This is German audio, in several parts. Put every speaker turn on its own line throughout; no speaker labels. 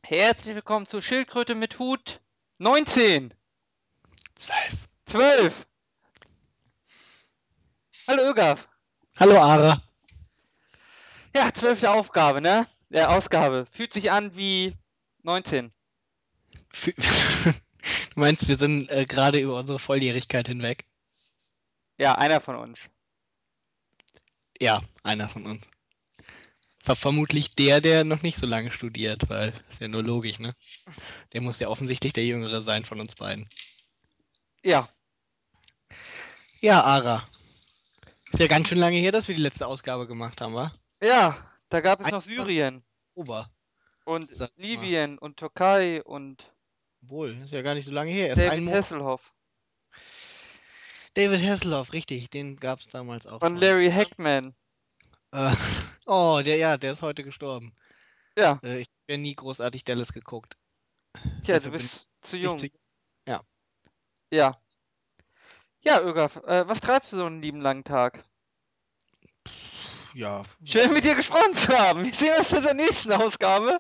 Herzlich willkommen zu Schildkröte mit Hut 19.
12.
12. Hallo Ögaf.
Hallo Ara.
Ja, 12. Aufgabe, ne? Ausgabe. Fühlt sich an wie 19.
Du meinst, wir sind gerade über unsere Volljährigkeit hinweg?
Ja, einer von uns.
Ja, einer von uns. Vermutlich der noch nicht so lange studiert, weil ist ja nur logisch, ne? Der muss ja offensichtlich der Jüngere sein von uns beiden.
Ja.
Ja, Ara. Ist ja ganz schön lange her, dass wir die letzte Ausgabe gemacht haben, wa?
Ja, da gab es noch
21.
Syrien
Oktober,
und
sag ich mal.
Libyen und Türkei und
Wohl, ist ja gar nicht so lange her. Erst einen
David
Monat.
Hasselhoff
David Hasselhoff, richtig, den gab es damals auch
und
schon.
Larry Hackman.
Äh, oh, der ist heute gestorben.
Ja,
Ich habe ja nie großartig Dallas geguckt.
tja, du
Dafür bin
bist zu
ich zu
jung.
jung. Ja.
Ja. Ja, Ögaf, was treibst du so einen lieben langen Tag?
Ja,
Schön mit dir gesprochen zu haben. Wir sehen uns in der nächsten Ausgabe.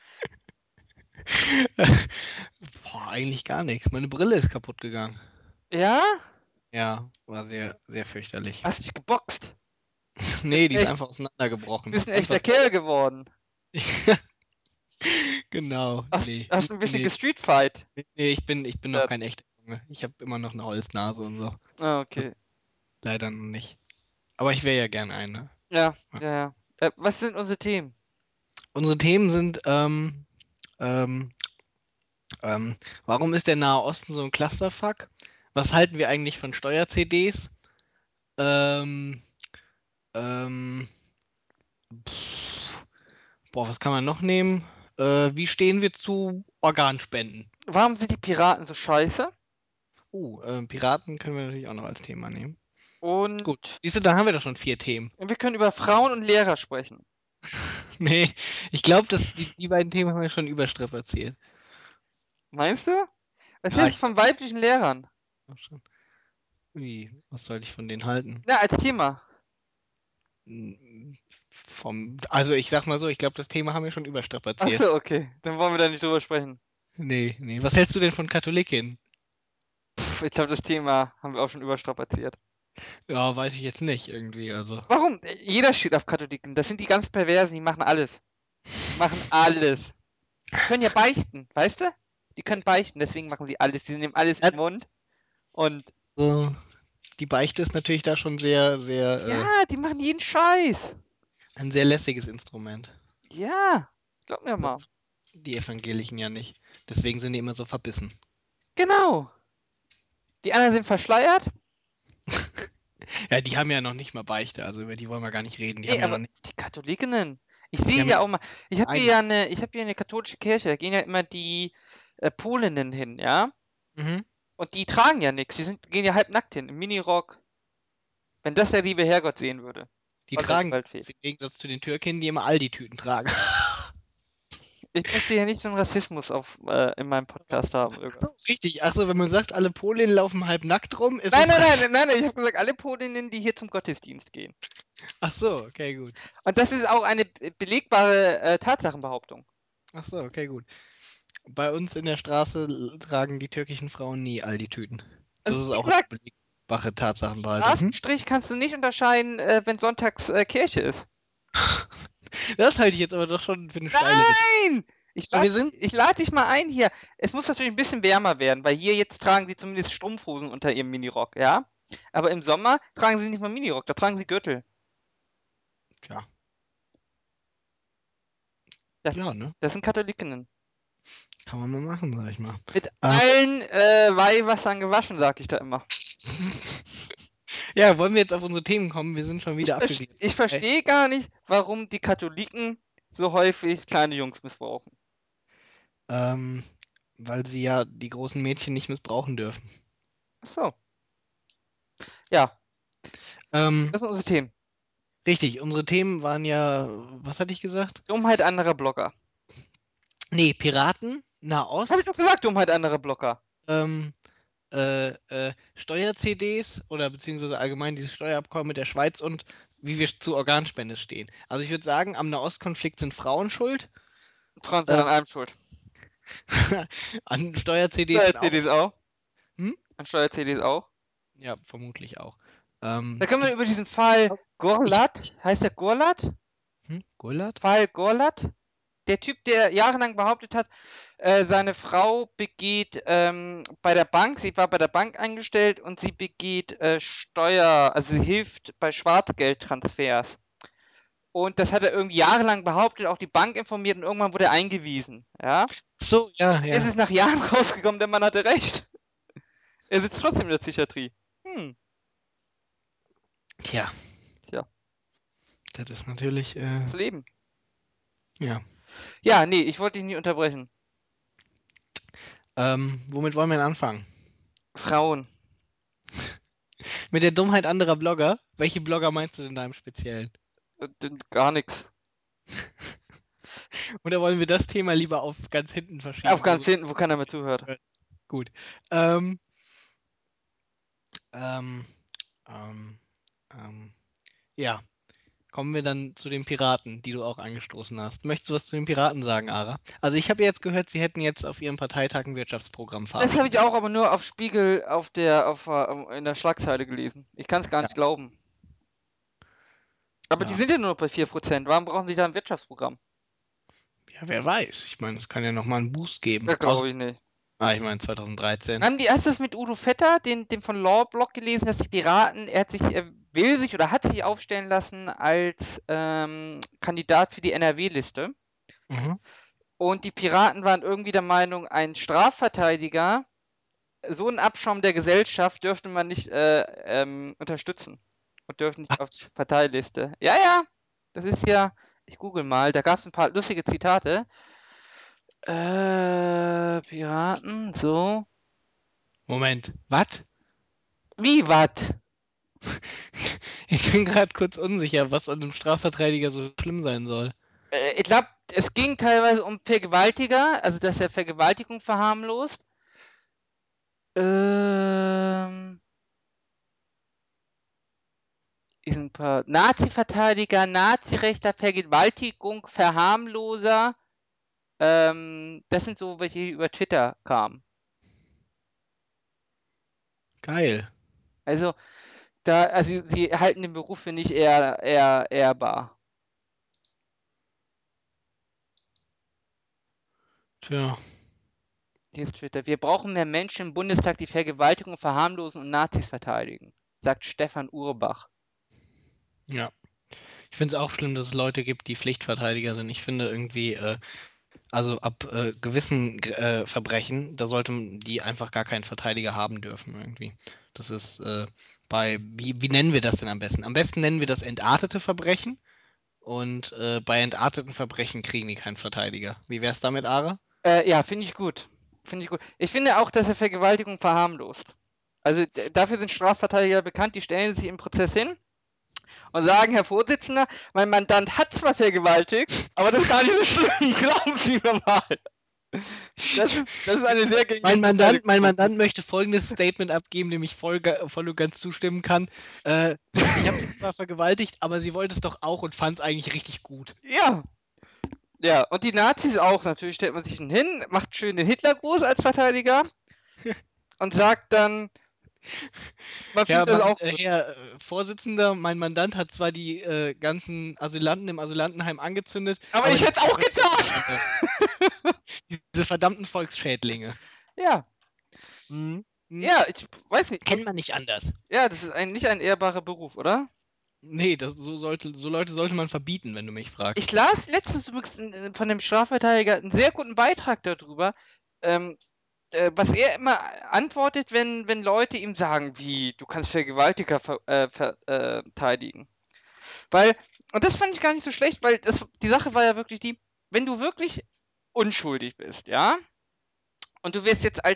boah, eigentlich gar nichts. Meine Brille ist kaputt gegangen.
Ja?
Ja, war sehr, sehr fürchterlich.
Hast dich geboxt?
Nee,
Bist
die
ein,
ist
echt,
einfach auseinandergebrochen.
bist ein
Einfach
echter
so.
Kerl geworden.
Genau,
Hast,
nee.
hast
Nee,
ein bisschen
nee,
gestreetfight.
nee, ich bin noch kein echter Junge. Ich habe immer noch eine Holznase und so.
Ah,
Das
okay.
leider noch nicht. Aber ich wäre ja gern eine.
Ja,
Ja.
ja, ja. Was sind unsere Themen?
Unsere Themen sind, ähm, ähm, warum ist der Nahe Osten so ein Clusterfuck? Was halten wir eigentlich von Steuer-CDs? Ähm, ähm, pff, boah, was kann man noch nehmen? Wie stehen wir zu Organspenden?
Warum sind die Piraten so scheiße?
Piraten können wir natürlich auch noch als Thema nehmen.
Und
Gut. Siehst du, da haben wir doch schon 4 Themen.
wir können über Frauen und Lehrer sprechen.
Nee, ich glaube, die beiden Themen haben wir schon überstrapaziert.
Meinst du? Was
Ja,
hältst du
ich
von weiblichen Lehrern?
glaube schon. Wie? Was soll ich von denen halten?
Ja, als Thema.
Also ich sag mal so, ich glaube, das Thema haben wir schon überstrapaziert.
Achso, okay. Dann wollen wir da nicht drüber sprechen.
Nee, nee. Was hältst du denn von Katholiken?
Ich glaube, das Thema haben wir auch schon überstrapaziert.
Ja, weiß ich jetzt nicht irgendwie, also.
Warum? Jeder steht auf Katholiken. Das sind die ganz Perversen, die machen alles. Die machen alles. Die können ja beichten, weißt du? Die können beichten, deswegen machen sie alles. Sie nehmen alles in
Ja,
den Mund und
so, die Beichte ist natürlich da schon sehr,
ja,
sehr,
die machen jeden Scheiß.
ein sehr lässiges Instrument.
Ja, glaub mir
Das
mal.
die Evangelischen ja nicht. Deswegen sind die immer so verbissen.
Genau. Die anderen sind verschleiert.
Ja, die haben ja noch nicht mal Beichte, also über die wollen wir gar nicht reden. Die
Nee,
haben ja
aber
noch nicht,
die Katholikinnen. Ich
die
sehe
haben ja
ja auch mal,
eine.
ich habe hier eine katholische Kirche, da gehen ja immer die Polinnen hin, ja?
Mhm.
Und die tragen ja nichts. Gehen ja halbnackt hin, im Minirock. Wenn das der liebe Herrgott sehen würde.
Die
Voll der
tragen
Gewaltfähig.
im Gegensatz zu den Türkinnen, die immer Aldi-Tüten tragen.
Ich möchte hier nicht so einen Rassismus in meinem Podcast haben,
Ach
Irga.
so, richtig. Ach so, wenn man sagt, alle Polinnen laufen halb nackt rum, ist
Nein,
es
nein, nein,
Rassismus.
nein, nein, ich habe gesagt, alle Polinnen, die hier zum Gottesdienst gehen.
Ach so, okay, gut.
Und das ist auch eine belegbare Tatsachenbehauptung.
Ach so, okay, gut. Bei uns in der Straße tragen die türkischen Frauen nie Aldi-Tüten. Das
Also
ist
wie
auch eine
gesagt,
belegbare Tatsachenbehaltung. Hm?
Straßenstrich kannst du nicht unterscheiden, wenn sonntags Kirche ist.
Das halte ich jetzt aber doch schon für eine steile These.
Nein!
Aber wir sind.
Ich lade dich mal ein hier. Es muss natürlich ein bisschen wärmer werden, weil hier jetzt tragen sie zumindest Strumpfhosen unter ihrem Minirock, ja? Aber im Sommer tragen sie nicht mal Minirock, da tragen sie Gürtel.
Tja,
Das,
ja, ne?
das sind Katholikinnen.
Kann man mal machen, sag ich mal.
Mit
Ähm,
allen Weihwassern gewaschen, sag ich da immer.
ja, wollen wir jetzt auf unsere Themen kommen? Wir sind schon wieder abgegliedert.
Ich
Ey,
verstehe gar nicht, warum die Katholiken so häufig kleine Jungs missbrauchen.
Ähm, weil sie ja die großen Mädchen nicht missbrauchen dürfen.
Ach so. Ja,
Ähm,
das sind unsere Themen.
richtig, unsere Themen waren ja, was hatte ich gesagt?
Dummheit anderer Blogger.
Nee, Piraten,
Habe ich doch
Nahost,
gesagt, Dummheit anderer Blogger.
ähm, Steuer-CDs oder beziehungsweise allgemein dieses Steuerabkommen mit der Schweiz und wie wir zu Organspende stehen. Also ich würde sagen, am Nahostkonflikt sind Frauen schuld.
Frauen sind
Äh,
an allem schuld.
An Steuer-CDs dann auch.
Steuer-CDs auch.
Hm?
An Steuer-CDs auch.
Ja, vermutlich auch.
Da können wir
Gibt
über diesen Fall
ich,
Gorlat, heißt der Gorlat?
Gullat?
Fall Gorlat? Der Typ, der jahrelang behauptet hat, seine Frau begeht bei der Bank, sie war bei der Bank eingestellt und sie begeht also sie hilft bei Schwarzgeldtransfers. Und das hat er irgendwie jahrelang behauptet, auch die Bank informiert und irgendwann wurde er eingewiesen. Ja?
So, ja,
Jetzt
ja.
ist nach Jahren rausgekommen, der Mann hatte recht. Er sitzt trotzdem in der Psychiatrie. Hm,
Tja,
tja,
das ist natürlich,
das Leben.
ja.
Ja, nee, ich wollte dich nicht unterbrechen.
Womit wollen wir denn anfangen?
Frauen.
Mit der Dummheit anderer Blogger? Welche Blogger meinst du denn da im Speziellen?
Gar nichts.
Oder wollen wir das Thema lieber auf ganz hinten
Auf
verschieben?
ganz hinten, wo keiner mehr zuhört.
Gut. Ähm, ähm, ähm, ähm, ja, kommen wir dann zu den Piraten, die du auch angestoßen hast. Möchtest du was zu den Piraten sagen, Ara? Also ich habe jetzt gehört, sie hätten jetzt auf ihrem Parteitag ein Wirtschaftsprogramm
Das habe ich
verabschiedet.
auch aber nur auf Spiegel in der Schlagzeile gelesen. Ich kann es gar
Ja,
nicht glauben. Aber die
ja.
sind ja nur noch bei 4%. Warum brauchen sie da ein Wirtschaftsprogramm?
Ja, wer weiß. Ich meine, es kann ja nochmal einen Boost geben.
Das glaube ich nicht.
Ich meine 2013.
Hast du das mit Udo Vetter, dem von Lawblog gelesen, dass die Piraten, er will sich oder hat sich aufstellen lassen als Kandidat für die NRW-Liste.
Mhm.
Und die Piraten waren irgendwie der Meinung, ein Strafverteidiger, so ein Abschaum der Gesellschaft, dürfte man nicht unterstützen. Und dürfte nicht auf
Was?
Parteiliste. Ja, ja, das ist ja, ich google mal, da gab es ein paar lustige Zitate. Piraten, so.
Moment. Was?
Wie, wat?
Ich bin gerade kurz unsicher, was an einem Strafverteidiger so schlimm sein soll.
Ich glaube, es ging teilweise um Vergewaltiger, also dass er Vergewaltigung verharmlost. Ähm, Hier sind ein paar Nazi-Verteidiger, Nazirechter, Vergewaltigung, Verharmloser. Das sind so welche, die über Twitter kamen.
Geil.
Also, also sie halten den Beruf für nicht eher ehrbar.
Tja,
Hier ist Twitter. Wir brauchen mehr Menschen im Bundestag, die Vergewaltigung verharmlosen und Nazis verteidigen, sagt Stefan Urbach.
ja. Ich finde es auch schlimm, dass es Leute gibt, die Pflichtverteidiger sind. Ich finde irgendwie, also ab gewissen Verbrechen, da sollten die einfach gar keinen Verteidiger haben dürfen irgendwie. Das ist wie nennen wir das denn am besten? Am besten nennen wir das entartete Verbrechen und bei entarteten Verbrechen kriegen die keinen Verteidiger. Wie wär's damit, Ara?
Ja, finde ich gut. Finde ich gut. Ich finde auch, dass er Vergewaltigung verharmlost. Also dafür sind Strafverteidiger bekannt, die stellen sich im Prozess hin und sagen, Herr Vorsitzender, mein Mandant hat zwar vergewaltigt, aber das ist gar nicht so schlimm, glauben Sie mir mal. Das ist eine sehr gängige
Mein
Verteidigungsgruppe.
Mandant möchte folgendes Statement abgeben, dem ich voll und ganz zustimmen kann. Ich habe sie zwar vergewaltigt, aber sie wollte es doch auch und fand es eigentlich richtig gut.
Ja, ja, und die Nazis auch. Natürlich stellt man sich hin, macht schön den Hitlergruß als Verteidiger und sagt dann, man findet das auch gut.
Herr Vorsitzender, mein Mandant hat zwar die ganzen Asylanten im Asylantenheim angezündet,
Aber
aber
ich
die
hätte es auch
sind nicht
getan.
alle. Diese verdammten Volksschädlinge.
Ja,
Mhm. Mhm.
ja, ich weiß nicht.
Kennt man nicht anders.
Ja, das ist nicht ein ehrbarer Beruf, oder?
Nee, so Leute sollte man verbieten, wenn du mich
Ich
fragst.
las letztens übrigens von dem Strafverteidiger einen sehr guten Beitrag darüber, ähm, was er immer antwortet, wenn Leute ihm sagen, wie, du kannst Vergewaltiger verteidigen. Weil, und das fand ich gar nicht so schlecht, weil die Sache war ja wirklich die, wenn du wirklich unschuldig bist, ja, und du wirst jetzt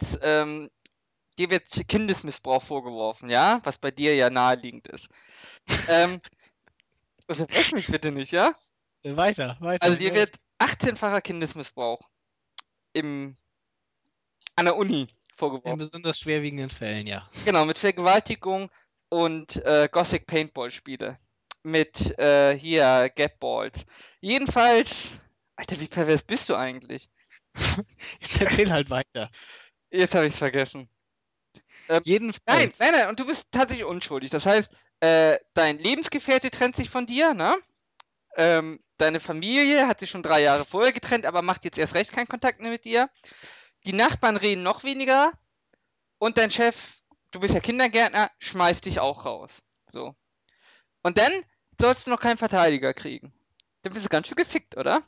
dir wird Kindesmissbrauch vorgeworfen, ja, was bei dir ja naheliegend ist. Ähm, Unterbrech mich bitte nicht, ja?
Weiter,
Also
weiter.
dir
Ja.
wird 18-facher Kindesmissbrauch im, an der Uni
In
vorgeworfen.
besonders schwerwiegenden Fällen, ja.
Genau, mit Vergewaltigung und Gothic Paintball-Spiele. Mit hier Gapballs. Jedenfalls Alter, wie pervers bist du eigentlich?
Jetzt erzähl halt weiter.
Jetzt habe ich's vergessen. Nein,
Jedenfalls.
nein, nein, und du bist tatsächlich unschuldig. Das heißt, dein Lebensgefährte trennt sich von dir, ne? Deine Familie hat sich schon 3 Jahre vorher getrennt, aber macht jetzt erst recht keinen Kontakt mehr mit dir. Die Nachbarn reden noch weniger und dein Chef, du bist ja Kindergärtner, schmeißt dich auch raus. So. Und dann sollst du noch keinen Verteidiger kriegen. Dann bist du ganz schön gefickt, oder?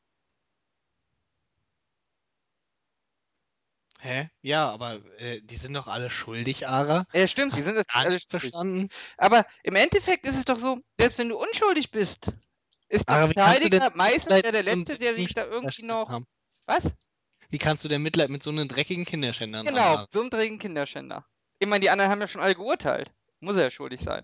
Hä? Ja, aber die sind doch alle schuldig, Ara.
Ja, stimmt, die
Hast du
sind natürlich
gar
alle
nicht
schuldig.
verstanden?
Aber im Endeffekt ist es doch so, selbst wenn du unschuldig bist, ist der
Ara, wie kannst du denn
Verteidiger meistens
Mitleid
der
mit so einem
Letzte, der
dreckigen
dich da irgendwie
Kinderschänder
noch.
haben?
Was?
Wie kannst du denn Mitleid mit so einem dreckigen Kinderschändern haben,
Genau,
Ara?
so 'n dreckigen Kinderschänder. Ich meine, die anderen haben ja schon alle geurteilt. Muss er ja schuldig sein.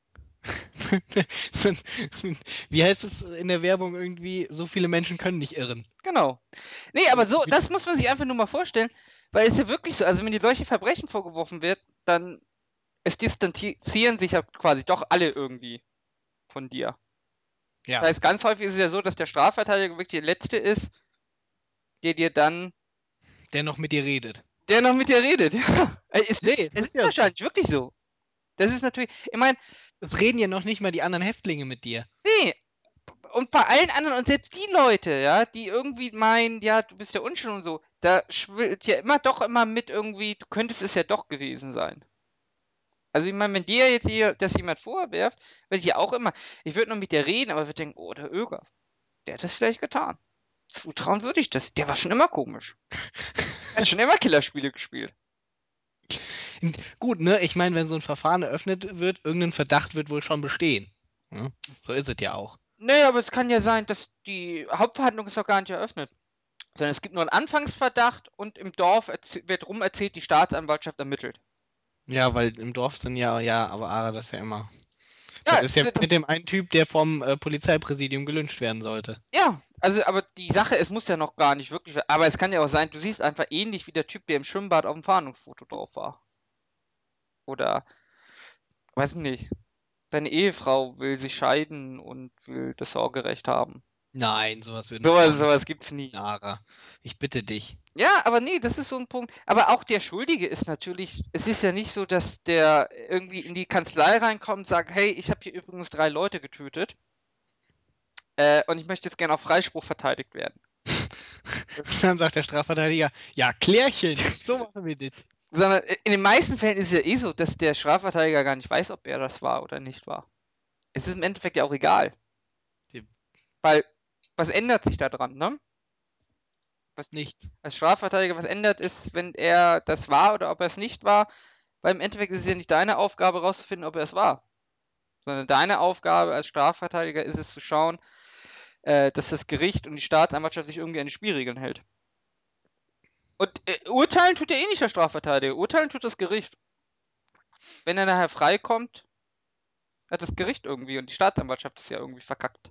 So wie heißt es in der Werbung irgendwie? So viele Menschen können nicht irren.
Genau. Ne,
Oder
aber
so
so,
viele.
das muss man sich einfach nur mal vorstellen, weil es ja wirklich so, also wenn dir solche Verbrechen vorgeworfen wird, dann es distanzieren sich ja quasi doch alle irgendwie von dir.
Ja,
Das heißt, ganz häufig ist es ja so, dass der Strafverteidiger wirklich der Letzte ist, der dir dann
der noch mit dir redet.
der noch mit dir redet, ja.
Nee,
Es
das ist
ist
ja so.
wahrscheinlich wirklich so. Das ist natürlich, ich meine,
Es reden ja noch nicht mal die anderen Häftlinge mit dir.
ne, und bei allen anderen und selbst die Leute, ja, die irgendwie meinen, ja, du bist ja unschuldig und so, da schwillt ja immer doch immer mit irgendwie, du könntest es ja doch gewesen sein. Also ich meine, wenn dir jetzt hier das jemand vorwirft, würde ich ja auch immer, ich würde noch mit dir reden, aber würde denken, oh, der Öger, der hat das vielleicht getan. Zutrauen würde ich das. Der war schon immer komisch. Der hat schon immer Killerspiele gespielt.
Gut, ne? Ich meine, wenn so ein Verfahren eröffnet wird, irgendein Verdacht wird wohl schon bestehen. Ja? So ist es ja auch.
Naja, aber es kann ja sein, dass die Hauptverhandlung ist noch gar nicht eröffnet. Sondern es gibt nur einen Anfangsverdacht und im Dorf wird rum erzählt, die Staatsanwaltschaft ermittelt.
Ja, weil im Dorf sind ja, ja, aber Ara, das ist ja immer. Das
Ja,
ist ja mit dem einen Typ, der vom Polizeipräsidium gelyncht werden sollte.
ja, also, aber die Sache, es muss ja noch gar nicht wirklich, aber es kann ja auch sein, du siehst einfach ähnlich wie der Typ, der im Schwimmbad auf dem Fahndungsfoto drauf war. Oder, weiß nicht, deine Ehefrau will sich scheiden und will das Sorgerecht haben.
Nein, sowas würden
Sowas,
Frauen nicht
sowas
machen.
gibt's nie.
Ara, ich bitte dich.
Ja, aber nee, das ist so ein Punkt. Aber auch der Schuldige ist natürlich, es ist ja nicht so, dass der irgendwie in die Kanzlei reinkommt und sagt, hey, ich habe hier übrigens 3 Leute getötet und ich möchte jetzt gerne auf Freispruch verteidigt werden.
Dann sagt der Strafverteidiger, ja, Klärchen, so machen wir das.
Sondern in den meisten Fällen ist es ja eh so, dass der Strafverteidiger gar nicht weiß, ob er das war oder nicht war. Es ist im Endeffekt ja auch egal, weil was ändert sich da dran, ne? Was
Nicht.
als Strafverteidiger was ändert, ist, wenn er das war oder ob er es nicht war, weil im Endeffekt ist es ja nicht deine Aufgabe rauszufinden, ob er es war, sondern deine Aufgabe als Strafverteidiger ist es zu schauen, dass das Gericht und die Staatsanwaltschaft sich irgendwie an die Spielregeln hält. Und urteilen tut ja eh nicht der Strafverteidiger, urteilen tut das Gericht. Wenn er nachher freikommt, hat das Gericht irgendwie und die Staatsanwaltschaft ist ja irgendwie verkackt.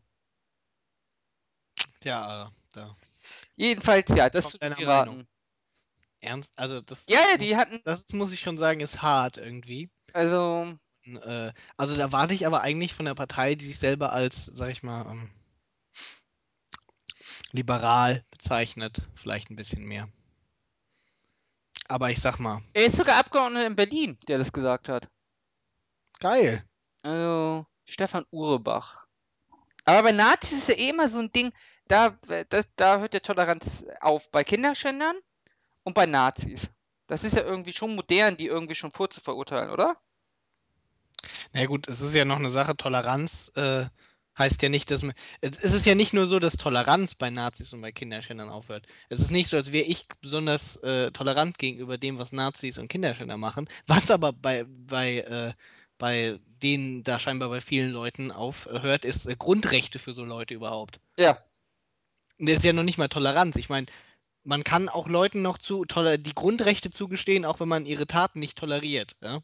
Ja, Ara, da
Jedenfalls, ja, das
kommt
zu den
deiner Meinung.
Piraten.
Ernst? Also
Ja, ja, die hatten,
das muss ich schon sagen, ist hart irgendwie.
also,
Also da warte ich aber eigentlich von der Partei, die sich selber als, sag ich mal, liberal bezeichnet, vielleicht ein bisschen mehr. Aber ich sag mal,
er ist sogar Abgeordneter in Berlin, der das gesagt hat.
geil.
Also, Stefan Urebach. Aber bei Nazis ist ja eh immer so ein Ding, da hört der Toleranz auf. Bei Kinderschändern und bei Nazis. Das ist ja irgendwie schon modern, die irgendwie schon vorzuverurteilen, oder?
Na ja, gut, es ist ja noch eine Sache, Toleranz heißt ja nicht, dass man. Es ist ja nicht nur so, dass Toleranz bei Nazis und bei Kinderschändern aufhört. Es ist nicht so, als wäre ich besonders tolerant gegenüber dem, was Nazis und Kinderschänder machen, was aber bei denen da scheinbar bei vielen Leuten aufhört, ist Grundrechte für so Leute überhaupt.
Ja.
Und das ist ja noch nicht mal Toleranz. Ich meine, man kann auch Leuten noch die Grundrechte zugestehen, auch wenn man ihre Taten nicht toleriert. Ja?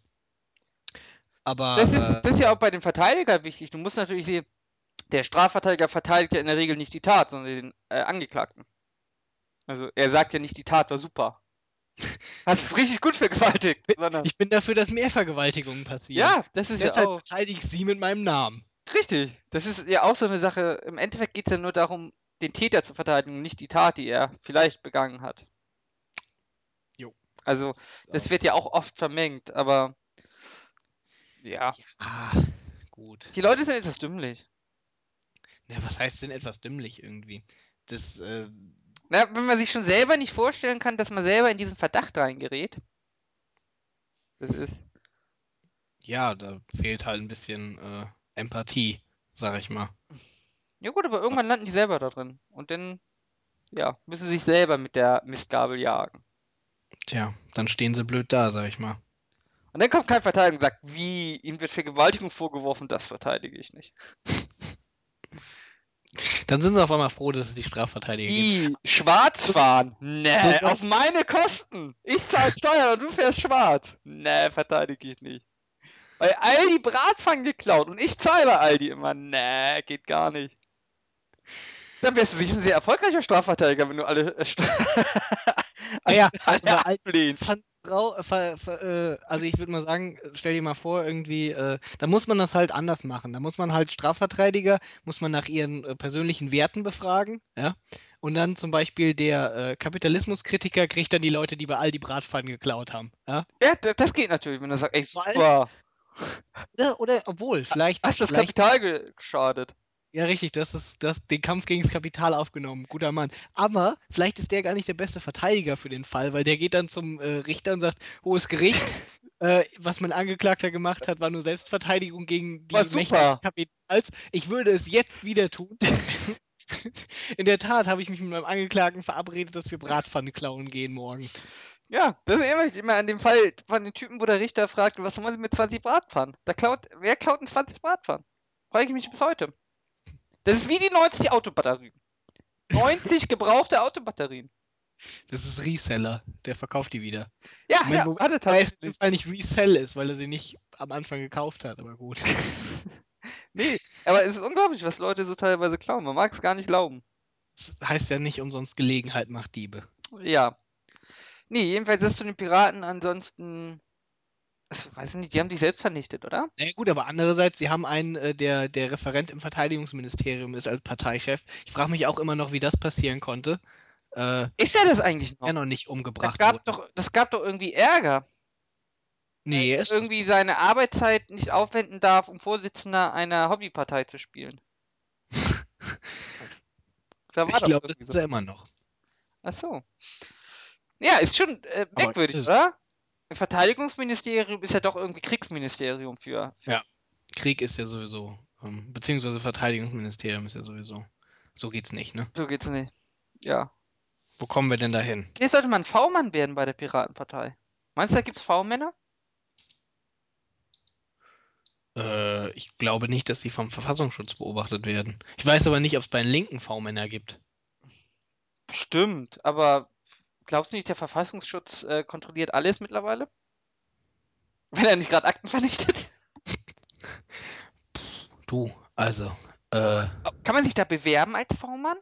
Aber
Das ist ja auch bei den Verteidigern wichtig. Du musst natürlich sehen, der Strafverteidiger verteidigt ja in der Regel nicht die Tat, sondern den Angeklagten. Also er sagt ja nicht, die Tat war super. Hast du richtig gut vergewaltigt, sondern.
ich bin dafür, dass mehr Vergewaltigungen passieren.
Ja, das ist ja
Deshalb
auch.
verteidige ich sie mit meinem Namen.
Richtig. Das ist ja auch so eine Sache. Im Endeffekt geht es ja nur darum, den Täter zu verteidigen, nicht die Tat, die er vielleicht begangen hat.
Jo.
Also, das wird ja auch oft vermengt, aber ja.
Ja, gut.
Die Leute sind etwas dümmlich.
Ja, was heißt denn etwas dümmlich irgendwie? Das,
Na, wenn man sich schon selber nicht vorstellen kann, dass man selber in diesen Verdacht reingerät. Das ist.
ja, da fehlt halt ein bisschen Empathie, sag ich mal.
Ja gut, aber irgendwann landen die selber da drin. Und dann, ja, müssen sie sich selber mit der Mistgabel jagen.
Tja, dann stehen sie blöd da, sag ich mal.
Und dann kommt kein Verteidiger und sagt, wie, ihm wird Vergewaltigung vorgeworfen, das verteidige ich nicht.
Dann sind sie auf einmal froh, dass es die Strafverteidiger gibt.
Wie, schwarz
So,
fahren?
so
Nee,
sagt,
auf meine Kosten. Ich zahle Steuern und du fährst schwarz. Nee, verteidige ich nicht. Weil Aldi Bratpfannen geklaut und ich zahle bei Aldi immer. Nee, geht gar nicht. Dann wärst du sicher ein sehr erfolgreicher Strafverteidiger, wenn du alle,
ja,
alle
aber
ablehnst.
also ich würde mal sagen, stell dir mal vor, irgendwie, da muss man das halt anders machen. Da muss man halt Strafverteidiger, muss man nach ihren persönlichen Werten befragen, ja. Und dann zum Beispiel der Kapitalismuskritiker kriegt dann die Leute, die bei Aldi Bratpfannen geklaut haben, ja.
Ja, das geht natürlich, wenn du sagst, ey,
Vor allem,
super,
oder obwohl,
hast das
vielleicht
Kapital geschadet.
ja, richtig, du hast den Kampf gegen das Kapital aufgenommen. Guter Mann. Aber vielleicht ist der gar nicht der beste Verteidiger für den Fall, weil der geht dann zum Richter und sagt, Hohes Gericht, was mein Angeklagter gemacht hat, war nur Selbstverteidigung gegen
War
die Mächte des
super.
Kapitals. Ich würde es jetzt wieder tun. In der Tat habe ich mich mit meinem Angeklagten verabredet, dass wir Bratpfanne klauen gehen morgen.
Ja, das erinnere mich immer an den Fall von den Typen, wo der Richter fragt, was machen Sie mit 20 Bratpfannen? Wer klaut denn 20 Bratpfannen? Frage ich mich bis heute. Das ist wie die 90 Autobatterien. 90 gebrauchte Autobatterien.
Das ist Reseller, der verkauft die wieder.
Ja,
Moment,
ja,
wobei
hatte
es in dem
tatsächlich.
Fall nicht Resell ist, weil er sie nicht am Anfang gekauft hat, aber gut.
Nee, aber es ist unglaublich, was Leute so teilweise klauen. Man mag es gar nicht glauben.
Das heißt ja nicht umsonst Gelegenheit macht Diebe.
Ja. Nee, jedenfalls ist zu den Piraten ansonsten. Ich weiß nicht, die haben dich selbst vernichtet, oder?
Na ja, gut, aber andererseits, sie haben einen, der Referent im Verteidigungsministerium ist als Parteichef. Ich frage mich auch immer noch, wie das passieren konnte,
Ist er das eigentlich
er
noch?
noch nicht umgebracht wurde.
Das gab doch irgendwie Ärger, weil
Nee, er
er
ist das
irgendwie
noch.
seine Arbeitszeit nicht aufwenden darf, um Vorsitzender einer Hobbypartei zu spielen. Da war
Ich
doch
glaube, das
irgendwie
ist
so.
er immer noch.
Ach so. Ja, ist schon
Aber
merkwürdig,
ist,
oder? Ein Verteidigungsministerium ist ja doch irgendwie Kriegsministerium für.
ja, Krieg ist ja sowieso, beziehungsweise Verteidigungsministerium ist ja sowieso. So geht's nicht, ne?
So geht's nicht. Ja.
Wo kommen wir denn dahin?
Hier sollte man V-Mann werden bei der Piratenpartei. Meinst du, da gibt's V-Männer?
Ich glaube nicht, dass sie vom Verfassungsschutz beobachtet werden. Ich weiß aber nicht, ob es bei den Linken V-Männer gibt.
Bestimmt, aber glaubst du nicht, der Verfassungsschutz kontrolliert alles mittlerweile? Wenn er nicht gerade Akten vernichtet?
Du, also, äh,
Kann man sich da bewerben als V-Mann?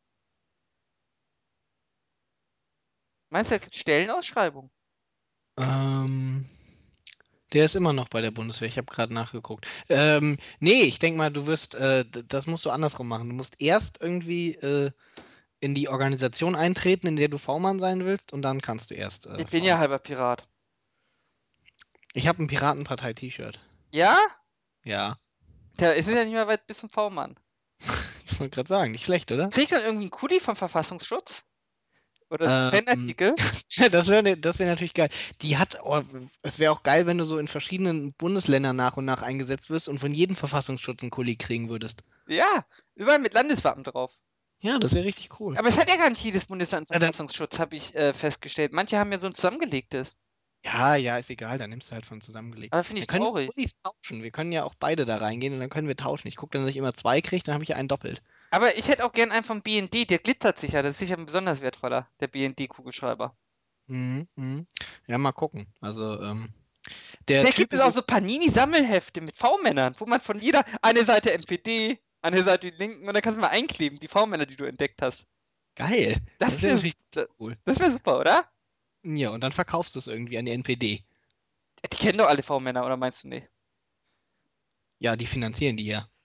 Meinst du, da gibt's Stellenausschreibungen?
ähm, Der ist immer noch bei der Bundeswehr. Ich habe gerade nachgeguckt. Nee, ich denke mal, das musst du andersrum machen. Du musst erst irgendwie in die Organisation eintreten, in der du V-Mann sein willst, und dann kannst du erst
Ich bin ja
V-Mann.
halber Pirat.
Ich habe ein Piratenpartei-T-Shirt.
Ja?
Ja,
Da ist es ja nicht mehr weit bis zum V-Mann.
ich wollte gerade sagen, nicht schlecht, oder?
Krieg ich dann irgendwie einen Kuli vom Verfassungsschutz? Oder einen
Ähm,
Fanartikel?
das wär natürlich geil. Es wäre auch geil, wenn du so in verschiedenen Bundesländern nach und nach eingesetzt wirst und von jedem Verfassungsschutz einen Kuli kriegen würdest.
Ja, überall mit Landeswappen drauf.
Ja, das wäre richtig cool.
Aber es hat ja gar nicht jedes Bundesland
Ja,
einen Verfassungsschutz, habe ich festgestellt. Manche haben ja so ein zusammengelegtes.
ja, ja, ist egal, dann nimmst du halt von zusammengelegt.
Aber finde ich
Dann können wir
traurig.
Pullis tauschen. Wir können ja auch beide da reingehen und dann können wir tauschen. Ich gucke dann, dass ich immer zwei kriege, dann habe ich ja einen doppelt.
Aber ich hätte auch gern einen vom BND, der glitzert sicher. Das ist sicher ein besonders wertvoller, der BND-Kugelschreiber.
Mhm, mhm. Ja, mal gucken. Also, der
Vielleicht
Typ
gibt es
ist
auch so Panini-Sammelhefte mit V-Männern, wo man von jeder eine Seite NPD, eine Seite die Linken und dann kannst du mal einkleben, die V-Männer, die du entdeckt hast.
geil. Das
Das
wäre
wäre
natürlich cool.
das wär super, oder?
Ja, und dann verkaufst du es irgendwie an die NPD.
Die kennen doch alle V-Männer, oder meinst du nicht?
Ja, die finanzieren die ja.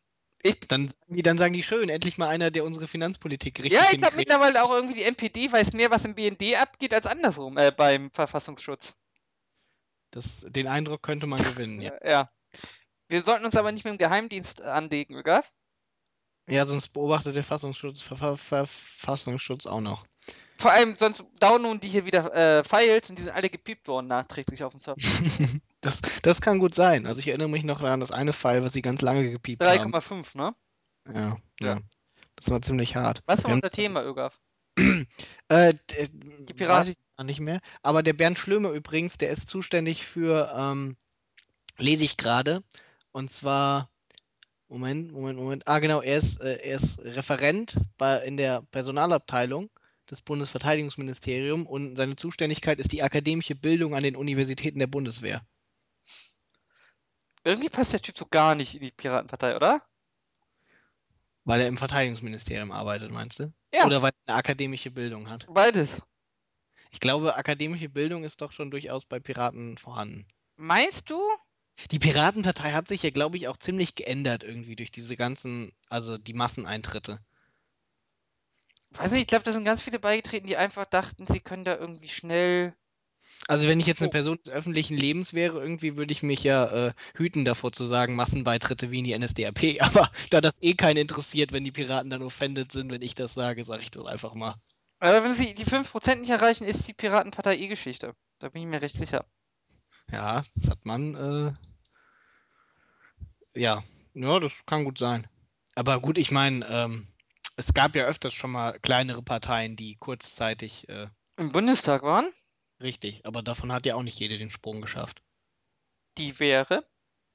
Ich,
Dann sagen die schön, endlich mal einer, der unsere Finanzpolitik
ja,
richtig
ich glaube
hinkriegt.
mittlerweile auch irgendwie die NPD weiß mehr, was im BND abgeht, als andersrum beim Verfassungsschutz.
Den Eindruck könnte man gewinnen, ja.
Ja. Wir sollten uns aber nicht mit dem Geheimdienst anlegen, oder?
Ja, sonst beobachtet der Verfassungsschutz auch noch.
Vor allem, sonst downen die hier wieder Files und die sind alle gepiept worden nachträglich auf dem Server.
Das kann gut sein. Also ich erinnere mich noch an das eine File, was sie ganz lange gepiept haben.
3,5, ne?
Ja,
Ja.
ja. Das war ziemlich hart.
Was war
Wir haben
unser Thema, Ögaf? Die
weiß
Piraten.
ich gar nicht mehr. Aber der Bernd Schlömer übrigens, der ist zuständig für, lese ich gerade. Und zwar, Moment. Ah, genau, er ist Referent in der Personalabteilung des Bundesverteidigungsministeriums und seine Zuständigkeit ist die akademische Bildung an den Universitäten der Bundeswehr.
Irgendwie passt der Typ so gar nicht in die Piratenpartei, oder?
Weil er im Verteidigungsministerium arbeitet, meinst du?
Ja,
Oder weil er eine akademische Bildung hat?
beides.
Ich glaube, akademische Bildung ist doch schon durchaus bei Piraten vorhanden.
Meinst du?
Die Piratenpartei hat sich ja, glaube ich, auch ziemlich geändert irgendwie durch diese ganzen, also die Masseneintritte.
Weiß nicht, ich glaube, da sind ganz viele beigetreten, die einfach dachten, sie können da irgendwie schnell.
Also wenn ich jetzt eine
Oh.
Person des öffentlichen Lebens wäre, irgendwie würde ich mich ja hüten davor zu sagen, Massenbeitritte wie in die NSDAP. Aber da das eh keinen interessiert, wenn die Piraten dann offended sind, wenn ich das sage, sage ich das einfach mal.
Aber wenn sie die 5% nicht erreichen, ist die Piratenpartei eh Geschichte. Da bin ich mir recht sicher.
Ja, das hat man, ja, das kann gut sein. Aber gut, ich meine, es gab ja öfters schon mal kleinere Parteien, die kurzzeitig,
Im Bundestag waren?
richtig, aber davon hat ja auch nicht jede den Sprung geschafft.
Die wäre.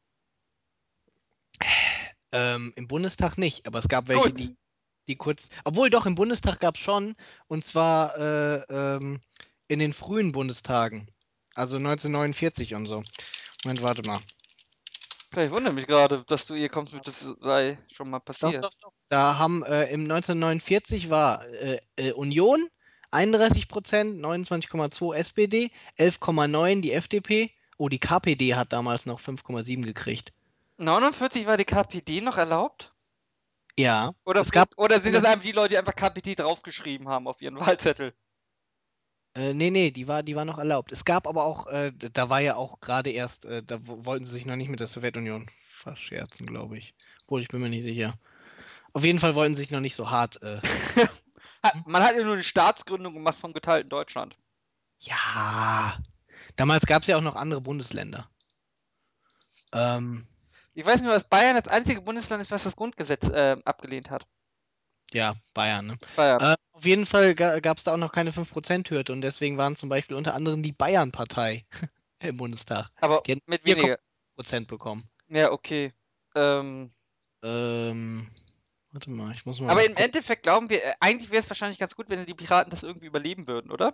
Im Bundestag nicht, aber es gab welche,
Gut.
die kurz, obwohl doch, im Bundestag gab es schon, und zwar in den frühen Bundestagen, also 1949 und so. Moment, warte mal.
Ich wundere mich gerade, dass du ihr kommst mit, das sei schon mal
Doch,
passiert.
doch, doch. Da haben im 1949 war Union 31%, 29,2 SPD, 11,9 die FDP. Oh, die KPD hat damals noch 5,7 gekriegt.
49 war die KPD noch erlaubt?
Ja,
Oder,
es gab
oder sind das
eine,
einfach die Leute, die einfach KPD draufgeschrieben haben auf ihren Wahlzettel?
nee, die war noch erlaubt. Es gab aber auch, da war ja auch gerade erst, da wollten sie sich noch nicht mit der Sowjetunion verscherzen, glaube ich. Obwohl, ich bin mir nicht sicher. Auf jeden Fall wollten sie sich noch nicht so hart.
Man hat ja nur eine Staatsgründung gemacht vom geteilten Deutschland.
Ja, damals gab es ja auch noch andere Bundesländer. Ähm,
Ich weiß nur, dass Bayern das einzige Bundesland ist, was das Grundgesetz abgelehnt hat.
Ja, Bayern, ne?
Bayern.
Auf jeden Fall gab es da auch noch keine 5%-Hürde und deswegen waren zum Beispiel unter anderem die Bayern-Partei im Bundestag.
Aber
Die haben
mit weniger.
4,5% bekommen.
Ja, okay. Ähm,
Ähm, warte mal, ich muss mal
aber im
nachgucken.
Endeffekt glauben wir, eigentlich wäre es wahrscheinlich ganz gut, wenn die Piraten das irgendwie überleben würden, oder?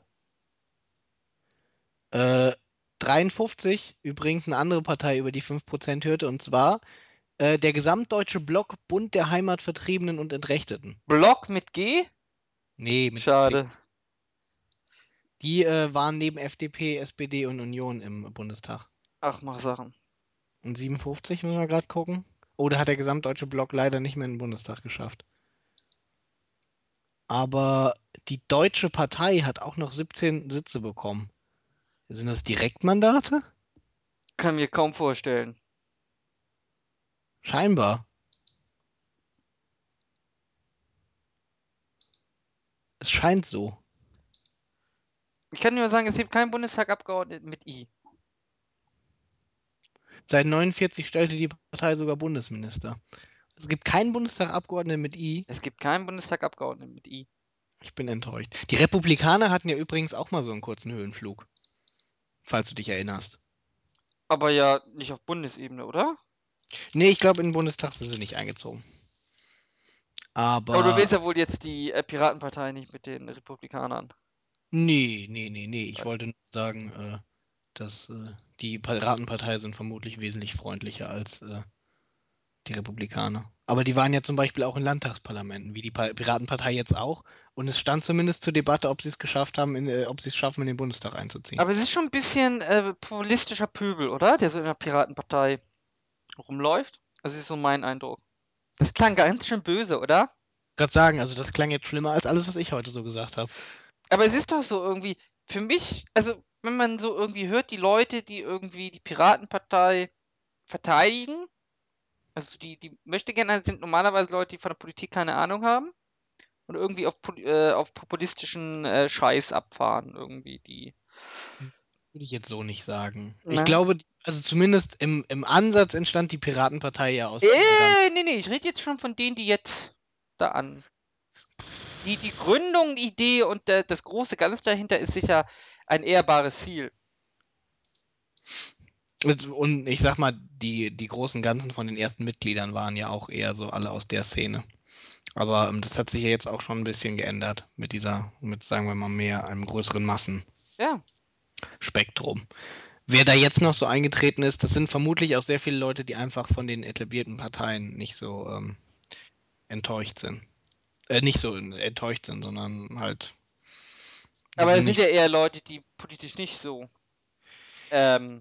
Äh, 53, übrigens eine andere Partei über die 5%-Hürde und zwar der Gesamtdeutsche Block Bund der Heimatvertriebenen und Entrechteten.
Block mit G?
Nee, mit C.
Schade.
Die waren neben FDP, SPD und Union im Bundestag.
Ach, mach Sachen.
Und 57 müssen wir gerade gucken. Oder hat der gesamtdeutsche Block leider nicht mehr in den Bundestag geschafft. Aber die Deutsche Partei hat auch noch 17 Sitze bekommen. Sind das Direktmandate?
Kann mir kaum vorstellen.
Scheinbar. Es scheint so.
Ich kann nur sagen, es gibt keinen Bundestagabgeordneten mit I.
Seit 49 stellte die Partei sogar Bundesminister. Es gibt keinen Bundestagabgeordneten mit I.
Es gibt keinen Bundestagabgeordneten mit I.
Ich bin enttäuscht. Die Republikaner hatten ja übrigens auch mal so einen kurzen Höhenflug, falls du dich erinnerst.
Aber ja nicht auf Bundesebene, oder?
Nee, ich glaube, in den Bundestag sind sie nicht eingezogen.
Aber du
Aber
wählst ja wohl jetzt die Piratenpartei nicht mit den Republikanern.
nee. Ich wollte nur sagen, dass die Piratenpartei sind vermutlich wesentlich freundlicher als die Republikaner. Aber die waren ja zum Beispiel auch in Landtagsparlamenten, wie die Piratenpartei jetzt auch. Und es stand zumindest zur Debatte, ob sie es geschafft haben, ob sie es schaffen, in den Bundestag einzuziehen.
Aber es ist schon ein bisschen populistischer Pöbel, oder? Der so in der Piratenpartei rumläuft. Also ist so mein Eindruck. Das klang ganz schön böse, oder?
Gerade sagen, also das klang jetzt schlimmer als alles, was ich heute so gesagt habe.
Aber es ist doch so irgendwie, für mich, also wenn man so irgendwie hört, die Leute, die irgendwie die Piratenpartei verteidigen, also die Möchtegern sind normalerweise Leute, die von der Politik keine Ahnung haben und irgendwie auf populistischen Scheiß abfahren, irgendwie die.
Würde ich jetzt so nicht sagen. Ich
Ne?
glaube, also zumindest im Ansatz entstand die Piratenpartei ja aus diesem ganzen.
Nee, ich rede jetzt schon von denen, die jetzt da an. Die Gründung, Idee und das große Ganze dahinter ist sicher ein ehrbares Ziel.
Und ich sag mal, die großen Ganzen von den ersten Mitgliedern waren ja auch eher so alle aus der Szene. Aber das hat sich ja jetzt auch schon ein bisschen geändert mit sagen wir mal mehr, einem größeren
Ja,
Massenspektrum. Wer da jetzt noch so eingetreten ist, das sind vermutlich auch sehr viele Leute, die einfach von den etablierten Parteien nicht so enttäuscht sind. Nicht so enttäuscht sind, sondern halt, die
aber
sind
es sind
nicht.
ja eher Leute, die politisch nicht so ähm,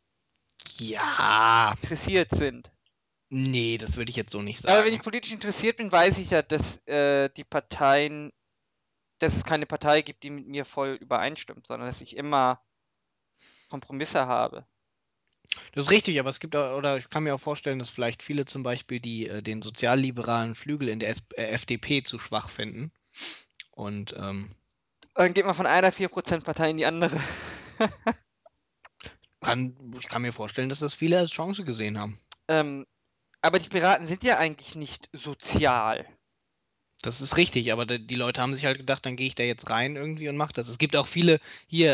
Ja,
interessiert sind.
nee, das würde ich jetzt so nicht
Aber wenn ich
sagen.
politisch interessiert bin, weiß ich ja, dass die Parteien, dass es keine Partei gibt, die mit mir voll übereinstimmt, sondern dass ich immer Kompromisse habe.
Das ist richtig, aber es gibt auch, oder ich kann mir auch vorstellen, dass vielleicht viele zum Beispiel den sozialliberalen Flügel in der FDP zu schwach finden. Und
Dann geht man von einer 4% Partei in die andere.
ich kann mir vorstellen, dass das viele als Chance gesehen haben.
ähm, aber die Piraten sind ja eigentlich nicht sozial.
Das ist richtig, aber die Leute haben sich halt gedacht, dann gehe ich da jetzt rein irgendwie und mache das. Es gibt auch viele hier,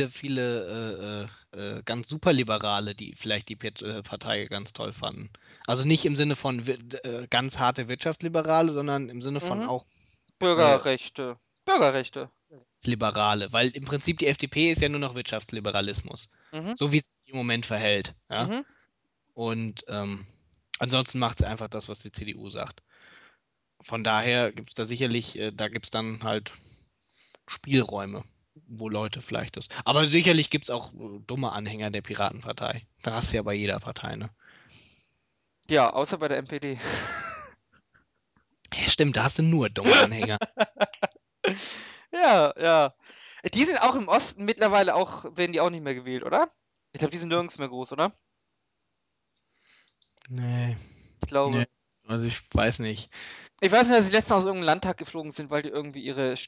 viele ganz Superliberale, die vielleicht die Partei ganz toll fanden. Also nicht im Sinne von ganz harte Wirtschaftsliberale, sondern im Sinne von
Mhm.
auch äh,
Bürgerrechte. Bürgerrechte.
Liberale, weil im Prinzip die FDP ist ja nur noch Wirtschaftsliberalismus,
Mhm.
so wie es sich im Moment verhält. Ja?
Mhm.
Und ansonsten macht es einfach das, was die CDU sagt. Von daher gibt es da sicherlich, da gibt es dann halt Spielräume, wo Leute vielleicht das. Aber sicherlich gibt es auch dumme Anhänger der Piratenpartei. Da hast du ja bei jeder Partei, ne?
Ja, außer bei der NPD.
Ja, stimmt, da hast du nur dumme Anhänger.
Ja, ja. Die sind auch im Osten mittlerweile auch, werden die auch nicht mehr gewählt, oder? Ich glaube, die sind nirgends mehr groß, oder?
Nee,
Ich
nee.
glaube.
Also ich weiß nicht.
Ich weiß nicht, dass sie letztens aus irgendeinem Landtag geflogen sind, weil die irgendwie ihre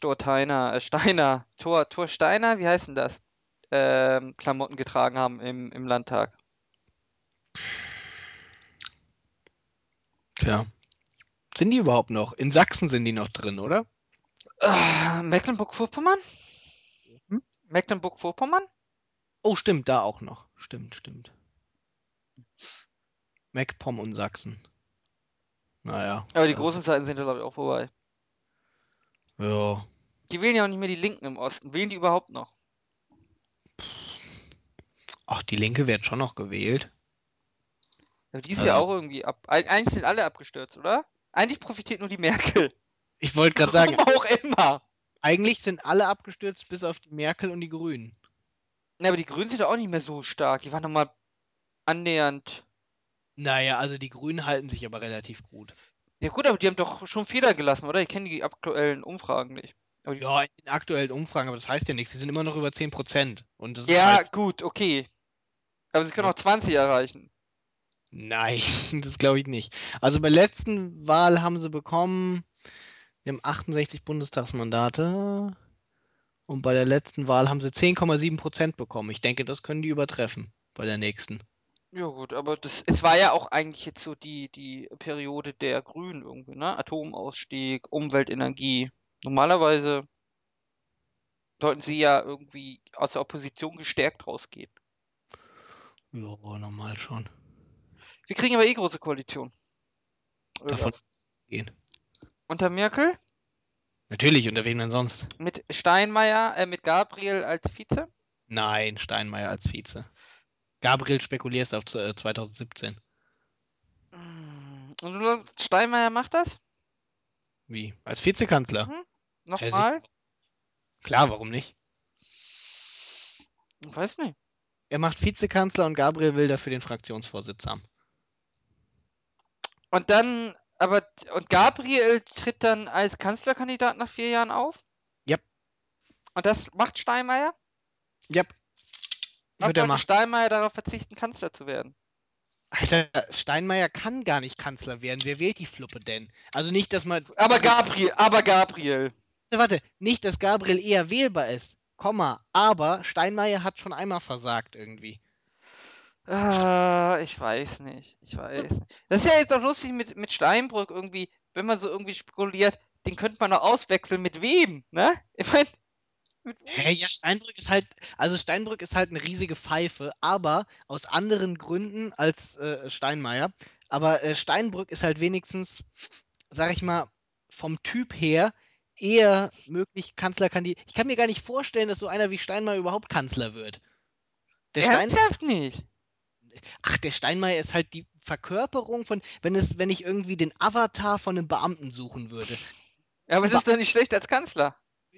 Thor Steiner, wie heißt denn das? Klamotten getragen haben im Landtag.
Tja. Sind die überhaupt noch? In Sachsen sind die noch drin, oder?
Mecklenburg-Vorpommern?
Hm?
Mecklenburg-Vorpommern?
Oh, stimmt, da auch noch. Stimmt, stimmt. MacPom und Sachsen. Naja,
Aber die
das
großen Zeiten sind ja, glaube ich, auch vorbei.
ja.
Die wählen ja auch nicht mehr die Linken im Osten. Wählen die überhaupt noch?
Ach, die Linke wird schon noch gewählt.
Aber die sind ja
Also,
auch irgendwie Eigentlich sind alle abgestürzt, oder? Eigentlich profitiert nur die Merkel.
ich wollte gerade sagen,
Warum auch immer.
eigentlich sind alle abgestürzt, bis auf die Merkel und die Grünen.
Na, aber die Grünen sind doch auch nicht mehr so stark. Die waren doch mal annähernd.
Naja, also die Grünen halten sich aber relativ gut.
Ja gut, aber die haben doch schon Fehler gelassen, oder? Ich kenne die aktuellen Umfragen nicht. Aber
Ja, in den aktuellen Umfragen, aber das heißt ja nichts. Die sind immer noch über 10%. Und das ist
ja,
halt.
gut, okay. Aber sie können
Ne?
auch 20 erreichen.
Nein, das glaube ich nicht. Also bei der letzten Wahl haben sie bekommen, sie haben 68 Bundestagsmandate und bei der letzten Wahl haben sie 10,7% bekommen. Ich denke, das können die übertreffen bei der nächsten.
Ja gut, aber es war ja auch eigentlich jetzt so die Periode der Grünen irgendwie, ne? Atomausstieg, Umweltenergie. Normalerweise sollten sie ja irgendwie aus der Opposition gestärkt rausgehen.
Ja, normal schon.
Wir kriegen aber eh große Koalition.
Davon
Olaf.
gehen.
Unter Merkel,
Natürlich, unter wem denn sonst?
mit Steinmeier, mit Gabriel als Vize.
Nein, Steinmeier als Vize. Gabriel spekulierst auf 2017.
Und du glaubst, Steinmeier macht das?
Wie? Als Vizekanzler?
Mhm.
Ja, sicher.
Nochmal?
Klar, warum nicht?
Ich weiß nicht.
Er macht Vizekanzler und Gabriel will dafür den Fraktionsvorsitz haben.
Und dann. Aber und Gabriel tritt dann als Kanzlerkandidat nach 4 Jahren auf?
Yep,
Und das macht Steinmeier?
yep,
Was
wird er
sollte
machen.
Steinmeier darauf verzichten, Kanzler zu werden?
Alter, Steinmeier kann gar nicht Kanzler werden. Wer wählt die Fluppe denn? Also nicht, dass man.
Aber Gabriel.
Warte, nicht, dass Gabriel eher wählbar ist. Komma, aber Steinmeier hat schon einmal versagt irgendwie.
Ah, ich weiß nicht. Ich weiß nicht. Das ist ja jetzt auch lustig mit Steinbrück irgendwie, wenn man so irgendwie spekuliert, den könnte man noch auswechseln. Mit wem? Ne? Ich meine, mit
Hä,
wem?
ja, Steinbrück ist halt eine riesige Pfeife, aber aus anderen Gründen als Steinmeier. Aber Steinbrück ist halt wenigstens, sag ich mal, vom Typ her eher möglich Kanzlerkandidat. Ich kann mir gar nicht vorstellen, dass so einer wie Steinmeier überhaupt Kanzler wird. Der Stein,
Ernsthaft nicht.
der Steinmeier ist halt die Verkörperung von, wenn ich irgendwie den Avatar von einem Beamten suchen würde.
Ja, aber
Ein
das ist doch nicht schlecht als Kanzler.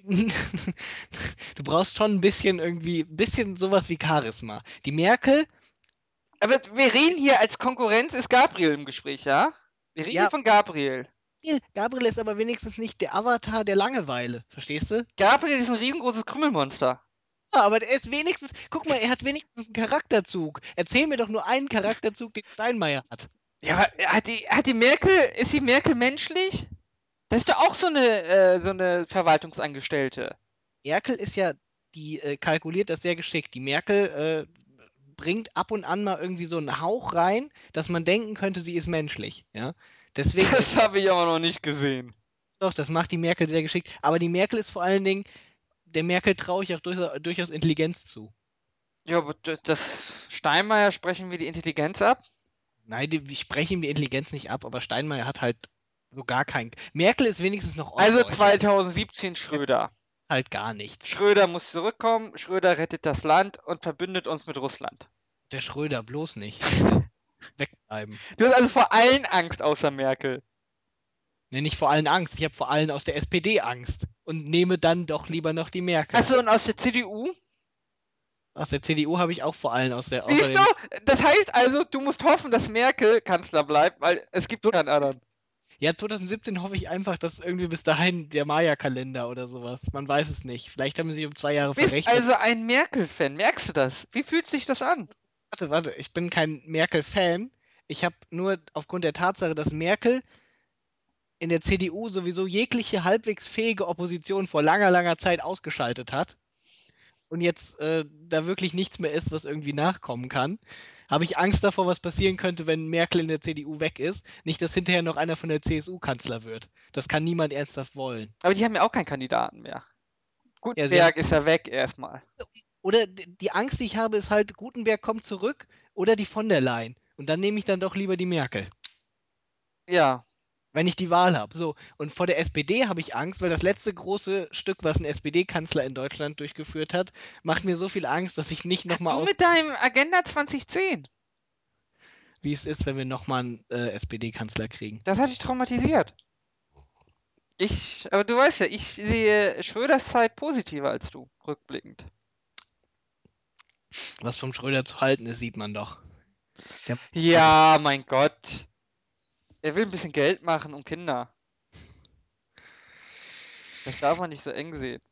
Du brauchst schon ein bisschen irgendwie, ein bisschen sowas wie Charisma. Die Merkel,
Aber wir reden hier als Konkurrenz, ist Gabriel im Gespräch, ja? Wir reden hier
ja,
von Gabriel.
Gabriel ist aber wenigstens nicht der Avatar der Langeweile, verstehst du?
Gabriel ist ein riesengroßes Krümmelmonster.
Ja, aber der ist wenigstens, guck mal, er hat wenigstens einen Charakterzug. Erzähl mir doch nur einen Charakterzug, den Steinmeier hat.
Ja, aber hat die Merkel, ist die Merkel menschlich? Das ist doch auch so eine Verwaltungsangestellte.
Merkel ist ja, die kalkuliert das sehr geschickt. Die Merkel bringt ab und an mal irgendwie so einen Hauch rein, dass man denken könnte, sie ist menschlich. Ja? Deswegen
Das
ist
habe ich aber noch nicht gesehen.
doch, das macht die Merkel sehr geschickt. Aber die Merkel ist vor allen Dingen, der Merkel traue ich auch durchaus Intelligenz zu.
Ja, aber das Steinmeier sprechen wir die Intelligenz ab.
Nein, ich spreche ihm die Intelligenz nicht ab, aber Steinmeier hat halt so gar keinen. Merkel ist wenigstens noch
Also
Ostdeutsche.
2017
Merkel
Schröder.
ist halt gar nichts.
Schröder muss zurückkommen, Schröder rettet das Land und verbündet uns mit Russland.
Der Schröder bloß nicht. Der soll wegbleiben.
Du hast also vor allen Angst außer Merkel.
Ne, nicht vor allen Angst. Ich habe vor allen aus der SPD Angst. Und nehme dann doch lieber noch die Merkel.
Achso, und aus der CDU?
Aus der CDU habe ich auch vor allen außer
Siehst
dem.
du? Das heißt also, du musst hoffen, dass Merkel Kanzler bleibt, weil es gibt
So,
keinen anderen.
ja, 2017 hoffe ich einfach, dass irgendwie bis dahin der Maya-Kalender oder sowas. Man weiß es nicht. Vielleicht haben sie sich um 2 Jahre
Du bist
verrechnet.
also ein Merkel-Fan, merkst du das? Wie fühlt sich das an?
Warte, ich bin kein Merkel-Fan. Ich habe nur aufgrund der Tatsache, dass Merkel in der CDU sowieso jegliche halbwegs fähige Opposition vor langer, langer Zeit ausgeschaltet hat und jetzt da wirklich nichts mehr ist, was irgendwie nachkommen kann, habe ich Angst davor, was passieren könnte, wenn Merkel in der CDU weg ist. Nicht, dass hinterher noch einer von der CSU Kanzler wird. Das kann niemand ernsthaft wollen.
Aber die haben ja auch keinen Kandidaten mehr.
Ja, sie haben.
Gutenberg ist ja weg erstmal.
Oder die Angst, die ich habe, ist halt, Gutenberg kommt zurück oder die von der Leyen. Und dann nehme ich dann doch lieber die Merkel.
Ja.
Wenn ich die Wahl habe. So, und vor der SPD habe ich Angst, weil das letzte große Stück, was ein SPD-Kanzler in Deutschland durchgeführt hat, macht mir so viel Angst, dass ich nicht nochmal
Du
aus,
mit deinem Agenda 2010.
wie es ist, wenn wir nochmal einen SPD-Kanzler kriegen.
Das hat dich traumatisiert. Aber du weißt ja, ich sehe Schröders Zeit positiver als du, rückblickend.
Was vom Schröder zu halten ist, sieht man doch. Der Mann ist
Ja, mein Gott. Er will ein bisschen Geld machen und Kinder. Das darf man nicht so eng sehen.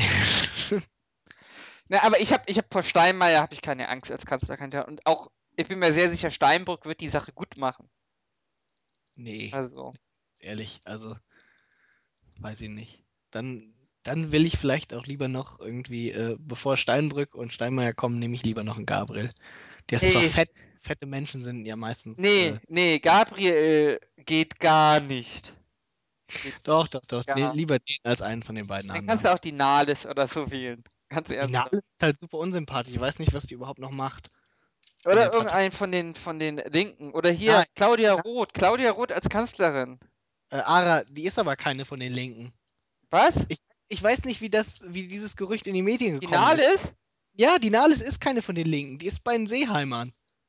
Na, aber ich hab vor Steinmeier habe ich keine Angst als Kanzlerkandidat. Und auch, ich bin mir sehr sicher, Steinbrück wird die Sache gut machen.
Nee,
Also.
ehrlich, also, weiß ich nicht. Dann will ich vielleicht auch lieber noch irgendwie, bevor Steinbrück und Steinmeier kommen, nehme ich lieber noch einen Gabriel. Der ist zwar
Nee,
fett, fette Menschen sind ja meistens,
nee, Gabriel geht gar nicht. Geht
doch, nee,
gar.
lieber den als einen von den beiden
Dann kannst
anderen.
du auch die Nahles oder so wählen. Ganz
Die
ernsthaft.
Nadel ist halt super unsympathisch. Ich weiß nicht, was die überhaupt noch macht in der
Oder
Partei.
irgendeinen von den Linken. Oder hier
Nein,
Claudia
nein,
Roth. Claudia Roth als Kanzlerin.
Ara, die ist aber keine von den Linken.
Was?
Ich, ich weiß nicht, wie dieses Gerücht in die Medien
Die
gekommen ist.
Nahles?
Ja, die Nahles ist keine von den Linken. Die ist bei den Seeheimern.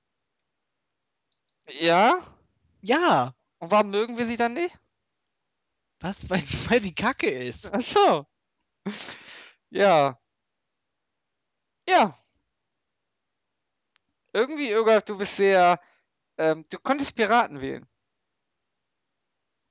Ja.
Ja,
Und warum mögen wir sie dann nicht?
was? Weil sie Kacke ist.
Ach so. Ja. Ja. Irgendwie, Irga, du bist sehr. Du konntest Piraten wählen.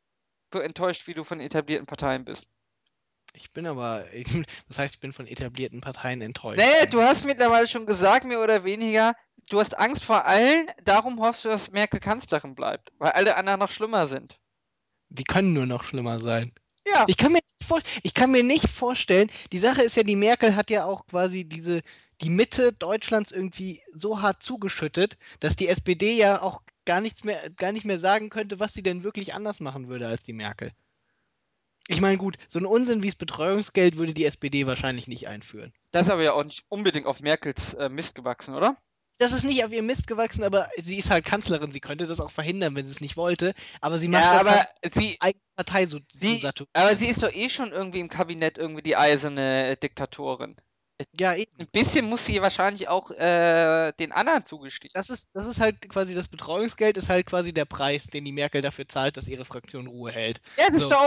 so enttäuscht, wie du von etablierten Parteien bist.
Ich bin aber, das heißt, ich bin von etablierten Parteien enttäuscht.
Naja, du hast mittlerweile schon gesagt, mehr oder weniger, du hast Angst vor allen, darum hoffst du, dass Merkel Kanzlerin bleibt, weil alle anderen noch schlimmer sind.
Die können nur noch schlimmer sein.
Ja.
Ich kann mir nicht vorstellen, die Sache ist ja, die Merkel hat ja auch quasi die Mitte Deutschlands irgendwie so hart zugeschüttet, dass die SPD ja auch gar nicht mehr sagen könnte, was sie denn wirklich anders machen würde als die Merkel. Ich meine, gut, so ein Unsinn wie das Betreuungsgeld würde die SPD wahrscheinlich nicht einführen.
Das ist aber ja auch nicht unbedingt auf Merkels Mist gewachsen, oder?
Das ist nicht auf ihr Mist gewachsen, aber sie ist halt Kanzlerin. Sie könnte das auch verhindern, wenn sie es nicht wollte. Aber sie macht
Ja,
das halt,
aber
um ihre eigene Partei so zu
aber
saturieren.
sie ist doch eh schon irgendwie im Kabinett irgendwie die eiserne Diktatorin.
Ja, eben.
Ein bisschen muss sie wahrscheinlich auch den anderen zugestehen.
Das ist halt quasi das Betreuungsgeld, ist halt quasi der Preis, den die Merkel dafür zahlt, dass ihre Fraktion Ruhe hält.
Ja, das ist
So,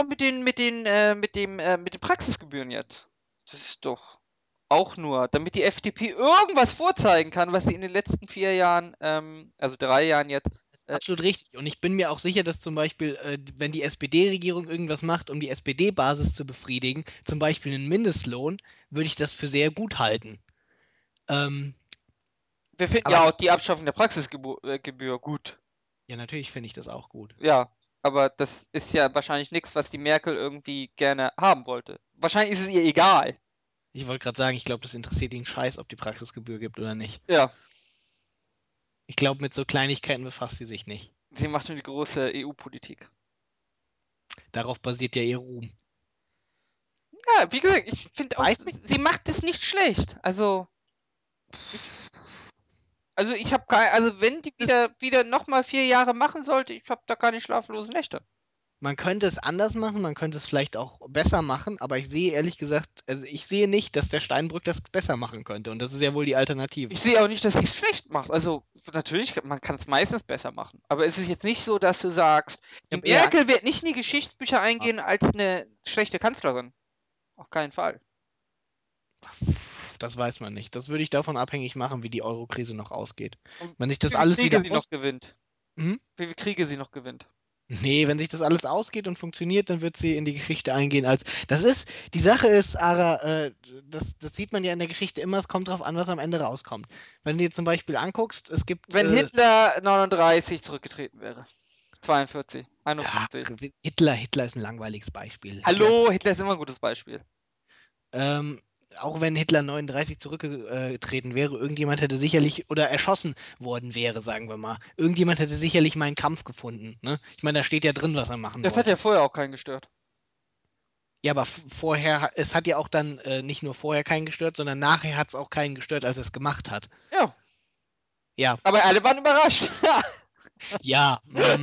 doch auch mit den Praxisgebühren jetzt. Das ist doch auch nur, damit die FDP irgendwas vorzeigen kann, was sie in den letzten 4 Jahren, also 3 Jahren jetzt, äh,
absolut richtig. Und ich bin mir auch sicher, dass zum Beispiel, wenn die SPD-Regierung irgendwas macht, um die SPD-Basis zu befriedigen, zum Beispiel einen Mindestlohn, würde ich das für sehr gut halten. Ähm,
wir finden
aber
ja
ich,
auch die Abschaffung der Praxisgebühr gut.
ja, natürlich finde ich das auch gut.
Ja, aber das ist ja wahrscheinlich nichts, was die Merkel irgendwie gerne haben wollte. Wahrscheinlich ist es ihr egal.
Ich wollte gerade sagen, ich glaube, das interessiert ihn scheiß, ob die Praxisgebühr gibt oder nicht.
Ja,
Ich glaube, mit so Kleinigkeiten befasst sie sich nicht.
sie macht nur die große EU-Politik.
Darauf basiert ja ihr Ruhm.
Ja, wie gesagt, ich finde auch,
Weiß nicht.
sie macht es nicht schlecht. Ich, also ich habe kein, also wenn die wieder nochmal 4 Jahre machen sollte, ich habe da keine schlaflosen Nächte.
Man könnte es anders machen, man könnte es vielleicht auch besser machen, aber ich sehe ehrlich gesagt, also ich sehe nicht, dass der Steinbrück das besser machen könnte. Und das ist ja wohl die
Ich
Alternative.
sehe auch nicht, dass sie es schlecht macht. Also natürlich, man kann es meistens besser machen. Aber es ist jetzt nicht so, dass du sagst,
Ich
die
habe eher Angst.
Merkel wird nicht in die Geschichtsbücher eingehen als eine schlechte Kanzlerin. Auf keinen Fall.
Das weiß man nicht. Das würde ich davon abhängig machen, wie die Euro-Krise noch ausgeht.
Und
Wenn sich das
wie viele
alles
Kriege
wieder
sie noch
aus...
gewinnt.
Hm?
Wie viele Kriege sie noch gewinnt.
Nee, wenn sich das alles ausgeht und funktioniert, dann wird sie in die Geschichte eingehen als. Das ist, die Sache ist, Ara, das sieht man ja in der Geschichte immer, es kommt drauf an, was am Ende rauskommt. Wenn du dir zum Beispiel anguckst, es gibt,
Wenn Hitler 39 zurückgetreten wäre. 42,
ja,
51.
Hitler ist ein langweiliges Beispiel.
Hallo, Hitler ist immer ein gutes Beispiel.
Ähm, auch wenn Hitler 39 zurückgetreten wäre, irgendjemand hätte sicherlich, oder erschossen worden wäre, sagen wir mal, irgendjemand hätte sicherlich meinen Kampf gefunden. Ne? Ich meine, da steht ja drin, was er machen
Das hat ja
wollte.
vorher auch keinen gestört.
Ja, aber vorher, es hat ja auch dann nicht nur vorher keinen gestört, sondern nachher hat es auch keinen gestört, als er es gemacht hat.
Ja,
Ja,
aber alle waren überrascht.
ja.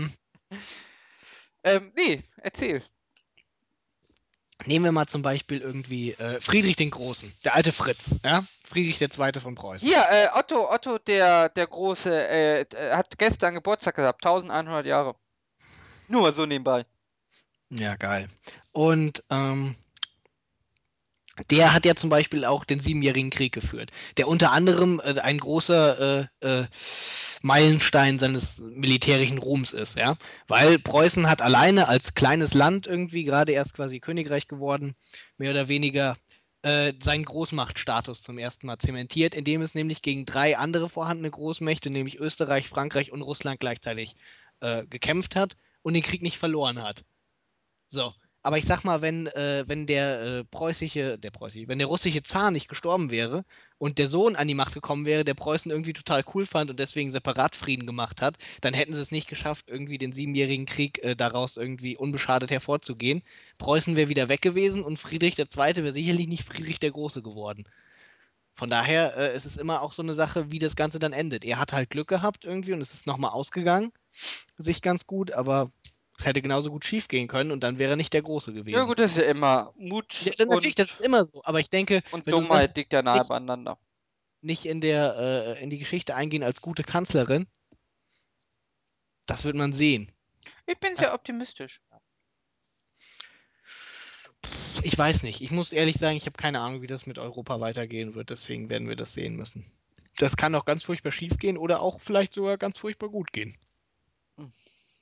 Nee, erzähl.
Nehmen wir mal zum Beispiel irgendwie Friedrich den Großen, der alte Fritz, ja? Friedrich der Zweite von Preußen.
Hier, Otto der Große, hat gestern Geburtstag gehabt, 1100 Jahre. Nur mal so nebenbei.
Ja, geil. Und der hat ja zum Beispiel auch den Siebenjährigen Krieg geführt, der unter anderem ein großer Meilenstein seines militärischen Ruhms ist, ja. Weil Preußen hat alleine als kleines Land irgendwie gerade erst quasi Königreich geworden, mehr oder weniger seinen Großmachtstatus zum ersten Mal zementiert, indem es nämlich gegen drei andere vorhandene Großmächte, nämlich Österreich, Frankreich und Russland gleichzeitig gekämpft hat und den Krieg nicht verloren hat. So. Aber ich sag mal, wenn wenn der russische Zar nicht gestorben wäre und der Sohn an die Macht gekommen wäre, der Preußen irgendwie total cool fand und deswegen Separatfrieden gemacht hat, dann hätten sie es nicht geschafft, irgendwie den Siebenjährigen Krieg daraus irgendwie unbeschadet hervorzugehen. Preußen wäre wieder weg gewesen und Friedrich der Zweite wäre sicherlich nicht Friedrich der Große geworden. Von daher ist es immer auch so eine Sache, wie das Ganze dann endet. Er hat halt Glück gehabt irgendwie und es ist nochmal ausgegangen, sich ganz gut, aber es hätte genauso gut schief gehen können und dann wäre er nicht der Große
Ja
gewesen.
gut, das ist ja immer
Ja,
Mut
natürlich, das ist immer so, aber ich denke,
und
wenn du sagst,
Dummheit liegt ja nahe
nicht,
beieinander.
nicht in die Geschichte eingehen als gute Kanzlerin, das wird man sehen.
Ich bin
Das,
sehr optimistisch.
ich weiß nicht. Ich muss ehrlich sagen, ich habe keine Ahnung, wie das mit Europa weitergehen wird, deswegen werden wir das sehen müssen. Das kann auch ganz furchtbar schief gehen oder auch vielleicht sogar ganz furchtbar gut gehen.
Hm.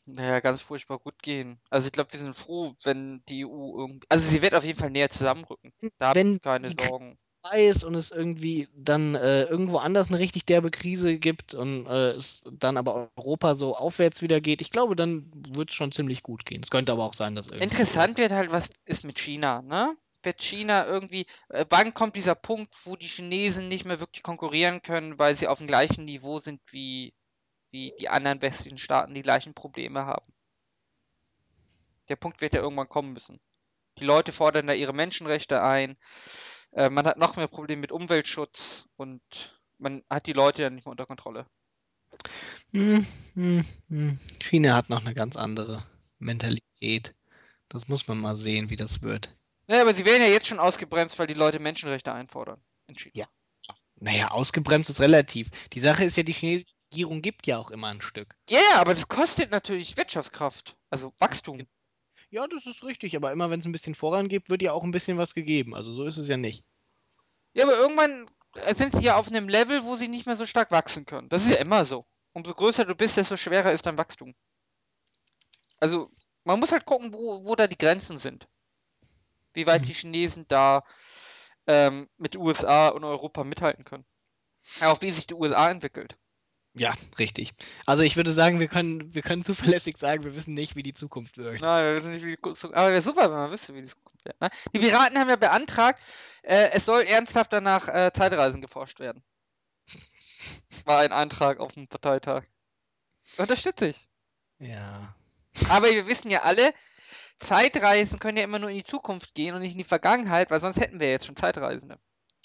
naja, ganz furchtbar gut gehen. Also ich glaube, wir sind froh, wenn die EU irgendwie. Also sie wird auf jeden Fall näher zusammenrücken. Da habe
Wenn
ich keine
die Krise
Sorgen.
vorbei ist und es irgendwie dann irgendwo anders eine richtig derbe Krise gibt und es dann aber Europa so aufwärts wieder geht, ich glaube, dann wird es schon ziemlich gut gehen. Es könnte aber auch sein, dass irgendwie so.
Interessant wird halt, was ist mit China, ne? Wird China irgendwie, wann kommt dieser Punkt, wo die Chinesen nicht mehr wirklich konkurrieren können, weil sie auf dem gleichen Niveau sind wie die anderen westlichen Staaten, die gleichen Probleme haben? Der Punkt wird ja irgendwann kommen müssen. Die Leute fordern da ihre Menschenrechte ein. Man hat noch mehr Probleme mit Umweltschutz und man hat die Leute dann nicht mehr unter Kontrolle.
Hm, China hat noch eine ganz andere Mentalität. Das muss man mal sehen, wie das wird.
Ja, aber sie werden ja jetzt schon ausgebremst, weil die Leute Menschenrechte einfordern in
Ja.
China.
Naja, ausgebremst ist relativ. Die Sache ist ja, die chinesische Regierung gibt ja auch immer ein Stück.
Ja, yeah, aber das kostet natürlich Wirtschaftskraft, also Wachstum.
Ja, das ist richtig, aber immer wenn es ein bisschen vorangeht, wird ja auch ein bisschen was gegeben. Also so ist es ja nicht.
Ja, aber irgendwann sind sie ja auf einem Level, wo sie nicht mehr so stark wachsen können. Das ist ja immer so. Umso größer du bist, desto schwerer ist dein Wachstum. Also man muss halt gucken, wo da die Grenzen sind. Wie weit
Hm.
die Chinesen da mit USA und Europa mithalten können. Auch wie sich die USA entwickelt.
Ja, richtig. Also ich würde sagen, wir können zuverlässig sagen, wir wissen nicht, wie die Zukunft wird.
Na, wir wissen nicht, wie die Zukunft. Aber wäre super, wenn man wüsste, wie die Zukunft wird. Ne? Die Piraten haben ja beantragt, es soll ernsthaft danach Zeitreisen geforscht werden. War ein Antrag auf dem Parteitag. Unterstütze ich.
Ja,
Aber wir wissen ja alle, Zeitreisen können ja immer nur in die Zukunft gehen und nicht in die Vergangenheit, weil sonst hätten wir jetzt schon Zeitreisende.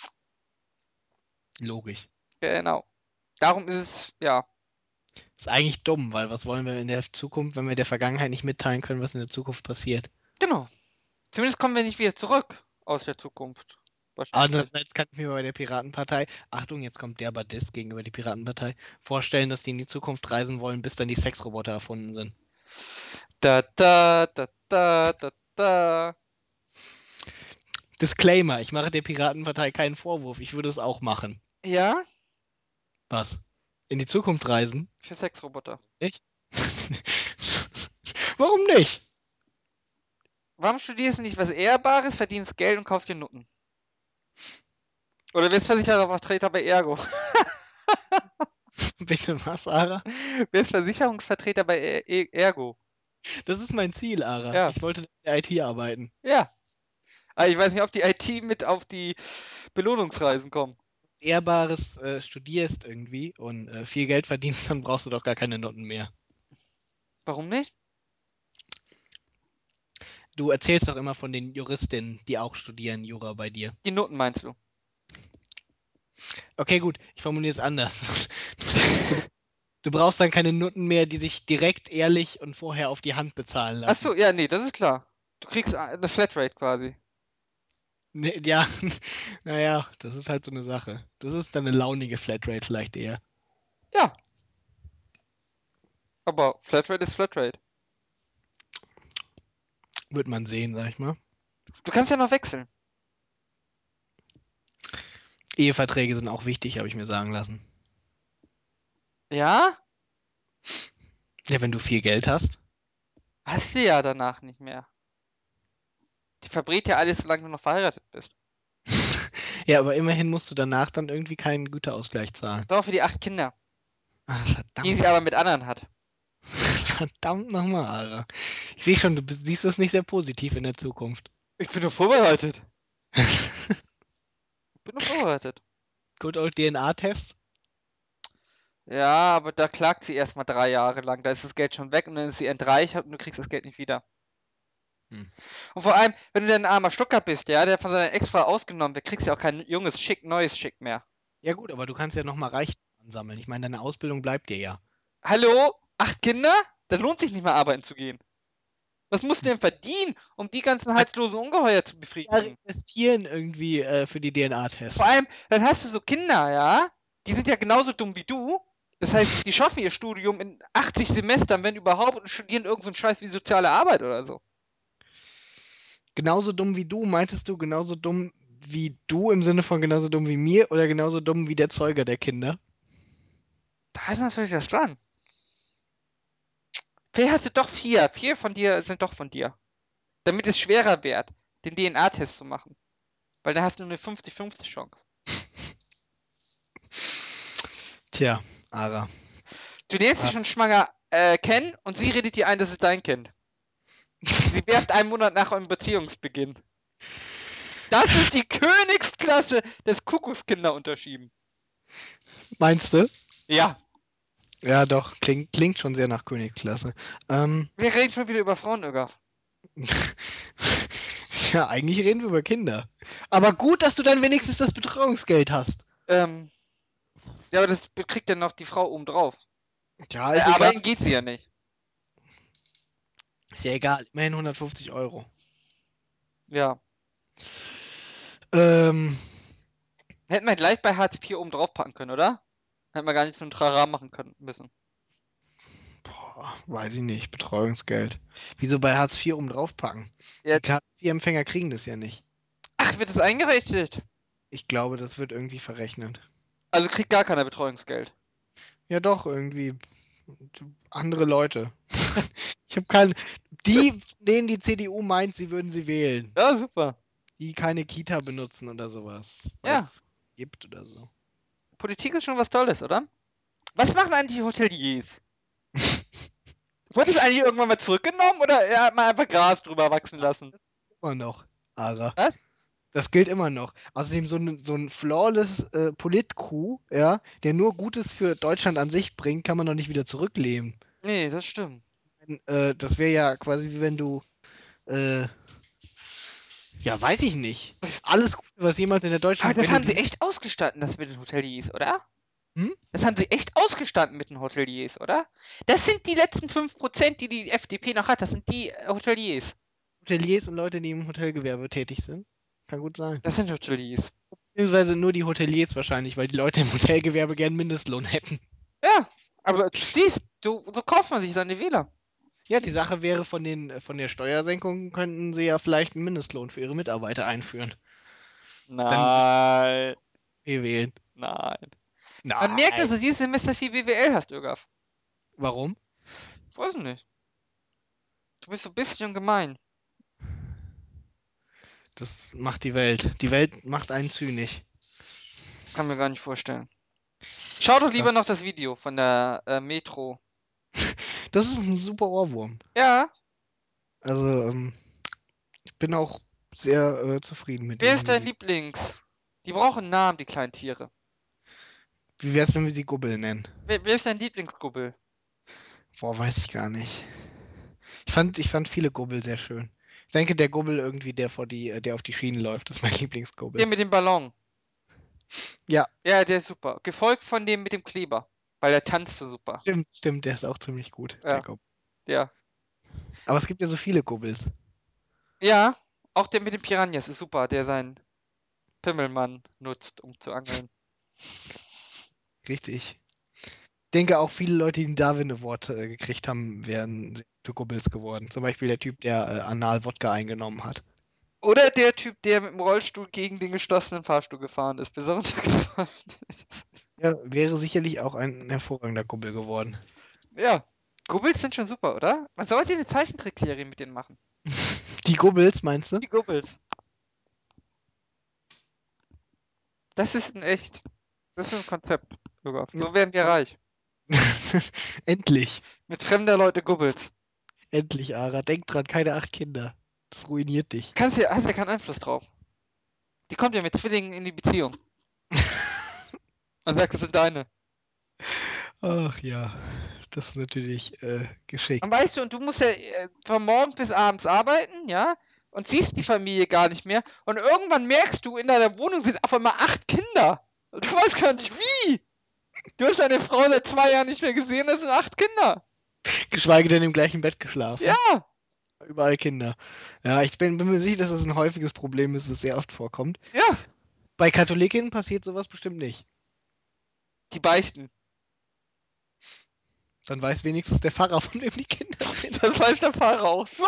logisch.
Genau. Darum ist es, ja,
Ist eigentlich dumm, weil was wollen wir in der Zukunft, wenn wir der Vergangenheit nicht mitteilen können, was in der Zukunft passiert?
genau. Zumindest kommen wir nicht wieder zurück aus der Zukunft. Wahrscheinlich.
Andererseits kann ich mir bei der Piratenpartei, Achtung, jetzt kommt der Badist gegenüber die Piratenpartei, vorstellen, dass die in die Zukunft reisen wollen, bis dann die Sexroboter erfunden sind.
Da, da, da, da, da, da.
Disclaimer, ich mache der Piratenpartei keinen Vorwurf, ich würde es auch machen.
Ja,
Was? In die Zukunft reisen?
für Sexroboter.
Nicht? Warum nicht?
Warum studierst du nicht was Ehrbares, verdienst Geld und kaufst dir Nutten? Oder wirst Versicherungsvertreter bei Ergo?
Bitte was, Ara?
Wirst Versicherungsvertreter bei Ergo?
Das ist mein Ziel, Ara.
Ja,
Ich wollte in der IT arbeiten.
ja. Aber ich weiß nicht, ob die IT mit auf die Belohnungsreisen kommen.
Ehrbares studierst irgendwie und viel Geld verdienst, dann brauchst du doch gar keine Noten mehr.
Warum nicht?
Du erzählst doch immer von den Juristinnen, die auch studieren Jura bei dir.
Die Noten meinst du?
Okay, gut, ich formuliere es anders. Du, du brauchst dann keine Noten mehr, die sich direkt ehrlich und vorher auf die Hand bezahlen
Ach so,
lassen.
ja, nee, das ist klar. Du kriegst eine Flatrate quasi.
Nee, ja, naja, das ist halt so eine Sache. Das ist dann eine launige Flatrate vielleicht eher.
Ja, aber Flatrate ist Flatrate.
Wird man sehen, sag ich mal.
Du kannst ja noch wechseln.
Eheverträge sind auch wichtig, habe ich mir sagen lassen.
Ja?
Ja, wenn du viel Geld hast.
Hast du ja danach nicht mehr. Die verbrät ja alles, solange du noch verheiratet bist.
Ja, aber immerhin musst du danach dann irgendwie keinen Güterausgleich zahlen.
Doch für die 8 Kinder,
Ah,
die sie
verdammt.
aber mit anderen hat.
Verdammt nochmal, Alter. Ich sehe schon, siehst das nicht sehr positiv in der Zukunft.
Ich bin nur vorbereitet. Ich bin nur vorbereitet.
Good old DNA-Test.
Ja, aber da klagt sie erstmal 3 Jahre lang. Da ist das Geld schon weg und dann ist sie entreichert und du kriegst das Geld nicht wieder.
Hm.
Und vor allem, wenn du dann ein armer Stucker bist, ja, der von seiner Ex-Frau ausgenommen wird, kriegst du ja auch kein junges, schick, neues Schick mehr.
Ja gut, aber du kannst ja nochmal Reichtum ansammeln. Ich meine, deine Ausbildung bleibt dir ja.
Hallo? 8 Kinder? Da lohnt sich nicht mehr arbeiten zu gehen. Was musst du denn verdienen, um die ganzen halslosen Ungeheuer zu
Jahre
befriedigen?
investieren irgendwie für die
Vor
DNA-Tests.
allem, dann hast du so Kinder, ja? Die sind ja genauso dumm wie du. Das heißt, die schaffen ihr Studium in 80 Semestern, wenn überhaupt, und studieren irgendeinen so Scheiß wie soziale Arbeit oder so.
Genauso dumm wie du, meintest du genauso dumm wie du im Sinne von genauso dumm wie mir oder genauso dumm wie der Zeuger der Kinder?
Da ist natürlich das dran. Vielleicht hast du doch 4. 4 von dir sind doch von dir. Damit es schwerer wird, den DNA-Test zu machen. Weil da hast du eine 50-50 Chance.
Tja, Ara.
Du lernst sie
Ah.
schon schwanger kennen und sie redet dir ein, das ist dein Kind. Sie wirft einen Monat nach eurem Beziehungsbeginn. Das ist die Königsklasse des Kuckuckskinderunterschieben.
Meinst du?
Ja,
Ja, doch, klingt schon sehr nach Königsklasse.
wir reden schon wieder über Frauen, Öger.
Ja, eigentlich reden wir über Kinder. Aber gut, dass du dann wenigstens das Betreuungsgeld hast.
Ja, aber das kriegt dann noch die Frau oben drauf.
Ja,
Weil
ist egal.
arbeiten geht sie ja nicht.
Ist ja egal. Immerhin 150 Euro.
Ja.
Ähm,
Hätten wir gleich bei Hartz IV oben drauf packen können, oder? Hätten wir gar nicht so ein Trara machen können müssen.
weiß ich nicht. Betreuungsgeld. Wieso bei Hartz IV oben draufpacken?
Ja.
Die Hartz IV-Empfänger kriegen das ja nicht.
Ach, wird das eingerechnet?
Ich glaube, das wird irgendwie verrechnet.
Also kriegt gar keiner Betreuungsgeld.
Ja, doch, irgendwie andere Leute. Ich habe keinen. Die, von denen die CDU meint, sie würden sie wählen.
Ja, super.
Die keine Kita benutzen oder sowas. Weil
Ja,
es gibt oder so.
Politik ist schon was Tolles, oder? Was machen eigentlich die Hoteliers? Wurde es eigentlich irgendwann mal zurückgenommen oder hat man einfach Gras drüber wachsen lassen?
Immer noch, Ara.
Was?
Das gilt immer noch. Außerdem so ein flawless Polit-Coup, ja, der nur Gutes für Deutschland an sich bringt, kann man doch nicht wieder zurücklehnen.
Nee, das stimmt.
Das wäre ja quasi wie wenn du, äh, ja, weiß ich nicht. Alles Gute, was jemals in der
Aber
deutschen,
das
wenn du
haben sie
die,
echt ausgestanden, das mit den Hoteliers, oder?
hm?
Das haben sie echt ausgestanden mit den Hoteliers, oder? Das sind die letzten 5%, die die FDP noch hat. Das sind die Hoteliers.
Hoteliers und Leute, die im Hotelgewerbe tätig sind. Kann gut sein.
Das sind Hoteliers.
Beziehungsweise nur die Hoteliers wahrscheinlich, weil die Leute im Hotelgewerbe gern Mindestlohn hätten.
Ja, aber siehst, so kauft man sich seine Wähler.
Ja, die Sache wäre, von der Steuersenkung könnten sie ja vielleicht einen Mindestlohn für ihre Mitarbeiter einführen. Dann würden
Nein,
wir wählen.
nein. Man merkt, dass
Nein.
du dieses Semester viel BWL hast, Ögaf.
Warum?
Ich weiß nicht. Du bist so ein bisschen gemein.
Das macht die Welt. Die Welt macht einen zynisch.
Kann mir gar nicht vorstellen. Schau doch
Das,
lieber noch das Video von der Metro.
das ist ein super Ohrwurm.
Ja,
Also, ich bin auch sehr zufrieden mit
wer
diesem
ist dein
Video.
Lieblings? Die brauchen einen Namen, die kleinen Tiere.
Wie wär's, wenn wir sie Gubbel nennen?
Wer ist dein Lieblingskuppel?
Boah, weiß ich gar nicht. Ich fand viele Gubbel sehr schön. Ich denke, der Gubbel irgendwie, der auf die Schienen läuft, ist mein
Der
Lieblingsgubbel.
mit dem Ballon.
Ja,
Ja, der ist super. Gefolgt von dem mit dem Kleber. Weil der tanzt so super.
stimmt, der ist auch ziemlich gut, der
Ja,
Gubbel.
der.
Aber es gibt ja so viele Gubbels.
Ja, auch der mit den Piranhas ist super, der seinen Pimmelmann nutzt, um zu angeln.
Richtig. Ich denke auch viele Leute, die den Darwin Award gekriegt haben, wären sehr gute Gubbels geworden. Zum Beispiel der Typ, der anal Wodka eingenommen hat.
Oder der Typ, der mit dem Rollstuhl gegen den geschlossenen Fahrstuhl gefahren ist, bis er runtergefallen ist.
Ja, wäre sicherlich auch ein hervorragender Gubbel geworden.
Ja, Gubbels sind schon super, oder? Man sollte eine Zeichentrickserie mit denen machen.
Die Gubbels, meinst du?
Die Gubbels. Das ist ein echt. Das ist ein Konzept sogar.
Ja.
So werden wir reich.
Endlich.
Mit fremder Leute Gubbels.
Endlich, Ara. Denk dran, keine 8 Kinder. Das ruiniert dich.
Hast ja keinen Einfluss drauf. Die kommt ja mit Zwillingen in die Beziehung. Und sagt, das sind deine.
Ach ja, das ist natürlich
Und
geschickt.
weißt du, und du musst ja von morgens bis abends arbeiten, ja? Und siehst die Familie gar nicht mehr. Und irgendwann merkst du, in deiner Wohnung sind auf einmal 8 Kinder. Und du weißt gar nicht wie. Du hast deine Frau seit 2 Jahren nicht mehr gesehen, das sind 8 Kinder.
Geschweige denn im gleichen Bett geschlafen.
Ja,
Überall Kinder. Ja, ich bin mir sicher, dass das ein häufiges Problem ist, was sehr oft vorkommt.
ja.
Bei Katholikinnen passiert sowas bestimmt nicht.
Die beichten.
Dann weiß wenigstens der Pfarrer, von wem die Kinder sind.
Das weiß der Fahrer auch so.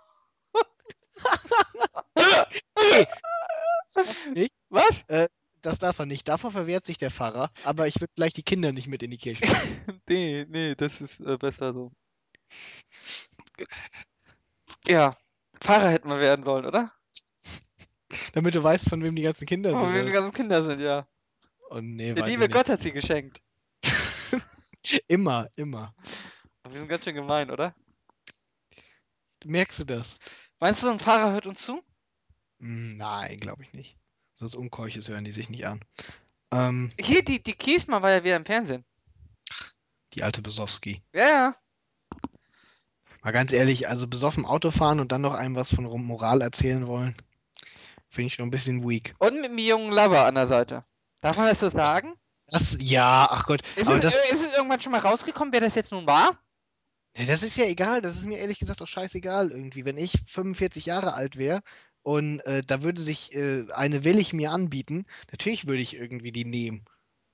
Nee, das darf er nicht.
Was?
Äh, Das darf er nicht. Davor verwehrt sich der Pfarrer, aber ich würde vielleicht die Kinder nicht mit in die Kirche schicken.
Nee, nee, das ist besser so. Ja, Pfarrer hätten wir werden sollen, oder?
Damit du weißt, von wem die ganzen Kinder
Wo
sind.
wir die ganzen Kinder sind, ja.
Oh nee,
Der
weiß ich
liebe
nicht.
Gott hat sie geschenkt.
Immer, immer.
Wir sind ganz schön gemein, oder?
Merkst du das?
Meinst du, ein Pfarrer hört uns zu?
Nein, glaube ich nicht. So was Unkeuches hören die sich nicht an. Ähm,
Hier, die Kiesmann war ja wieder im Fernsehen.
die alte Besowski.
Ja, ja.
Mal ganz ehrlich, also besoffen Auto fahren und dann noch einem was von Moral erzählen wollen, finde ich schon ein bisschen weak.
Und mit einem jungen Lover an der Seite. Darf man das so sagen?
Das, ja, ach Gott,
Ist
aber
es,
das,
ist es irgendwann schon mal rausgekommen, wer das jetzt nun war?
ja, das ist ja egal, das ist mir ehrlich gesagt auch scheißegal irgendwie. Wenn ich 45 Jahre alt wäre und da würde sich eine will ich mir anbieten, natürlich würde ich irgendwie die nehmen.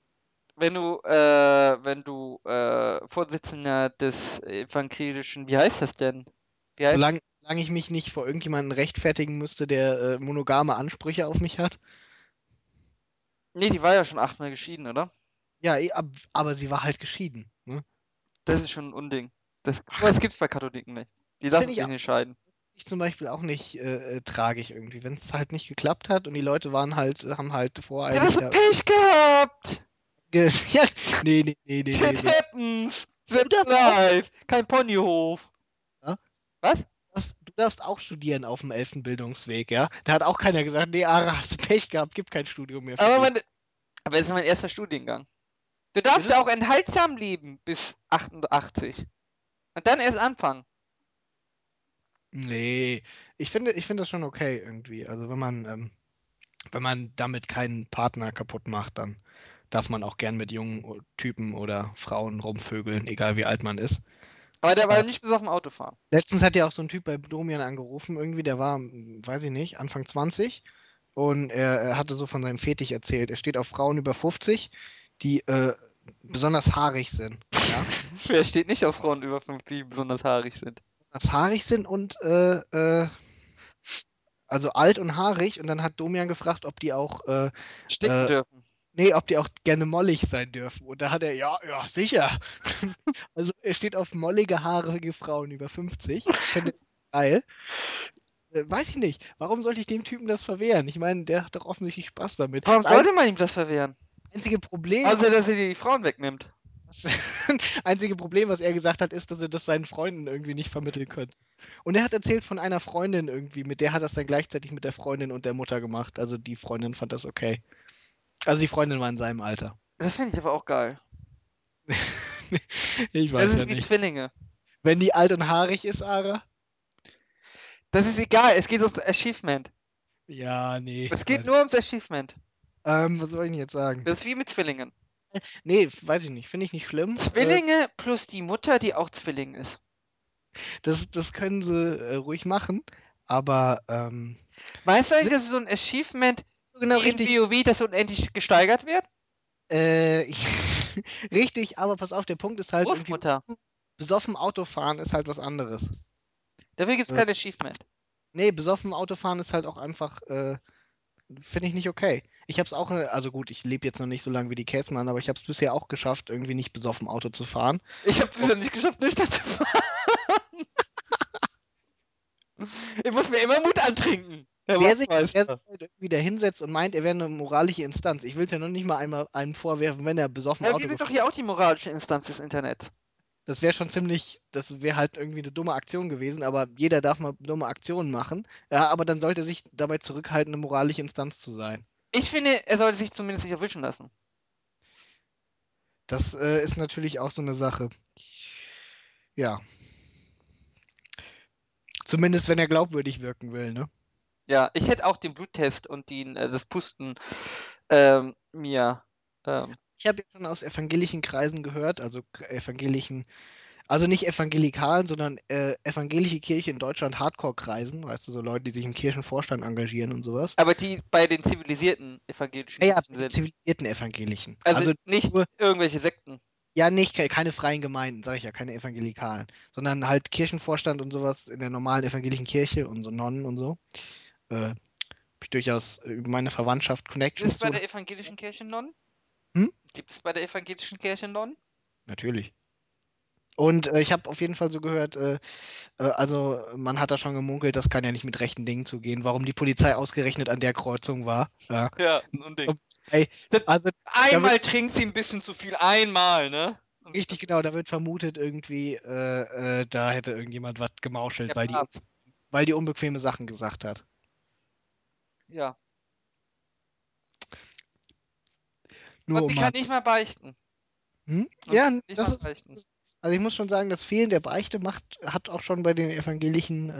Wenn du Vorsitzender des evangelischen, wie heißt das denn? Wie heißt?
Solange ich mich nicht vor irgendjemandem rechtfertigen müsste, der monogame Ansprüche auf mich hat.
Nee, die war ja schon 8-mal geschieden, oder?
Ja, aber sie war halt geschieden. Ne?
Das ist schon ein Unding.
Ach,
Das gibt's bei Katholiken nicht. Die
das
lassen
finde ich
sich
auch
nicht scheiden.
ich zum Beispiel auch nicht tragisch irgendwie. Wenn es halt nicht geklappt hat und die Leute waren halt, haben halt
Ja, das
voreilig
hat
da.
Pech gehabt!
Ja, nee, nee, nee, nee, nee,
Shit
so.
happens!
Du
That's
darfst auch,
life! Kein Ponyhof!
ja?
Was?
Du darfst auch studieren auf dem 11. Bildungsweg, ja? Da hat auch keiner gesagt, nee, Ara, hast du Pech gehabt, gibt kein Studium mehr für
Aber,
dich.
mein, aber das ist mein erster Studiengang. Du
Ja,
darfst
das,
ja auch enthaltsam leben bis 88. Und dann erst anfangen.
nee, ich finde das schon okay irgendwie. Also wenn man damit keinen Partner kaputt macht, dann darf man auch gern mit jungen Typen oder Frauen rumvögeln, egal wie alt man ist.
Aber der
Äh,
war nicht besoffen Auto fahren.
Letztens hat ja auch so ein Typ bei Domian angerufen, irgendwie, der war, weiß ich nicht, Anfang 20 und er hatte so von seinem Fetisch erzählt. Er steht auf Frauen über 50, die besonders haarig sind, ja.
Wer steht nicht auf Frauen über 50, die besonders haarig sind?
Besonders haarig sind und also alt und haarig und dann hat Domian gefragt, ob die auch
Stinken
äh,
dürfen.
nee, ob die auch gerne mollig sein dürfen. Und da hat er, ja, ja, sicher. Also er steht auf mollige, haarige Frauen über 50. Fände ich geil. Weiß ich nicht. Warum sollte ich dem Typen das verwehren? Ich meine, der hat doch offensichtlich Spaß damit.
Warum
Das
sollte man ihm das verwehren?
einzige Problem,
Also, dass er die Frauen wegnimmt.
was, einzige Problem, was er gesagt hat, ist, dass er das seinen Freunden irgendwie nicht vermitteln könnte. Und er hat erzählt von einer Freundin irgendwie, mit der hat er es dann gleichzeitig mit der Freundin und der Mutter gemacht. Also die Freundin fand das okay. Also die Freundin war in seinem Alter.
Das finde ich aber auch geil.
Ich
Das
weiß ja
ist wie
nicht.
Zwillinge.
Wenn die alt und haarig ist, Ara?
Das ist egal, es geht ums Achievement.
Ja, nee,
Es geht
weiß
nur
ich.
ums Achievement.
Was soll ich denn jetzt sagen?
Das ist wie mit Zwillingen.
Nee, weiß ich nicht. Finde ich nicht schlimm.
Zwillinge plus die Mutter, die auch Zwilling ist.
Das können sie ruhig machen, aber
Meinst du eigentlich,
sind
das ist so ein Achievement
so genau
wie in
richtig.
WoW, das unendlich gesteigert wird?
Äh, richtig, aber pass auf, der Punkt ist halt irgendwie
Großmutter.
besoffen Autofahren ist halt was anderes.
Dafür gibt es
Äh,
kein Achievement.
nee, besoffen Autofahren ist halt auch einfach, finde ich nicht okay. Ich habe es auch, also gut, ich lebe jetzt noch nicht so lange wie die Käsmann, aber ich habe es bisher auch geschafft, irgendwie nicht besoffen Auto zu fahren.
Ich habe es wieder nicht geschafft, nüchtern zu fahren. Ich muss mir immer Mut antrinken, Herr
Wer sich
Wachtmeister.
halt irgendwie da hinsetzt und meint, er wäre eine moralische Instanz. Ich will es ja noch nicht mal einmal einem vorwerfen, wenn er besoffen
Ja, wir
Auto
sind doch
gefahren
hier auch die moralische Instanz des Internets.
Das wäre schon ziemlich, das wäre halt irgendwie eine dumme Aktion gewesen, aber jeder darf mal dumme Aktionen machen. Ja, aber dann sollte sich dabei zurückhalten, eine moralische Instanz zu sein.
Ich finde, er sollte sich zumindest nicht erwischen lassen.
Das ist natürlich auch so eine Sache. Ja, zumindest wenn er glaubwürdig wirken will, ne?
Ja, ich hätte auch den Bluttest und das Pusten mir. Ähm,
Ich habe ja schon aus evangelischen Kreisen gehört, also evangelischen, also nicht evangelikalen, sondern evangelische Kirche in Deutschland Hardcore-Kreisen, weißt du, so Leute, die sich im Kirchenvorstand engagieren und sowas.
aber die bei den zivilisierten evangelischen
Ja, ja,
Kirchen
die
sind.
zivilisierten Evangelischen.
Also
Also
nicht
nur
irgendwelche Sekten.
Ja, nicht, keine freien Gemeinden, sage ich ja, keine evangelikalen, sondern halt Kirchenvorstand und sowas in der normalen evangelischen Kirche und so Nonnen und so. Hab ich durchaus über meine Verwandtschaft
Gibt es
Connections
bei
zu.
der evangelischen Kirche Nonnen?
Hm?
Gibt es bei der evangelischen Kirche Nonnen?
Natürlich. Und ich habe auf jeden Fall so gehört, also man hat da schon gemunkelt, das kann ja nicht mit rechten Dingen zugehen, warum die Polizei ausgerechnet an der Kreuzung war. Ja.
Ja, ein Unding.
Um, ey,
Das,
also da wird
einmal trinkt sie ein bisschen zu viel, einmal, ne? Und
richtig genau, da wird vermutet irgendwie, da hätte irgendjemand was
der
gemauschelt,
Papst.
weil die unbequeme Sachen gesagt hat.
Ja. Aber
Nur
sie
um
kann
mal.
nicht mal beichten.
Hm?
Und
Ja,
nicht
das
mal
ist.
beichten.
Also ich muss schon sagen, das Fehlen der Beichte hat auch schon bei den evangelischen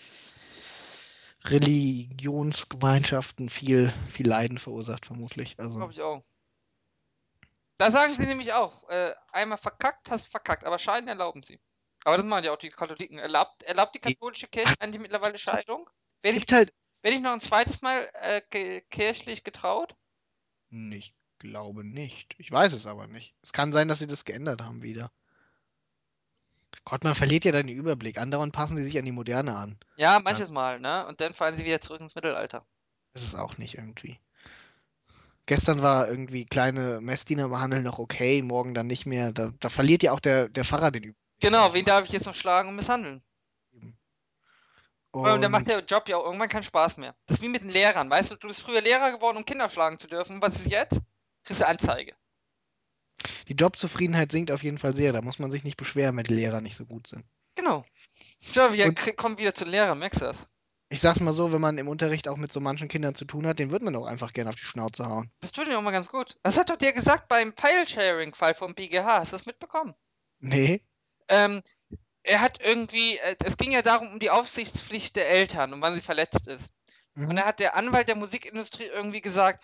Religionsgemeinschaften viel Leiden verursacht, vermutlich. Also,
Glaube ich auch. Da sagen sie nämlich auch, einmal verkackt, hast verkackt, aber Scheiden erlauben sie. Aber das machen ja auch die Katholiken. Erlaubt die
eh,
katholische
ach,
Kirche eigentlich mittlerweile Scheidung?
es
Werde ich,
gibt halt.
werd ich noch ein zweites Mal kirchlich getraut?
Ich glaube nicht. Ich weiß es aber nicht. Es kann sein, dass sie das geändert haben wieder. Gott, man verliert ja dann den Überblick. Andauernd passen sie sich an die Moderne an.
Ja,
Dann
manches Mal, ne? Und dann fallen sie wieder zurück ins Mittelalter.
ist es auch nicht irgendwie. Gestern war irgendwie kleine Messdiener behandeln noch okay, morgen dann nicht mehr. Da verliert ja auch der Pfarrer den Überblick, sag
Genau,
ich
wen
mal.
darf ich jetzt noch schlagen und misshandeln? Vor allem, dann macht
Und
der Job ja auch irgendwann keinen Spaß mehr. Das ist wie mit den Lehrern, weißt du? Du bist früher Lehrer geworden, um Kinder schlagen zu dürfen. Was ist jetzt? Kriegst du Anzeige.
die Jobzufriedenheit sinkt auf jeden Fall sehr. Da muss man sich nicht beschweren, wenn die Lehrer nicht so gut sind.
Genau. Ja, wir
Und
kommen wieder zu den Lehrern, merkst du das?
ich sag's mal so, wenn man im Unterricht auch mit so manchen Kindern zu tun hat, den wird man auch einfach gerne auf die Schnauze hauen.
Das tut dir auch mal ganz gut. Das hat doch der gesagt beim File-Sharing-Fall vom BGH. Hast du das mitbekommen?
Nee.
Ähm, er hat irgendwie, es ging ja darum, um die Aufsichtspflicht der Eltern und wann sie verletzt ist. Und
Mhm.
da hat der Anwalt der Musikindustrie irgendwie gesagt,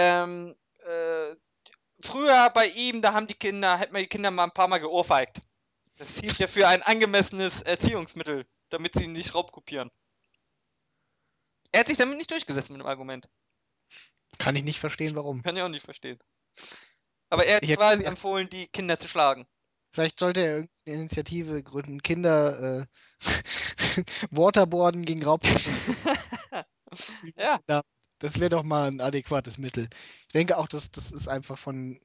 früher bei ihm, da haben die Kinder, hätten wir die Kinder mal ein paar Mal geohrfeigt. Das hielt ja für ein angemessenes Erziehungsmittel, damit sie nicht raubkopieren. Er hat sich damit nicht durchgesetzt mit dem Argument.
Kann ich nicht verstehen, warum.
Kann ich auch nicht verstehen. Aber er
Ich
hat
hätte
quasi
gedacht,
empfohlen, die Kinder zu schlagen.
vielleicht sollte er irgendeine Initiative gründen, Kinder Waterboarden gegen Raubkopie. Wie wär's
Ja,
denn da? Das wäre doch mal ein adäquates Mittel. Ich denke auch, das ist einfach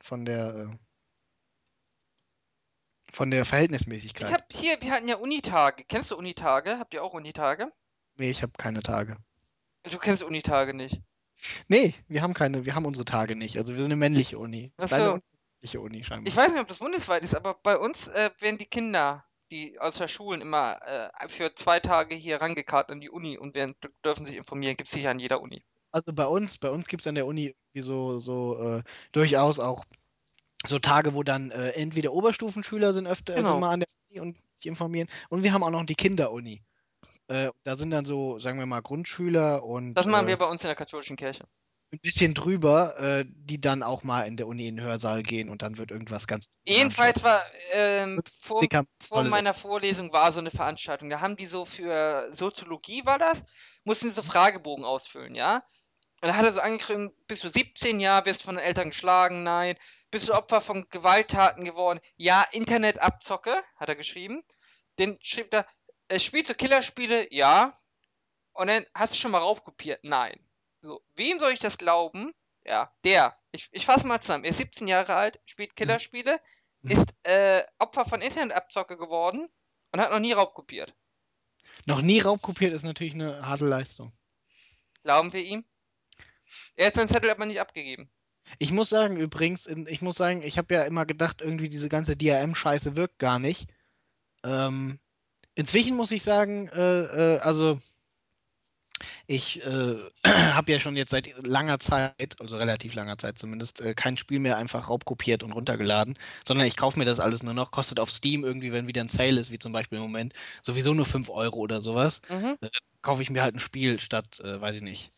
von der
ich
Verhältnismäßigkeit.
hab hier, wir hatten ja Unitage. Kennst du Unitage? Habt ihr auch Unitage?
Nee, ich habe keine Tage.
Du kennst Unitage nicht.
Nee, wir haben unsere Tage nicht. Also wir sind eine männliche Uni.
Ach
Ist deine
so.
Uni eine männliche Uni
Ich
scheinbar?
weiß nicht, ob das bundesweit ist, aber bei uns werden die Kinder, die aus der Schulen immer für 2 Tage hier rangekarrt an die Uni und dürfen sich informieren. Gibt es sicher an jeder Uni.
Also bei uns gibt es an der Uni irgendwie durchaus auch so Tage, wo dann entweder Oberstufenschüler sind
Genau.
mal an der Uni und sich informieren. Und wir haben auch noch die Kinderuni. Da sind dann so, sagen wir mal, Grundschüler
Das
und
machen wir bei uns in der katholischen Kirche.
ein bisschen drüber, die dann auch mal in der Uni in den Hörsaal gehen und dann wird irgendwas ganz anschauen.
Jedenfalls war
Und
vor,
Musik haben
vor
tolles
meiner
Essen.
Vorlesung war so eine Veranstaltung. Da haben die so für Soziologie war das, mussten sie so Fragebogen ausfüllen, ja? Und da hat er so angekündigt, bist du 17 Jahre, wirst von den Eltern geschlagen? Nein. Bist du Opfer von Gewalttaten geworden? Ja, Internetabzocke, hat er geschrieben. Den schrieb er, spielst du Killerspiele? Ja. Und dann hast du schon mal raubkopiert? Nein. So, wem soll ich das glauben? Ja, der. Ich fasse mal zusammen. Er ist 17 Jahre alt, spielt
Mhm.
Killerspiele,
Mhm.
ist Opfer von Internetabzocke geworden und hat noch nie raubkopiert.
Noch nie raubkopiert ist natürlich eine harte Leistung.
Glauben wir ihm? Er hat seinen Zettel aber nicht abgegeben.
Ich muss sagen, übrigens, ich habe ja immer gedacht, irgendwie diese ganze DRM-Scheiße wirkt gar nicht. Ähm, inzwischen muss ich sagen, also ich habe ja schon jetzt seit langer Zeit, also relativ langer Zeit zumindest, kein Spiel mehr einfach raubkopiert und runtergeladen, sondern ich kaufe mir das alles nur noch, kostet auf Steam irgendwie, wenn wieder ein Sale ist, wie zum Beispiel im Moment, sowieso nur 5 Euro oder sowas.
Mhm.
Kaufe ich mir halt ein Spiel statt, weiß ich nicht,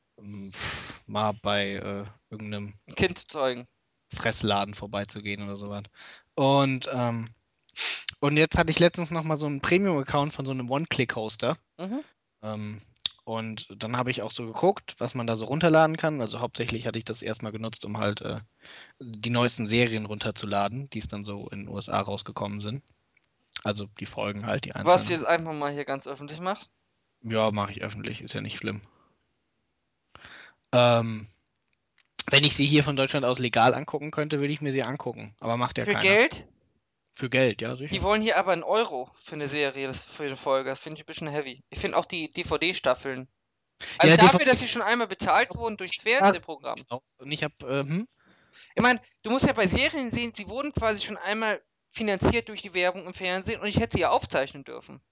mal bei irgendeinem
Ein Kind zu zeugen.
Fressladen vorbeizugehen oder sowas. Und, ähm, und jetzt hatte ich letztens noch mal so einen Premium-Account von so einem One-Click-Hoster.
Mhm.
Ähm, und dann habe ich auch so geguckt, was man da so runterladen kann. Also hauptsächlich hatte ich das erstmal genutzt, um halt die neuesten Serien runterzuladen, die es dann so in den USA rausgekommen sind. Also die Folgen halt, die
Was du
einzelnen.
jetzt einfach mal hier ganz öffentlich machst.
Ja, mache ich öffentlich, ist ja nicht schlimm. Ähm, wenn ich sie hier von Deutschland aus legal angucken könnte, würde ich mir sie angucken. Aber macht
Wie
ja
viel
keiner.
Geld?
Für Geld, ja,
Die
sicher.
wollen hier aber 1 € für eine Serie, für eine Folge. Das finde ich ein bisschen heavy. Ich finde auch die DVD-Staffeln. Also
Ja,
dafür, dass
DVD
sie schon einmal bezahlt wurden durchs
Jahre
Fernsehprogramm.
raus. Und ich habe,
Ich meine, du musst ja bei Serien sehen, sie wurden quasi schon einmal finanziert durch die Werbung im Fernsehen und ich hätte sie ja aufzeichnen dürfen.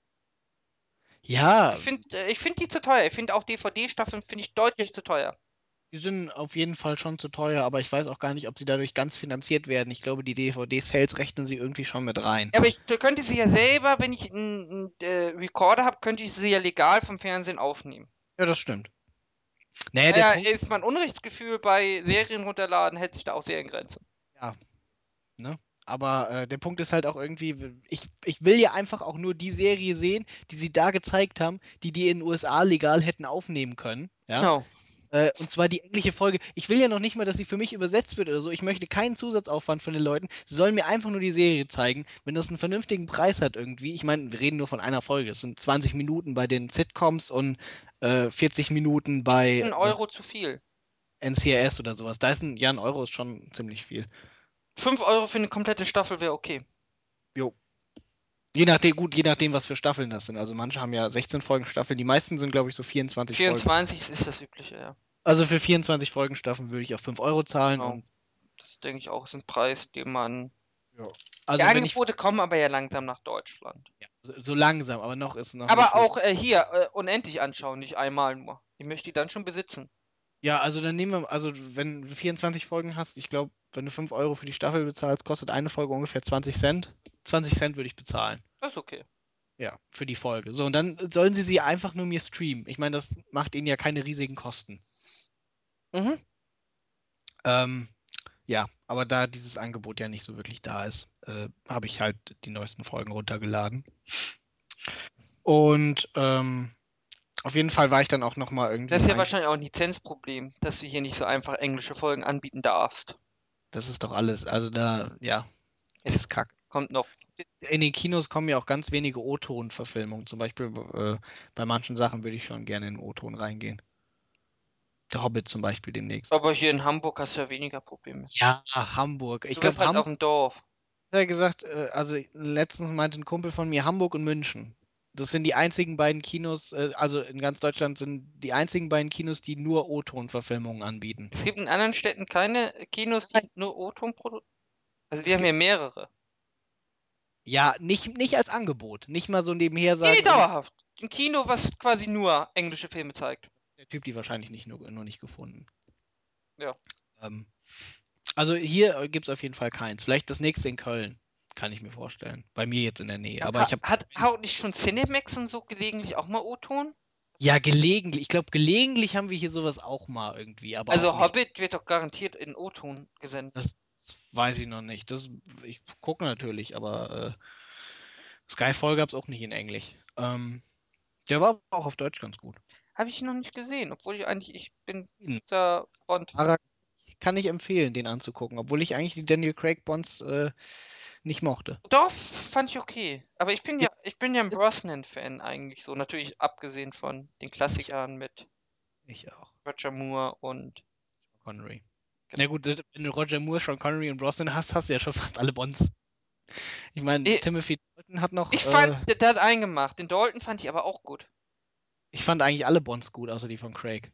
ja,
Ich finde die zu teuer. Ich finde auch DVD-Staffeln finde ich deutlich zu teuer.
die sind auf jeden Fall schon zu teuer, aber ich weiß auch gar nicht, ob sie dadurch ganz finanziert werden. Ich glaube, die DVD-Sales rechnen sie irgendwie schon mit rein.
Ja, aber ich könnte sie ja selber, wenn ich einen Recorder habe, könnte ich sie ja legal vom Fernsehen aufnehmen.
Ja, das stimmt. Naja, der
Naja,
Punkt,
ist mein Unrechtsgefühl bei Serien runterladen, hält sich da auch sehr in Grenzen.
ja, ne? Aber der Punkt ist halt auch irgendwie, ich will ja einfach auch nur die Serie sehen, die sie da gezeigt haben, die in den USA legal hätten aufnehmen können. Ja.
Genau.
Und zwar die englische Folge. Ich will ja noch nicht mal, dass sie für mich übersetzt wird oder so. Ich möchte keinen Zusatzaufwand von den Leuten. Sie sollen mir einfach nur die Serie zeigen. Wenn das einen vernünftigen Preis hat irgendwie. Ich meine, wir reden nur von einer Folge. Es sind 20 Minuten bei den Sitcoms und 40 Minuten
Ich
bei
finde 1 € zu viel.
NCIS oder sowas. Da ist ja, ein Euro ist schon ziemlich viel.
5 € für eine komplette Staffel wäre okay.
Jo. Je nachdem, gut, je nachdem, was für Staffeln das sind. Also manche haben ja 16 Folgen Staffeln. Die meisten sind, glaube ich, so 24 Folgen.
24 ist das Übliche, ja.
Also für 24 Folgen Staffeln würde ich auch 5 Euro zahlen
Genau.
und
Das denke ich auch, ist ein Preis, den man.
ja.
Die
Also wenn ich
Angebote kommen aber ja langsam nach Deutschland.
ja, so langsam, aber noch ist noch nicht
Aber
so.
auch hier unendlich anschauen, nicht einmal nur. Ich möchte die dann schon besitzen.
Ja, also dann nehmen wir, also wenn du 24 Folgen hast, ich glaube, wenn du 5 Euro für die Staffel bezahlst, kostet eine Folge ungefähr 20 Cent. 20 Cent würde ich bezahlen.
Das ist okay.
Ja, für die Folge. So, und dann sollen sie einfach nur mir streamen. Ich meine, das macht ihnen ja keine riesigen Kosten.
Mhm.
Ähm, ja, aber da dieses Angebot ja nicht so wirklich da ist, habe ich halt die neuesten Folgen runtergeladen. Und auf jeden Fall war ich dann auch noch mal
Das
irgendwie
ist ja
eigentlich.
wahrscheinlich auch ein Lizenzproblem, dass du hier nicht so einfach englische Folgen anbieten darfst.
Das ist doch alles. Also da, ja,
Es
Pisskack.
kommt noch.
In den Kinos kommen ja auch ganz wenige O-Ton-Verfilmungen. Zum Beispiel bei manchen Sachen würde ich schon gerne in den O-Ton reingehen. Der Hobbit zum Beispiel demnächst.
Aber hier in Hamburg hast du ja weniger Probleme.
Ja, Hamburg. Ich
Du bist
glaube,
halt auf
Hamburg
dem Dorf.
hat er gesagt, also letztens meinte ein Kumpel von mir Hamburg und München. Das sind die einzigen beiden Kinos, also in ganz Deutschland sind die einzigen beiden Kinos, die nur O-Ton-Verfilmungen anbieten.
Es gibt in anderen Städten keine Kinos,
Nein,
die nur O-Ton produzieren. Also wir
es
haben
gibt
hier mehrere.
ja nicht als Angebot, nicht mal so nebenher
Nee,
sagen,
dauerhaft. Ein Kino, was quasi nur englische Filme zeigt.
der Typ die wahrscheinlich nur nicht gefunden.
Ja.
Ähm, also hier gibt es auf jeden Fall keins. Vielleicht das nächste in Köln, kann ich mir vorstellen. Bei mir jetzt in der Nähe. Aber ich habe
Haut nicht schon Cinemax und so gelegentlich auch mal O-Ton?
ja gelegentlich, ich glaube gelegentlich haben wir hier sowas auch mal irgendwie, aber auch
Also
nicht.
Hobbit wird doch garantiert in O-Ton gesendet.
Das weiß ich noch nicht. Ich gucke natürlich, aber Skyfall gab es auch nicht in Englisch. Der war aber auch auf Deutsch ganz gut.
Habe ich noch nicht gesehen, obwohl ich bin
Hm.
großer Bond-Fan.
Ara kann ich empfehlen, den anzugucken, obwohl ich eigentlich die Daniel Craig Bonds nicht mochte.
Doch, fand ich okay. Aber
Ja,
ich bin ja ein
ist
Brosnan-Fan eigentlich so. Natürlich abgesehen von den
ich,
Klassikern mit
ich auch.
Roger Moore und
Connery. Na
genau.
gut, wenn du Roger Moore, Sean Connery und Brosnan hast, hast du ja schon fast alle Bonds. Ich meine,
Eh,
Timothy Dalton hat noch,
Ich fand, der hat einen gemacht. Den Dalton fand ich aber auch gut.
ich fand eigentlich alle Bonds gut, außer die von Craig.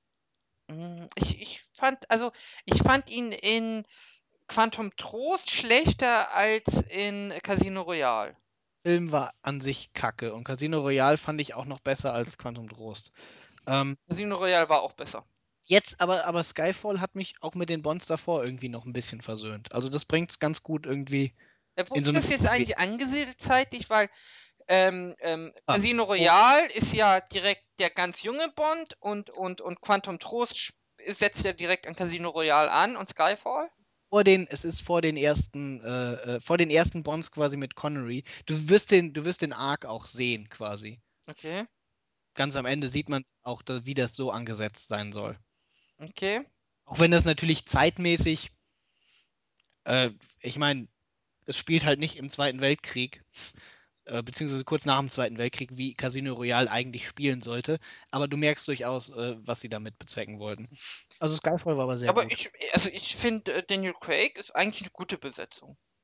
Ich fand ihn in Quantum Trost schlechter als in Casino Royale.
Film war an sich kacke und Casino Royale fand ich auch noch besser als Quantum Trost. Ähm,
Casino Royale war auch besser.
Jetzt aber Skyfall hat mich auch mit den Bonds davor irgendwie noch ein bisschen versöhnt. Also das bringt es ganz gut irgendwie
Wo
in so
ist
eine
das jetzt
Atmosphäre.
eigentlich angesiedelt zeitlich? Weil
Ah,
Casino
vor,
Royale ist ja direkt der ganz junge Bond und Quantum Trost setzt ja direkt an Casino Royale an und Skyfall.
es ist vor den ersten Bonds quasi mit Connery. Du wirst den Arc auch sehen quasi.
Okay,
Ganz am Ende sieht man auch, wie das so angesetzt sein soll.
okay.
Auch wenn das natürlich zeitmäßig, äh, ich meine, es spielt halt nicht im Zweiten Weltkrieg, beziehungsweise kurz nach dem Zweiten Weltkrieg, wie Casino Royale eigentlich spielen sollte. Aber du merkst durchaus, was sie damit bezwecken wollten. Also Skyfall war aber sehr
Aber
gut.
also ich finde, Daniel Craig ist eigentlich eine gute Besetzung.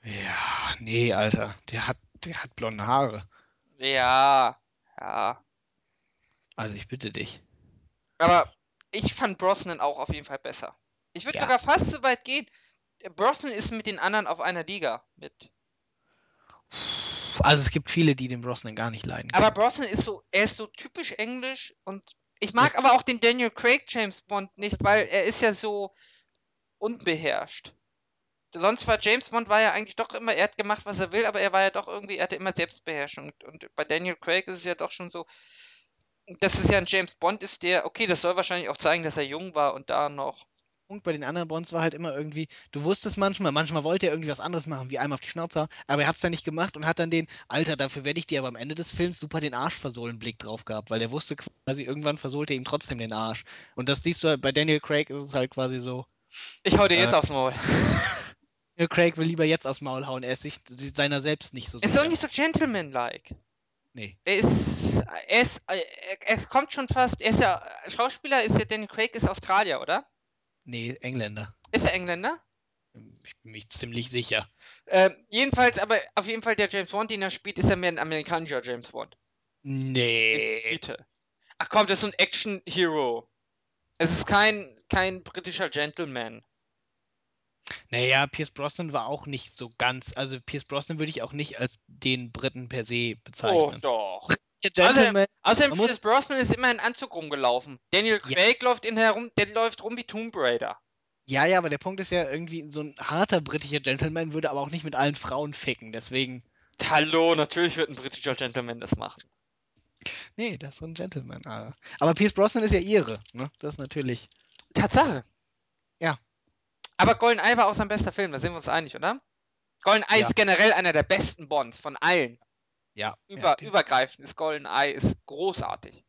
Ja, nee, Alter. Der hat blonde Haare.
Ja, ja.
Also ich bitte dich.
Aber ich fand Brosnan auch auf jeden Fall besser. Ich würde
Ja.
sogar fast so weit gehen. Brosnan ist mit den anderen auf einer Liga mit.
Also es gibt viele, die den Brosnan gar nicht leiden
Aber
können.
Brosnan ist so, er ist so typisch englisch und ich
Der
mag
ist
aber auch den Daniel Craig James Bond nicht, weil er ist ja so unbeherrscht. Sonst war James Bond war ja eigentlich doch immer, er hat gemacht, was er will, aber er war ja doch irgendwie, er hatte immer Selbstbeherrschung. Und bei Daniel Craig ist es ja doch schon so, dass es ja ein James Bond ist, der, okay, das soll wahrscheinlich auch zeigen, dass er jung war und da noch.
Punkt bei den anderen Bonds war halt immer irgendwie, du wusstest manchmal wollte er irgendwie was anderes machen, wie einem auf die Schnauze hauen, aber er hat es dann nicht gemacht und hat dann den, Alter, dafür werde ich dir aber am Ende des Films super den Arsch versohlen Blick drauf gehabt, weil der wusste quasi, irgendwann versohlt er ihm trotzdem den Arsch. Und das siehst du halt, bei Daniel Craig ist es halt quasi so,
Ich hau dir
äh,
jetzt aufs Maul.
Daniel Craig will lieber jetzt aufs Maul hauen, er ist sich seiner selbst nicht so
Ist doch
sicher.
nicht so gentleman-like.
Nee,
Er kommt schon fast, er ist ja, Schauspieler ist ja, Daniel Craig ist Australier, oder?
nee, Engländer.
Ist er Engländer?
Ich bin mich ziemlich sicher.
Jedenfalls, aber auf jeden Fall der James Bond, den er spielt, ist ja mehr ein amerikanischer James Bond.
Nee.
Bitte. Ach komm, das ist so ein Action-Hero. Es ist kein britischer Gentleman.
Naja, Pierce Brosnan war auch nicht so ganz. Also Pierce Brosnan würde ich auch nicht als den Briten per se
Oh,
bezeichnen.
doch.
Der
Außerdem,
Gentleman,
außerdem
man muss.
Pierce Brosnan ist immer in Anzug rumgelaufen. Daniel
Ja,
Craig läuft in herum, der läuft rum wie Tomb Raider.
ja, aber der Punkt ist ja irgendwie, so ein harter britischer Gentleman würde aber auch nicht mit allen Frauen ficken. Deswegen,
Hallo, natürlich wird ein britischer Gentleman das machen.
nee, das ist so ein Gentleman. Aber Pierce Brosnan ist ja ihre, ne? Das ist natürlich.
Tatsache.
Ja,
Aber GoldenEye war auch sein bester Film, da sind wir uns einig, oder? GoldenEye
ja,
ist generell einer der besten Bonds von allen.
ja.
Übergreifend ist GoldenEye ist großartig.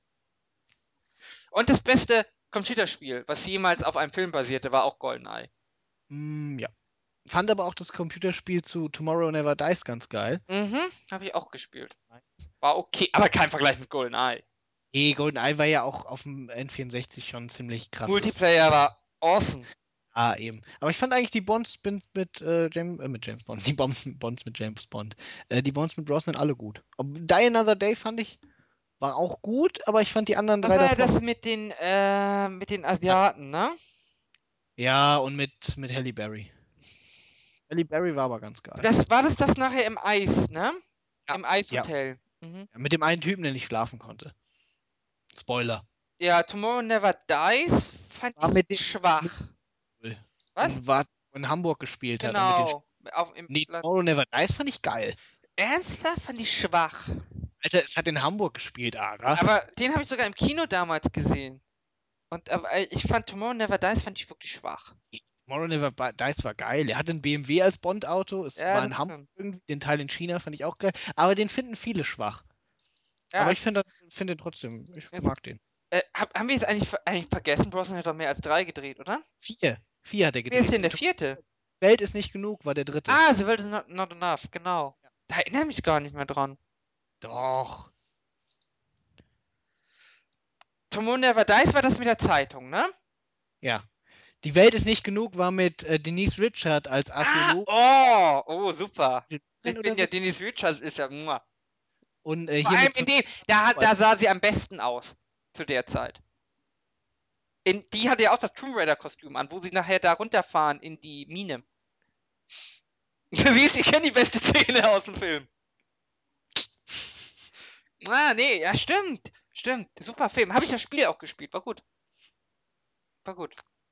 Und das beste Computerspiel, was jemals auf einem Film basierte, war auch GoldenEye.
Ja. Fand aber auch das Computerspiel zu Tomorrow Never Dies ganz geil.
Mhm, habe ich auch gespielt. War okay, aber kein Vergleich mit GoldenEye.
GoldenEye war ja auch auf dem N64 schon ein ziemlich krasses.
Multiplayer war awesome.
Eben. Aber ich fand eigentlich die Bonds mit James Bond, die Bonds mit James Bond, die Bonds mit Brosnan alle gut. Die Another Day fand ich, war auch gut, aber ich fand die anderen
Das
drei
war ja
davor.
das mit den Asiaten, ne?
Ja, und mit Halle Berry. Halle Berry war aber ganz geil.
Das nachher im Eis, ne?
Ja,
Im
ja.
Eishotel. Mhm.
Ja, mit dem einen Typen, der nicht schlafen konnte. Spoiler.
Ja, Tomorrow Never Dies fand
War
ich
mit dem mit
schwach. Was?
und war in Hamburg gespielt hat und mit den
Genau. Im
Nee,
Land.
Tomorrow Never Dies fand ich geil.
Ernsthaft fand ich schwach.
Alter, es hat in Hamburg gespielt, Ara.
Aber den habe ich sogar im Kino damals gesehen. Und aber ich fand Tomorrow Never Dies fand ich wirklich schwach.
Tomorrow Never Dies war geil. Er hatte ein BMW als Bond-Auto. Es
Ja,
war
das
in Hamburg
stimmt.
irgendwie. Den Teil in China fand ich auch geil. Aber den finden viele schwach.
Ja,
Aber ich finde den trotzdem. Ich
ja.
mag den.
Haben wir jetzt eigentlich vergessen? Brosnan hat doch mehr als drei gedreht, oder?
Vier. Vier hat er
Wer ist
gedreht.
denn der vierte?
Welt ist nicht genug, war der dritte.
Ah, The World is not enough, genau.
Ja.
Da erinnere ich mich gar nicht mehr dran.
Doch.
Tomorrow Never Dies war das mit der Zeitung, ne?
Ja. Die Welt ist nicht genug war mit Denise Richard als
Ah,
Archäologin
oh, super. Ich
oder
bin ja
so.
Denise Richards, ist ja. Muah.
Und
Vor
hier
allem
mit
in
so.
dem, da sah sie am besten aus. Zu der Zeit. Die hatte ja auch das Tomb Raider-Kostüm an, wo sie nachher da runterfahren in die Mine. Siehst, ich kenne die beste Szene aus dem Film. Ah, nee, ja, stimmt. Stimmt. Super Film. Habe ich das Spiel auch gespielt. War gut. War gut.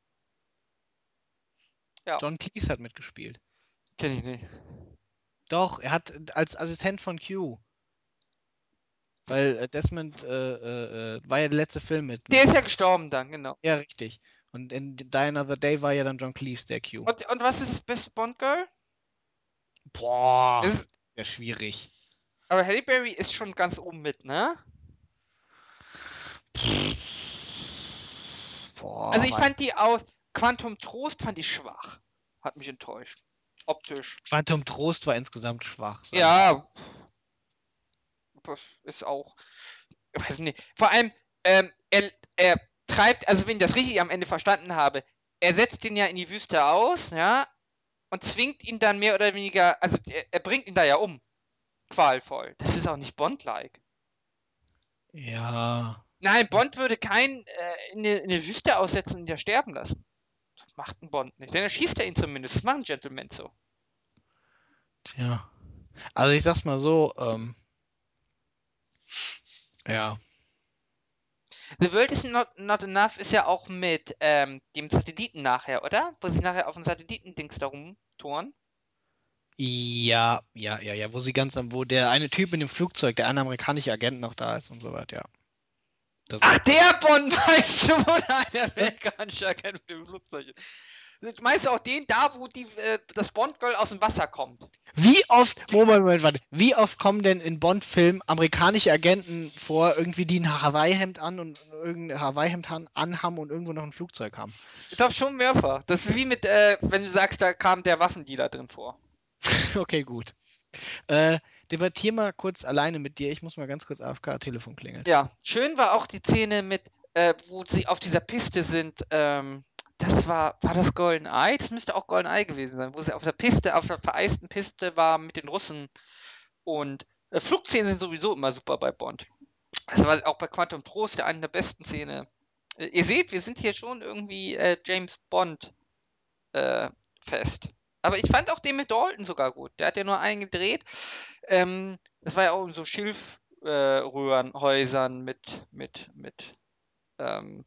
Ja.
John Cleese hat mitgespielt.
Kenne ich nicht.
Doch, er hat als Assistent von Q. Weil Desmond war ja der letzte Film
Der
mit
ist ja
ihm.
gestorben dann, genau.
Ja, richtig. Und in Die Another Day war ja dann John Cleese der Q.
Und was ist das beste Bond-Girl?
Boah,
Ist-
ja schwierig.
Aber Halle Berry ist schon ganz oben mit, ne? Also
Boah,
ich
warte.
fand die aus Quantum Trost fand ich schwach. Hat mich enttäuscht. Optisch.
Quantum Trost war insgesamt schwach, sage ich.
Ja, ist auch. Weiß nicht. Vor allem, er treibt, also wenn ich das richtig am Ende verstanden habe, er setzt den ja in die Wüste aus, ja, und zwingt ihn dann mehr oder weniger, also er bringt ihn da ja um, qualvoll. Das ist auch nicht Bond-like.
Ja.
Nein, Bond würde keinen in eine Wüste aussetzen und ihn ja sterben lassen. Das macht ein Bond nicht. Denn er schießt er ihn zumindest. Das machen Gentlemen so.
Tja. Also ich sag's mal so, ja.
The World is not Enough ist ja auch mit dem Satelliten nachher, oder? Wo sie nachher auf dem Satellitendings da rumtouren.
Ja, wo sie wo der eine Typ in dem Flugzeug, der eine amerikanische Agent noch da ist und so weiter, ja. Das
Ach,
ist Bond.
der Bond meinst du, wo da ein amerikanischer Agent mit dem Flugzeug ist? Meinst du auch den da, wo das Bond-Girl aus dem Wasser kommt?
Wie oft, Moment, warte, wie oft kommen denn in Bond-Filmen amerikanische Agenten vor, irgendwie die ein Hawaii-Hemd an und irgendein Hawaii-Hemd anhaben und irgendwo noch ein Flugzeug haben?
Ich glaube schon mehrfach. Das ist wie mit, wenn du sagst, da kam der Waffendealer drin vor.
Okay, gut. Äh, debattier mal kurz alleine mit dir. Ich muss mal ganz kurz AFK, Telefon klingelt.
Ja, schön war auch die Szene mit, wo sie auf dieser Piste sind. Das war das Golden Eye? Das müsste auch Golden Eye gewesen sein, wo sie auf der Piste, auf der vereisten Piste war mit den Russen. Und Flugszenen sind sowieso immer super bei Bond. Das war auch bei Quantum Trost ja eine der besten Szenen. Ihr seht, wir sind hier schon irgendwie James Bond äh, fest. Aber ich fand auch den mit Dalton sogar gut. Der hat ja nur einen gedreht. Das war ja auch in so Schilfröhrenhäusern ähm,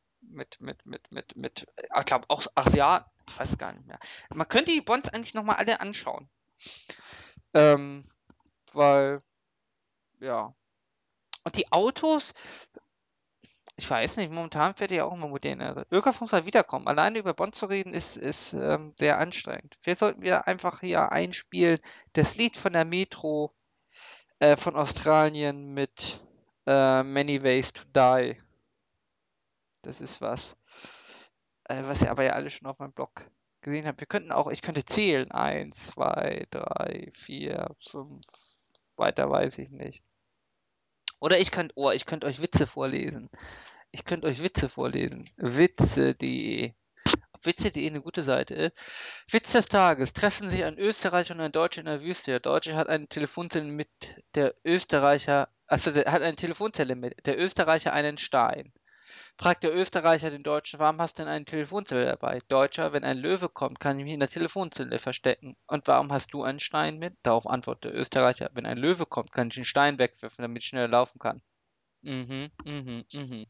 ich glaube auch Asiaten. Ich weiß gar nicht mehr. Man könnte die Bonds eigentlich nochmal alle anschauen. Ähm, weil, ja. Und die Autos, ich weiß nicht, momentan fährt ja auch immer modernere. Irgendwann muss mal wiederkommen. Alleine über Bond zu reden ist sehr anstrengend. Vielleicht sollten wir einfach hier einspielen, das Lied von der Metro von Australien mit Many Ways to Die. Das ist was ihr aber ja alle schon auf meinem Blog gesehen habt. Ich könnte zählen. Eins, zwei, drei, vier, fünf. Weiter weiß ich nicht. Oder ich könnte euch Witze vorlesen. Ich könnte euch Witze vorlesen. Witze.de. Ob Witze.de eine gute Seite ist? Witz des Tages. Treffen sich ein Österreicher und ein Deutscher in der Wüste. Der Deutsche hat eine Telefonzelle mit der Österreicher, also der hat eine Telefonzelle mit. Der Österreicher einen Stein. Fragt der Österreicher den Deutschen, warum hast du denn eine Telefonzelle dabei? Deutscher, wenn ein Löwe kommt, kann ich mich in der Telefonzelle verstecken. Und warum hast du einen Stein mit? Darauf antwortet der Österreicher, wenn ein Löwe kommt, kann ich den Stein wegwerfen, damit ich schneller laufen kann. Mhm, mhm, mhm.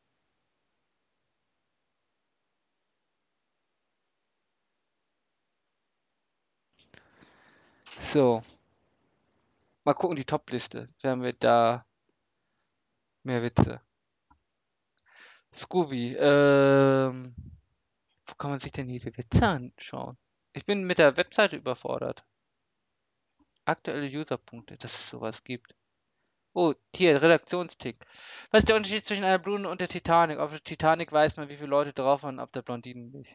So, mal gucken die Top-Liste. Wir haben wir da mehr Witze. Scooby, wo kann man sich denn hier die Witze anschauen? Ich bin mit der Webseite überfordert. Aktuelle Userpunkte, dass es sowas gibt. Oh, hier, Redaktionstick. Was ist der Unterschied zwischen einer Blondine und der Titanic? Auf der Titanic weiß man, wie viele Leute drauf waren, auf der Blondine nicht.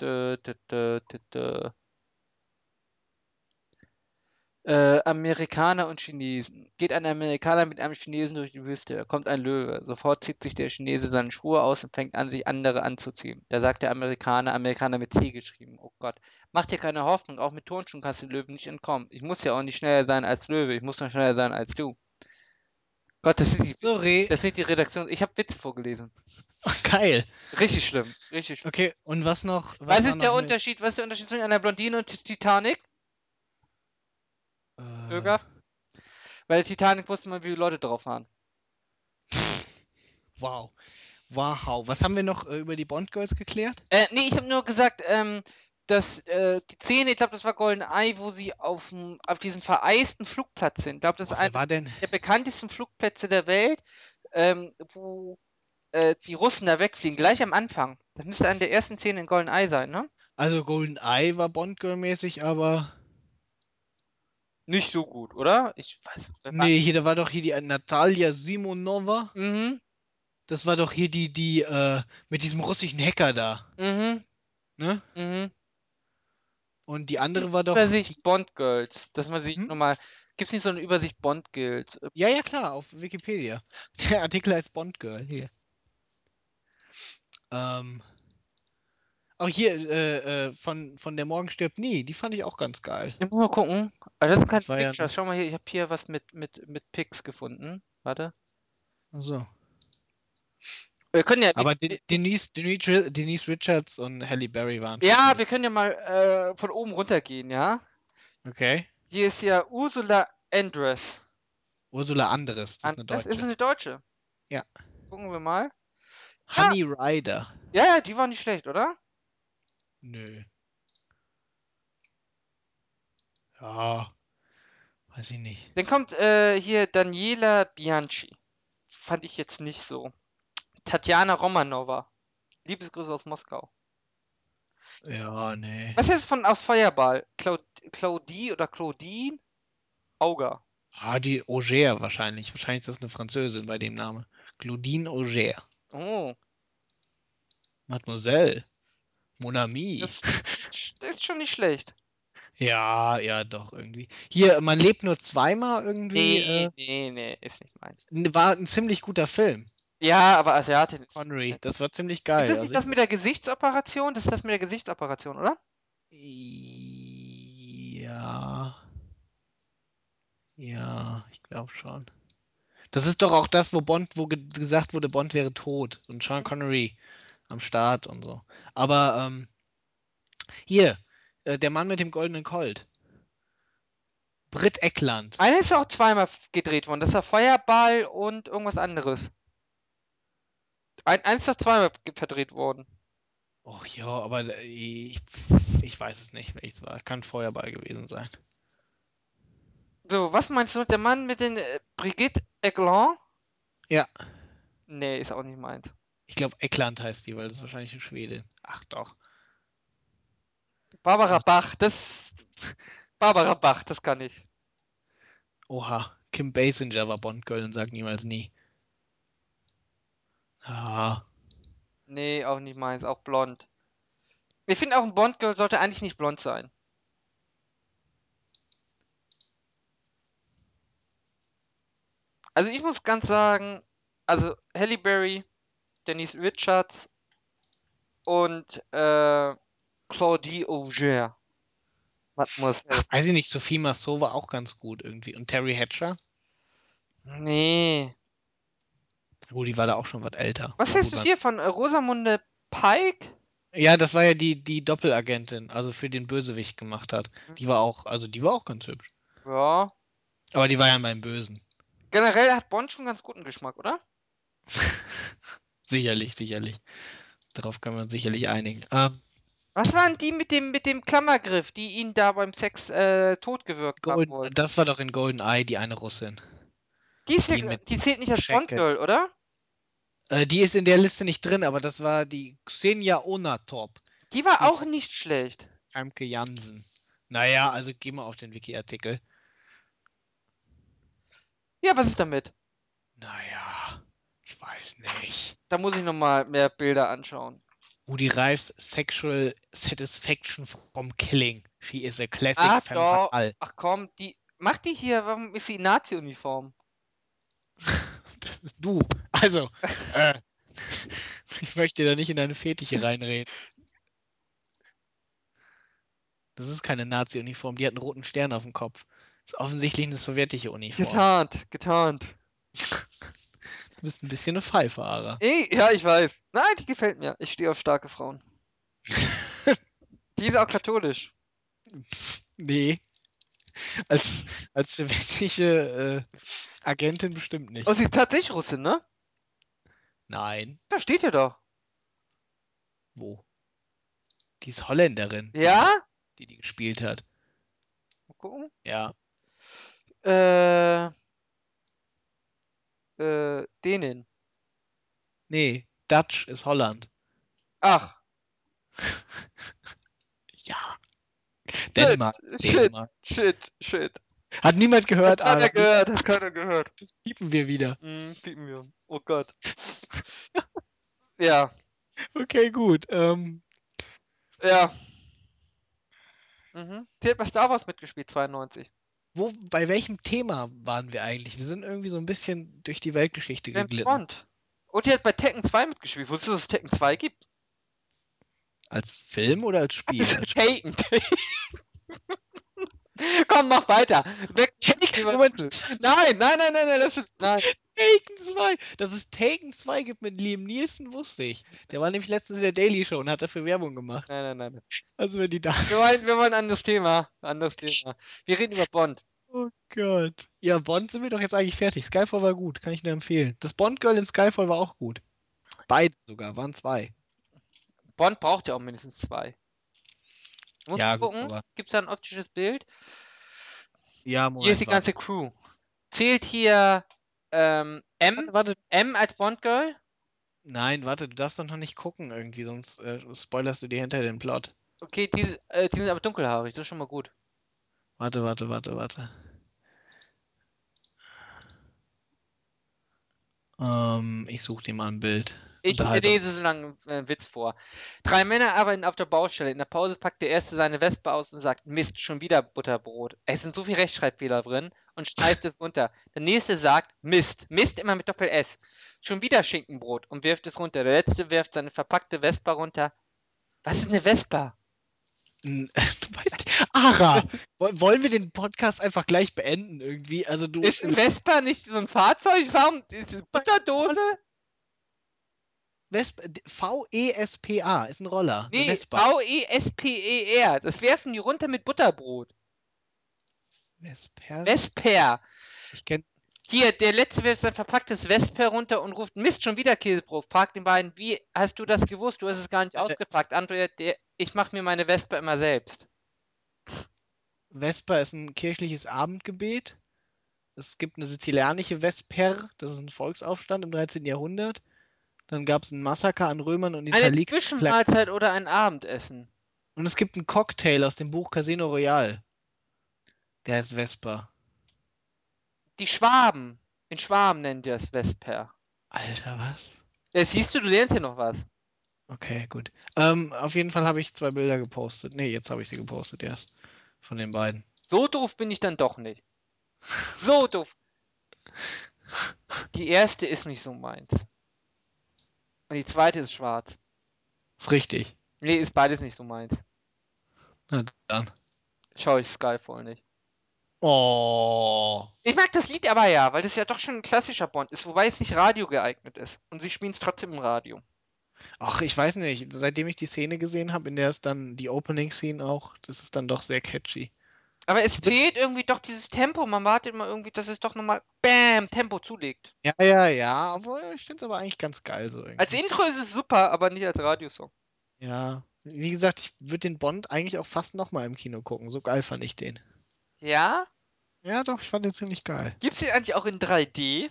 Amerikaner und Chinesen. Geht ein Amerikaner mit einem Chinesen durch die Wüste. Da kommt ein Löwe. Sofort zieht sich der Chinese seine Schuhe aus und fängt an, sich andere anzuziehen. Da sagt der Amerikaner mit C geschrieben. Oh Gott. Mach dir keine Hoffnung, auch mit Turnschuhen kannst du den Löwen nicht entkommen. Ich muss ja auch nicht schneller sein als Löwe, ich muss nur schneller sein als du. Gott,
Sorry.
das sind die Redaktion. Ich habe Witze vorgelesen.
Ach, geil.
Richtig schlimm, richtig schlimm.
Okay, und was war noch mit?
Was ist der Unterschied zwischen einer Blondine und Titanic,
Äh,
Bürger? Bei der Titanic wusste man, wie viele Leute drauf waren.
wow. Wow. Was haben wir noch über die Bond Girls geklärt?
Nee, ich habe nur gesagt, dass die Szene, ich glaube, das war Golden Eye, wo sie auf diesem vereisten Flugplatz sind. Ich glaube, das ist
Boah, wer
einer
war denn?
der bekanntesten Flugplätze der Welt, wo die Russen da wegfliegen, gleich am Anfang. Das müsste eine der ersten Szenen in Golden Eye sein, ne?
Also Golden Eye war Bond Girl mäßig, aber
Nicht so gut, oder? Ich weiß, wer war.
nee, hier da war doch hier die Natalia Simonova.
Mhm,
Das war doch hier die mit diesem russischen Hacker da,
mhm,
ne?
mhm.
Und die andere war doch
Übersicht
die.
Bond Girls, dass man sich
Hm?
nochmal. Gibt es nicht so eine Übersicht Bond Girls?
Ja, ja, klar, auf Wikipedia. Der Artikel heißt Bond Girl hier. Ähm, Auch hier, von Der Morgen stirbt nie, die fand ich auch ganz geil.
Ich muss mal gucken. Das sind keine
Das war ja
Pictures.
noch.
Schau mal hier, ich habe hier was mit Pics gefunden. Warte.
Ach so.
Wir können ja,
Aber Denise Richards und Halle Berry waren schon
ja,
ziemlich.
wir können ja mal von oben runter gehen, ja?
Okay.
Hier ist ja Ursula Andress.
Ursula Andres, das ist eine
Das ist
Deutsche.
eine Deutsche.
Ja.
Gucken wir mal. Ja,
Honey Rider.
ja, ja, die war nicht schlecht, oder?
Nö. Ja, weiß ich nicht.
Dann kommt hier Daniela Bianchi. Fand ich jetzt nicht so. Tatjana Romanova. Liebesgrüße aus Moskau.
Ja, nee.
Was ist von aus Feuerball? Claudie oder Claudine Auger.
Ah, die Auger wahrscheinlich. Wahrscheinlich ist das eine Französin bei dem Namen. Claudine Auger.
Oh,
Mademoiselle. Mon ami.
das, das ist schon nicht schlecht.
Ja, ja, doch, irgendwie. Hier, man lebt nur zweimal irgendwie.
Nee, nee, nee, ist nicht meins.
War ein ziemlich guter Film.
Ja, aber Asiatin ist nicht
Connery,
meins.
das war ziemlich
Ist
geil.
das nicht
Also
das
ich
mit der Gesichtsoperation? Das ist das mit der Gesichtsoperation, oder?
ja, ja, ich glaube schon. Das ist doch auch das, wo Bond, wo gesagt wurde, Bond wäre tot und Sean Connery am Start und so. Aber hier, der Mann mit dem goldenen Colt, Britt Ekland.
Einer ist ja auch zweimal gedreht worden. Das war Feuerball und irgendwas anderes. Eins ist doch zweimal verdreht worden.
Och ja, aber ich weiß es nicht, welches war. Kann Feuerball gewesen sein.
So, was meinst du mit dem Mann mit den Brigitte Eglon?
Ja,
Nee, ist auch nicht meins.
ich glaube Ekland heißt die, weil das ist wahrscheinlich eine Schwedin. Ach doch.
Barbara
Muss-
Bach, Barbara Bach, das kann ich.
Oha, Kim Basinger war Bond-Girl und sagt niemals nie. Ah,
Nee, auch nicht meins, auch blond. Ich finde auch ein Bond-Girl sollte eigentlich nicht blond sein. Also ich muss ganz sagen, also Halle Berry, Denise Richards und Claudie Auger,
ach,
Mademoiselle.
weiß ich nicht, Sophie Marceau war auch ganz gut irgendwie. Und Terry Hatcher?
Nee.
Oh, die war da auch schon was älter.
Was
Aber
hältst
gut,
du
war.
hier von Rosamunde Pike?
Ja, das war ja die Doppelagentin, also für den Bösewicht gemacht hat. Die war auch, also die war auch ganz hübsch.
Ja.
Aber die war ja beim Bösen.
Generell hat Bond schon ganz guten Geschmack, oder?
Sicherlich, sicherlich. Darauf können wir uns sicherlich einigen.
Was waren die mit dem Klammergriff, die ihn da beim Sex totgewürgt haben wollten?
Das war doch in GoldenEye die eine Russin,
Die, ist ja,
die ihn mit
die zählt nicht als
Shanket.
Bond-Girl, oder?
Die ist in der Liste nicht drin, aber das war die Xenia Onatop.
Die war
Spielt
auch nicht schlecht.
Famke Jansen. Naja, also geh mal auf den Wiki-Artikel.
Ja, was ist damit?
Naja, ich weiß nicht.
Da muss ich nochmal mehr Bilder anschauen.
Rudi Reifs Sexual Satisfaction from Killing. She is a classic
Ach
femme
doch.
fatale.
Ach komm, die. Macht die hier, warum ist sie in Nazi-Uniform?
Das ist du. Also, äh, ich möchte da nicht in deine Fetiche reinreden. Das ist keine Nazi-Uniform, die hat einen roten Stern auf dem Kopf. Das ist offensichtlich eine sowjetische Uniform.
Getarnt, getarnt.
Du bist ein bisschen eine Pfeifahrer.
Ja, ich weiß. Nein, die gefällt mir. Ich stehe auf starke Frauen. Die ist auch katholisch.
Nee, als, als sowjetische Agentin bestimmt
Und
nicht.
sie ist tatsächlich Russin, ne?
Nein.
Da steht ja doch.
Wo? Die ist Holländerin, die
Ja?
Frau, die gespielt hat.
Mal gucken.
Ja.
Äh, Dänin.
Nee, Dutch ist Holland.
Ach,
Ja,
shit,
Dänemark,
shit,
Dänemark.
shit.
Hat niemand
Hat
gehört,
keiner
Ara.
gehört, hat keiner gehört.
Das piepen wir wieder.
Piepen wir. Oh Gott. Ja,
Okay, gut.
ja. Die hat bei Star Wars mitgespielt, 92.
Bei welchem Thema waren wir eigentlich? Wir sind irgendwie so ein bisschen durch die Weltgeschichte
James
geglitten.
Bond. Und die hat bei Tekken 2 mitgespielt. Wusstest du, dass es Tekken 2 gibt?
Als Film oder als Spiel? Als Spiel.
Taken. Komm, mach weiter. Weg mit dem
Taken,
Thema
Moment.
Rätsel. Nein, das ist. Nein.
Taken 2. Dass es Taken 2 gibt mit Liam Neeson, wusste ich. Der war nämlich letztens in der Daily Show und hat dafür Werbung gemacht.
Nein.
Also wenn die da.
Wir wollen ein anderes Thema. Anderes Thema. Wir reden über Bond.
Oh Gott. Ja, Bond sind wir doch jetzt eigentlich fertig. Skyfall war gut, kann ich nur empfehlen. Das Bond-Girl in Skyfall war auch gut. Beide sogar, waren zwei.
Bond braucht ja auch mindestens zwei. Du musst
Ja, gut,
gucken,
aber.
gibt es da ein optisches Bild?
Ja,
Hier ist
Moment,
die
warte.
ganze Crew. Zählt hier M,
Warte.
M als Bond-Girl?
Nein, warte, du darfst doch noch nicht gucken irgendwie, sonst spoilerst du dir hinter den Plot.
Okay, die sind aber dunkelhaarig, das ist schon mal gut.
Warte. Ich suche dir mal ein Bild.
Ich
Unterhaltung.
lese so lange einen Witz vor. Drei Männer arbeiten auf der Baustelle. In der Pause packt der erste seine Wespe aus und sagt, Mist, schon wieder Butterbrot. Es sind so viele Rechtschreibfehler drin und schmeißt es runter. Der nächste sagt, Mist immer mit Doppel-S. Schon wieder Schinkenbrot und wirft es runter. Der letzte wirft seine verpackte Vespa runter. Was ist eine Vespa?
Du weißt, Ara, wollen wir den Podcast einfach gleich beenden irgendwie? Also du,
Ist ein Vespa nicht so ein Fahrzeug? Warum ist es Butterdose?
Vespa, ist ein Roller, eine
Nee,
Vespa.
Vesper. Das werfen die runter mit Butterbrot.
Vesper?
Vesper.
Ich kenne
Hier, der letzte wirft sein verpacktes Wespe herunter und ruft, Mist, schon wieder Käsebrot. Fragt den beiden, wie hast du das gewusst? Du hast es gar nicht ausgepackt. Antwortet der, ich mache mir meine Wespe immer selbst.
Vesper ist ein kirchliches Abendgebet. Es gibt eine sizilianische Vesper, das ist ein Volksaufstand im 13. Jahrhundert. Dann gab es ein Massaker an Römern und
Eine
Italiken.
Zwischenmahlzeit oder ein Abendessen.
Und es gibt einen Cocktail aus dem Buch Casino Royale. Der heißt Vesper.
Die Schwaben. In Schwaben nennen die das Vesper.
Alter, was?
Siehst du, du lernst hier noch was.
Okay, gut. Auf jeden Fall habe ich zwei Bilder gepostet. Nee, jetzt habe ich sie gepostet erst. Von den beiden.
So doof bin ich dann doch nicht. So doof. Die erste ist nicht so meins. Und die zweite ist schwarz.
Ist richtig.
Nee, ist beides nicht so meins.
Na dann.
Schau ich Skyfall nicht.
Oh.
Ich mag das Lied aber ja, weil das ja doch schon ein klassischer Bond ist, wobei es nicht Radio geeignet ist. Und sie spielen es trotzdem im Radio.
Ach, ich weiß nicht. Seitdem ich die Szene gesehen habe, in der es dann die Opening-Scene auch, das ist dann doch sehr catchy.
Aber es
Ich bin,
fehlt irgendwie doch dieses Tempo. Man wartet immer irgendwie, dass es doch nochmal BÄM Tempo zulegt.
ja. Obwohl, ich finde es aber eigentlich ganz geil so
Als
irgendwie.
Intro ist es super, aber nicht als Radiosong.
Ja. Wie gesagt, ich würde den Bond eigentlich auch fast nochmal im Kino gucken. So geil fand ich den.
Ja?
Ja, doch, ich fand den ziemlich geil.
Gibt's den eigentlich auch in 3D?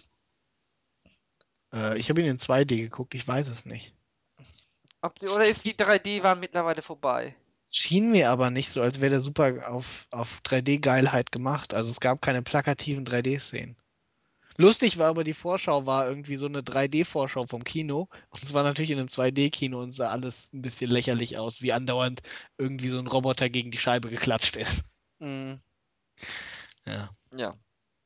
Ich habe ihn in 2D geguckt, ich weiß es nicht.
Oder ist die 3D war mittlerweile vorbei?
Schien mir aber nicht so, als wäre der super auf 3D-Geilheit gemacht. Also es gab keine plakativen 3D-Szenen. Lustig war aber, die Vorschau war irgendwie so eine 3D-Vorschau vom Kino. Und es war natürlich in einem 2D-Kino und sah alles ein bisschen lächerlich aus, wie andauernd irgendwie so ein Roboter gegen die Scheibe geklatscht ist.
Hm,
Ja.
ja,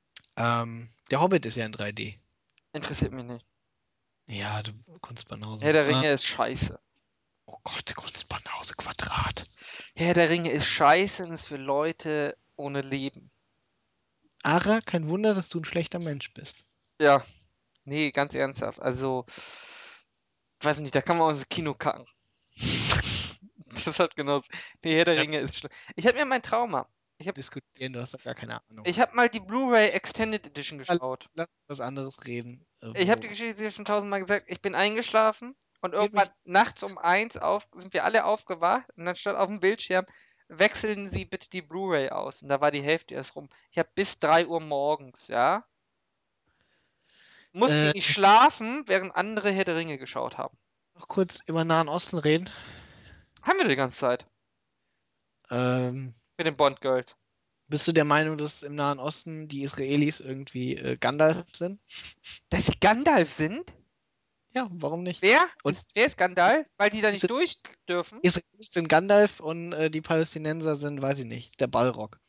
Der Hobbit ist ja in 3D.
interessiert mich nicht.
Ja, du
Herr
Kunstbanause.
der Ringe ist scheiße.
Oh Gott, Kunstbanause Quadrat.
Herr der Ringe ist scheiße und ist für Leute ohne Leben.
Ara, kein Wunder, dass du ein schlechter Mensch bist.
Ja, nee, ganz ernsthaft. Also, ich weiß nicht, da kann man aus dem Kino kacken. Das hat genauso. Nee, Herr der
Ja,
Ringe ist schlimm. Ich habe mir mein Trauma. Ich habe
diskutieren, du hast doch gar keine Ahnung.
ich hab mal die Blu-ray Extended Edition
Ja,
geschaut.
lass was anderes reden.
Ich habe die Geschichte dir schon tausendmal gesagt. Ich bin eingeschlafen und
Interessiert
irgendwann
mich.
nachts um 1 sind wir alle aufgewacht und dann stand auf dem Bildschirm, wechseln Sie bitte die Blu-ray aus. Und da war die Hälfte erst rum. Ich habe bis 3 Uhr morgens, ja, musste
Äh,
ich schlafen, während andere Herr der Ringe geschaut haben.
noch kurz über Nahen Osten reden.
Haben wir die ganze Zeit.
Ähm,
Mit den Bond Girls.
bist du der Meinung, dass im Nahen Osten die Israelis irgendwie Gandalf sind?
Dass sie Gandalf sind?
Ja, warum nicht?
Wer?
Und
Wer ist Gandalf? Weil die da
die
nicht durch dürfen?
Israelis sind Gandalf und die Palästinenser sind, weiß ich nicht, der Balrog.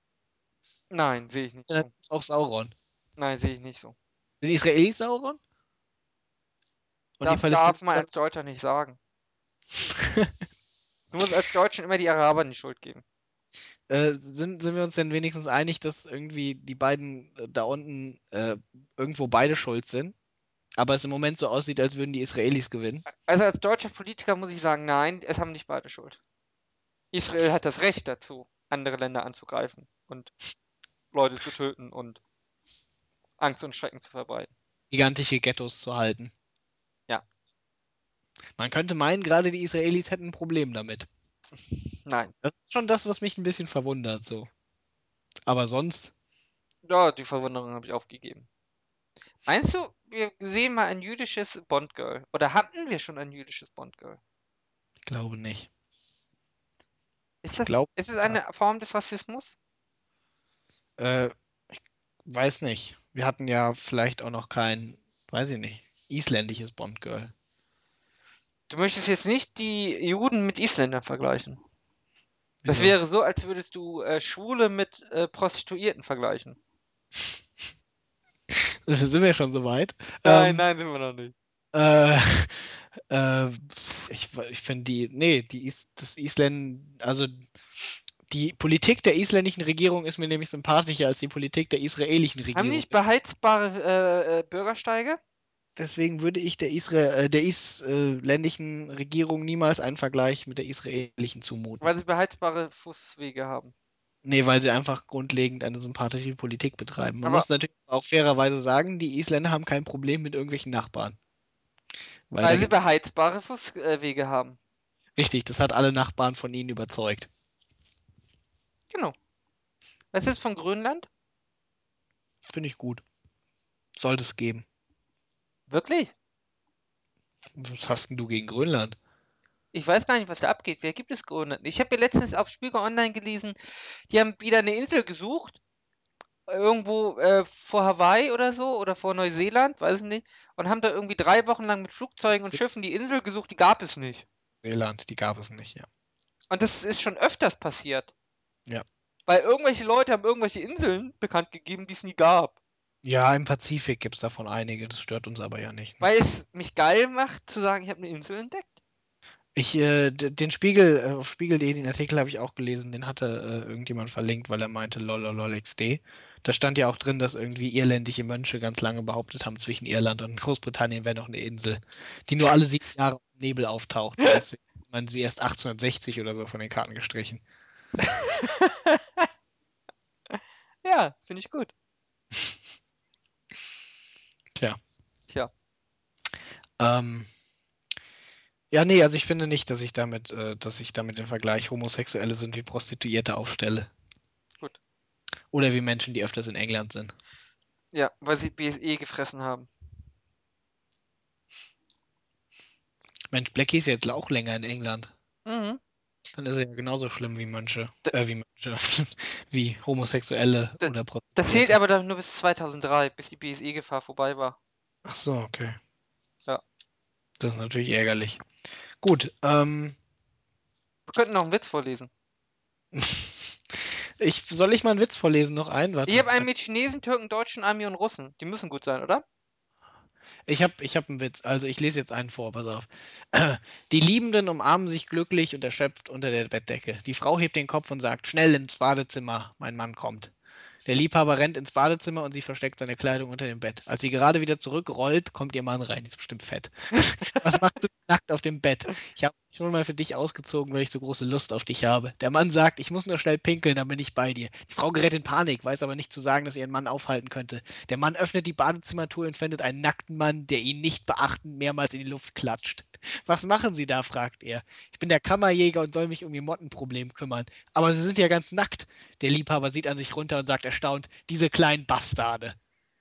Nein, sehe ich nicht
Das
so.
ist auch Sauron.
Nein, sehe ich nicht so.
Sind die Israelis Sauron? Und die
Das darf man
Palästinenser?
als Deutscher nicht sagen. Du musst als Deutschen immer die Araber die Schuld geben.
Sind wir uns denn wenigstens einig, dass irgendwie die beiden da unten irgendwo beide schuld sind? Aber es im Moment so aussieht, als würden die Israelis gewinnen.
Also als deutscher Politiker muss ich sagen, nein, es haben nicht beide Schuld. Israel hat das Recht dazu, andere Länder anzugreifen und Leute zu töten und Angst und Schrecken zu verbreiten.
Gigantische Ghettos zu halten.
Ja,
Man könnte meinen, gerade die Israelis hätten ein Problem damit.
nein.
Das ist schon das, was mich ein bisschen verwundert, so. Aber sonst,
Ja, die Verwunderung habe ich aufgegeben. Meinst du, wir sehen mal ein jüdisches Bond-Girl? Oder hatten wir schon ein jüdisches Bond-Girl?
ich glaube nicht.
Ist
Ich
das,
glaube,
ist es eine Form des Rassismus?
äh, ich weiß nicht. Wir hatten ja vielleicht auch noch kein, weiß ich nicht, isländisches Bond-Girl.
Du möchtest jetzt nicht die Juden mit Isländern vergleichen. Das
Wieso?
wäre so, als würdest du Schwule mit Prostituierten vergleichen.
Sind wir schon so weit?
Nein,
Ähm,
nein, sind wir noch nicht.
äh, ich finde nee, das also die Politik der isländischen Regierung ist mir nämlich sympathischer als die Politik der israelischen
Haben die
Regierung.
nicht beheizbare Bürgersteige?
Deswegen würde ich der isländischen Regierung niemals einen Vergleich mit der israelischen zumuten.
Weil sie beheizbare Fußwege haben.
Nee, weil sie einfach grundlegend eine sympathische Politik betreiben. Man
Aber
muss natürlich auch fairerweise sagen, die Isländer haben kein Problem mit irgendwelchen Nachbarn. Weil da
weil sie
gibt's,
beheizbare Fußwege haben.
richtig, das hat alle Nachbarn von ihnen überzeugt.
Genau. Was ist von Grönland?
Finde ich gut. Sollte es geben.
Wirklich?
Was hast denn du gegen Grönland?
Ich weiß gar nicht, was da abgeht. Wer gibt es Grönland? Ich habe ja letztens auf Spiegel Online gelesen, die haben wieder eine Insel gesucht. Irgendwo vor Hawaii oder so oder vor Neuseeland, weiß ich nicht. Und haben da irgendwie 3 Wochen lang mit Flugzeugen und Schiffen die Insel gesucht, die gab es nicht.
Neuseeland, die gab es nicht, ja.
Und das ist schon öfters passiert.
Ja.
Weil irgendwelche Leute haben irgendwelche Inseln bekannt gegeben, die es nie gab.
Ja, im Pazifik gibt es davon einige, das stört uns aber ja nicht. Ne?
Weil es mich geil macht, zu sagen, ich habe eine Insel entdeckt.
Den Spiegel, auf Spiegel.de, den Artikel habe ich auch gelesen, den hatte irgendjemand verlinkt, weil er meinte, lololol XD. Da stand ja auch drin, dass irgendwie irländische Mönche ganz lange behauptet haben, zwischen Irland und Großbritannien wäre noch eine Insel, die nur alle 7 Jahre im Nebel auftaucht und deswegen hat man sie erst 1860 oder so von den Karten gestrichen.
Ja, finde ich gut.
Tja.
Tja,
Ähm, ja, nee, also ich finde nicht, dass ich damit den Vergleich Homosexuelle sind wie Prostituierte aufstelle.
gut.
Oder wie Menschen, die öfters in England sind.
Ja, weil sie BSE gefressen haben.
Mensch, Blackie ist jetzt auch länger in England.
Mhm.
Dann ist er ja genauso schlimm wie Mönche, wie Homosexuelle
Da,
oder
das fehlt
Prostituierte.
aber dann nur bis 2003, bis die BSE-Gefahr vorbei war.
Ach so, okay.
Ja.
Das ist natürlich ärgerlich. Gut,
Wir könnten noch einen Witz vorlesen.
soll ich mal einen Witz vorlesen? Noch einen?
Ich
Warte.
habe einen mit Chinesen, Türken, Deutschen, Ami und Russen. Die müssen gut sein, oder?
Ich hab einen Witz. Also ich lese jetzt einen vor, pass auf. Die Liebenden umarmen sich glücklich und erschöpft unter der Bettdecke. Die Frau hebt den Kopf und sagt, schnell ins Badezimmer, mein Mann kommt. Der Liebhaber rennt ins Badezimmer und sie versteckt seine Kleidung unter dem Bett. Als sie gerade wieder zurückrollt, kommt ihr Mann rein. Die ist bestimmt fett. Was machst du nackt auf dem Bett? Ich habe mich schon mal für dich ausgezogen, weil ich so große Lust auf dich habe. Der Mann sagt, ich muss nur schnell pinkeln, dann bin ich bei dir. Die Frau gerät in Panik, weiß aber nicht zu sagen, dass sie ihren Mann aufhalten könnte. Der Mann öffnet die Badezimmertür und findet einen nackten Mann, der ihn nicht beachtend mehrmals in die Luft klatscht. Was machen Sie da? Fragt er. Ich bin der Kammerjäger und soll mich um Ihr Mottenproblem kümmern. Aber Sie sind ja ganz nackt. Der Liebhaber sieht an sich runter und sagt erstaunt, diese kleinen Bastarde.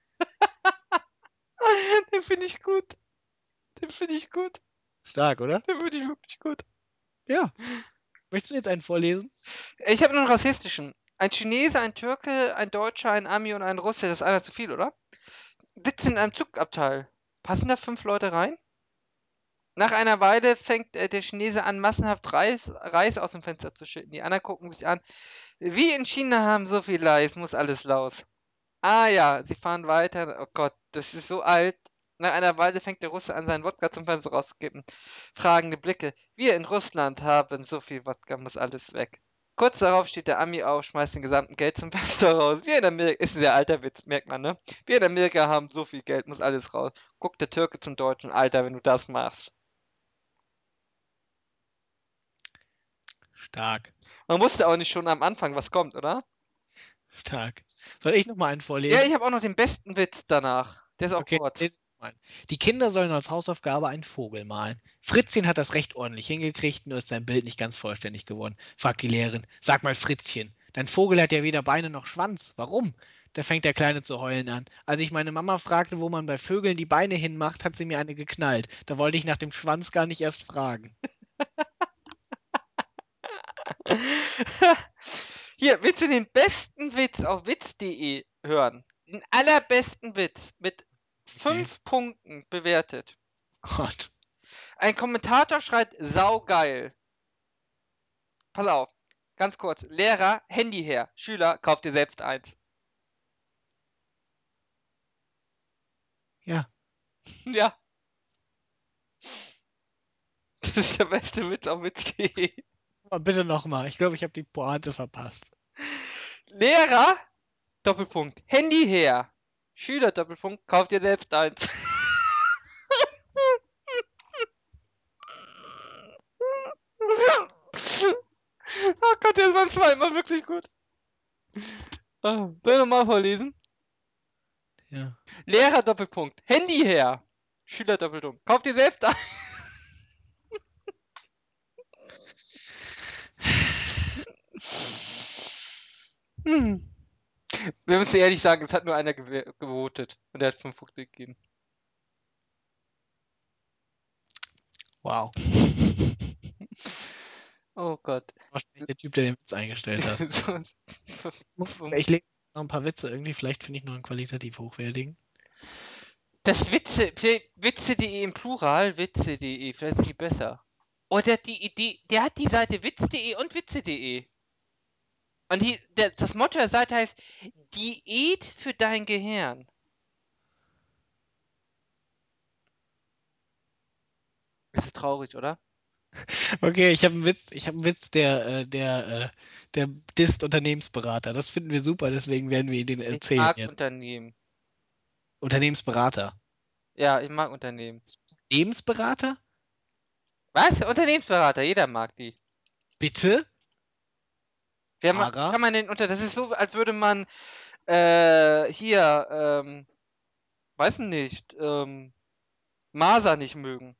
Den finde ich gut. Den finde ich gut.
Stark, oder?
Den finde ich wirklich gut.
Ja. Möchtest du jetzt einen vorlesen?
Ich habe noch einen rassistischen. Ein Chinese, ein Türke, ein Deutscher, ein Ami und ein Russe. Das ist einer zu viel, oder? Sitzen in einem Zugabteil. Passen da 5 Leute rein? Nach einer Weile fängt der Chinese an, massenhaft Reis aus dem Fenster zu schütten. Die anderen gucken sich an. Wie in China haben so viel Reis, muss alles raus. Ah ja, sie fahren weiter. Oh Gott, das ist so alt. Nach einer Weile fängt der Russe an, seinen Wodka zum Fenster rauszukippen. Fragende Blicke. Wir in Russland haben so viel Wodka, muss alles weg. Kurz darauf steht der Ami auf, schmeißt den gesamten Geld zum Fenster raus. Wir in Amerika, ist ein sehr alter Witz, merkt man, ne? Wir in Amerika haben so viel Geld, muss alles raus. Guckt der Türke zum Deutschen, Alter, wenn du das machst.
Stark.
Man wusste auch nicht schon am Anfang, was kommt, oder?
Stark. Soll ich nochmal einen
Ja,
vorlesen?
ich habe auch noch den besten Witz danach. Der ist auch
Okay,
kurz.
lese ich mal. Die Kinder sollen als Hausaufgabe einen Vogel malen. Fritzchen hat das recht ordentlich hingekriegt, nur ist sein Bild nicht ganz vollständig geworden. Fragt die Lehrerin. Sag mal, Fritzchen, dein Vogel hat ja weder Beine noch Schwanz. Warum? Da fängt der Kleine zu heulen an. Als ich meine Mama fragte, wo man bei Vögeln die Beine hinmacht, hat sie mir eine geknallt. Da wollte ich nach dem Schwanz gar nicht erst fragen.
Hier, willst du den besten Witz auf witz.de hören? Den allerbesten Witz mit
Okay.
5 Punkten bewertet.
Gott.
Ein Kommentator schreibt saugeil. Pass auf, ganz kurz. Lehrer, Handy her. Schüler, kauf dir selbst eins.
Ja,
Ja, das ist der beste Witz auf witz.de.
aber bitte nochmal. Ich glaube, ich habe die Pointe verpasst.
Lehrer, Doppelpunkt. Handy her. Schüler, Doppelpunkt. Kauf dir selbst eins. Oh Gott, der ist beim zweiten Mal wirklich gut. Soll ich nochmal vorlesen?
Ja.
Lehrer, Doppelpunkt. Handy her. Schüler, Doppelpunkt. Kauf dir selbst eins. Hm. Wir müssen ehrlich sagen, es hat nur einer gewotet. Und der hat 5 Punkte gegeben.
Wow.
Oh Gott.
Wahrscheinlich der Typ, der den Witz eingestellt hat. Ich lese noch ein paar Witze irgendwie. Vielleicht finde ich noch einen qualitativ hochwertigen.
Das Witze.de im Plural, Witze.de, vielleicht sind die besser. Oder der hat die Seite Witz.de und Witze.de. Und das Motto der Seite heißt Diät für dein Gehirn. Das ist traurig, oder?
Okay, ich habe einen Witz, der disst Unternehmensberater. Das finden wir super, deswegen werden wir ihn den
Ich
erzählen
mag
jetzt.
Unternehmen.
Unternehmensberater.
Ja, ich mag Unternehmen.
Unternehmensberater?
Was? Unternehmensberater, jeder mag die.
Bitte?
Wie
Ara?
kann man denn das ist so, als würde man, hier, weiß nicht, Masa nicht mögen.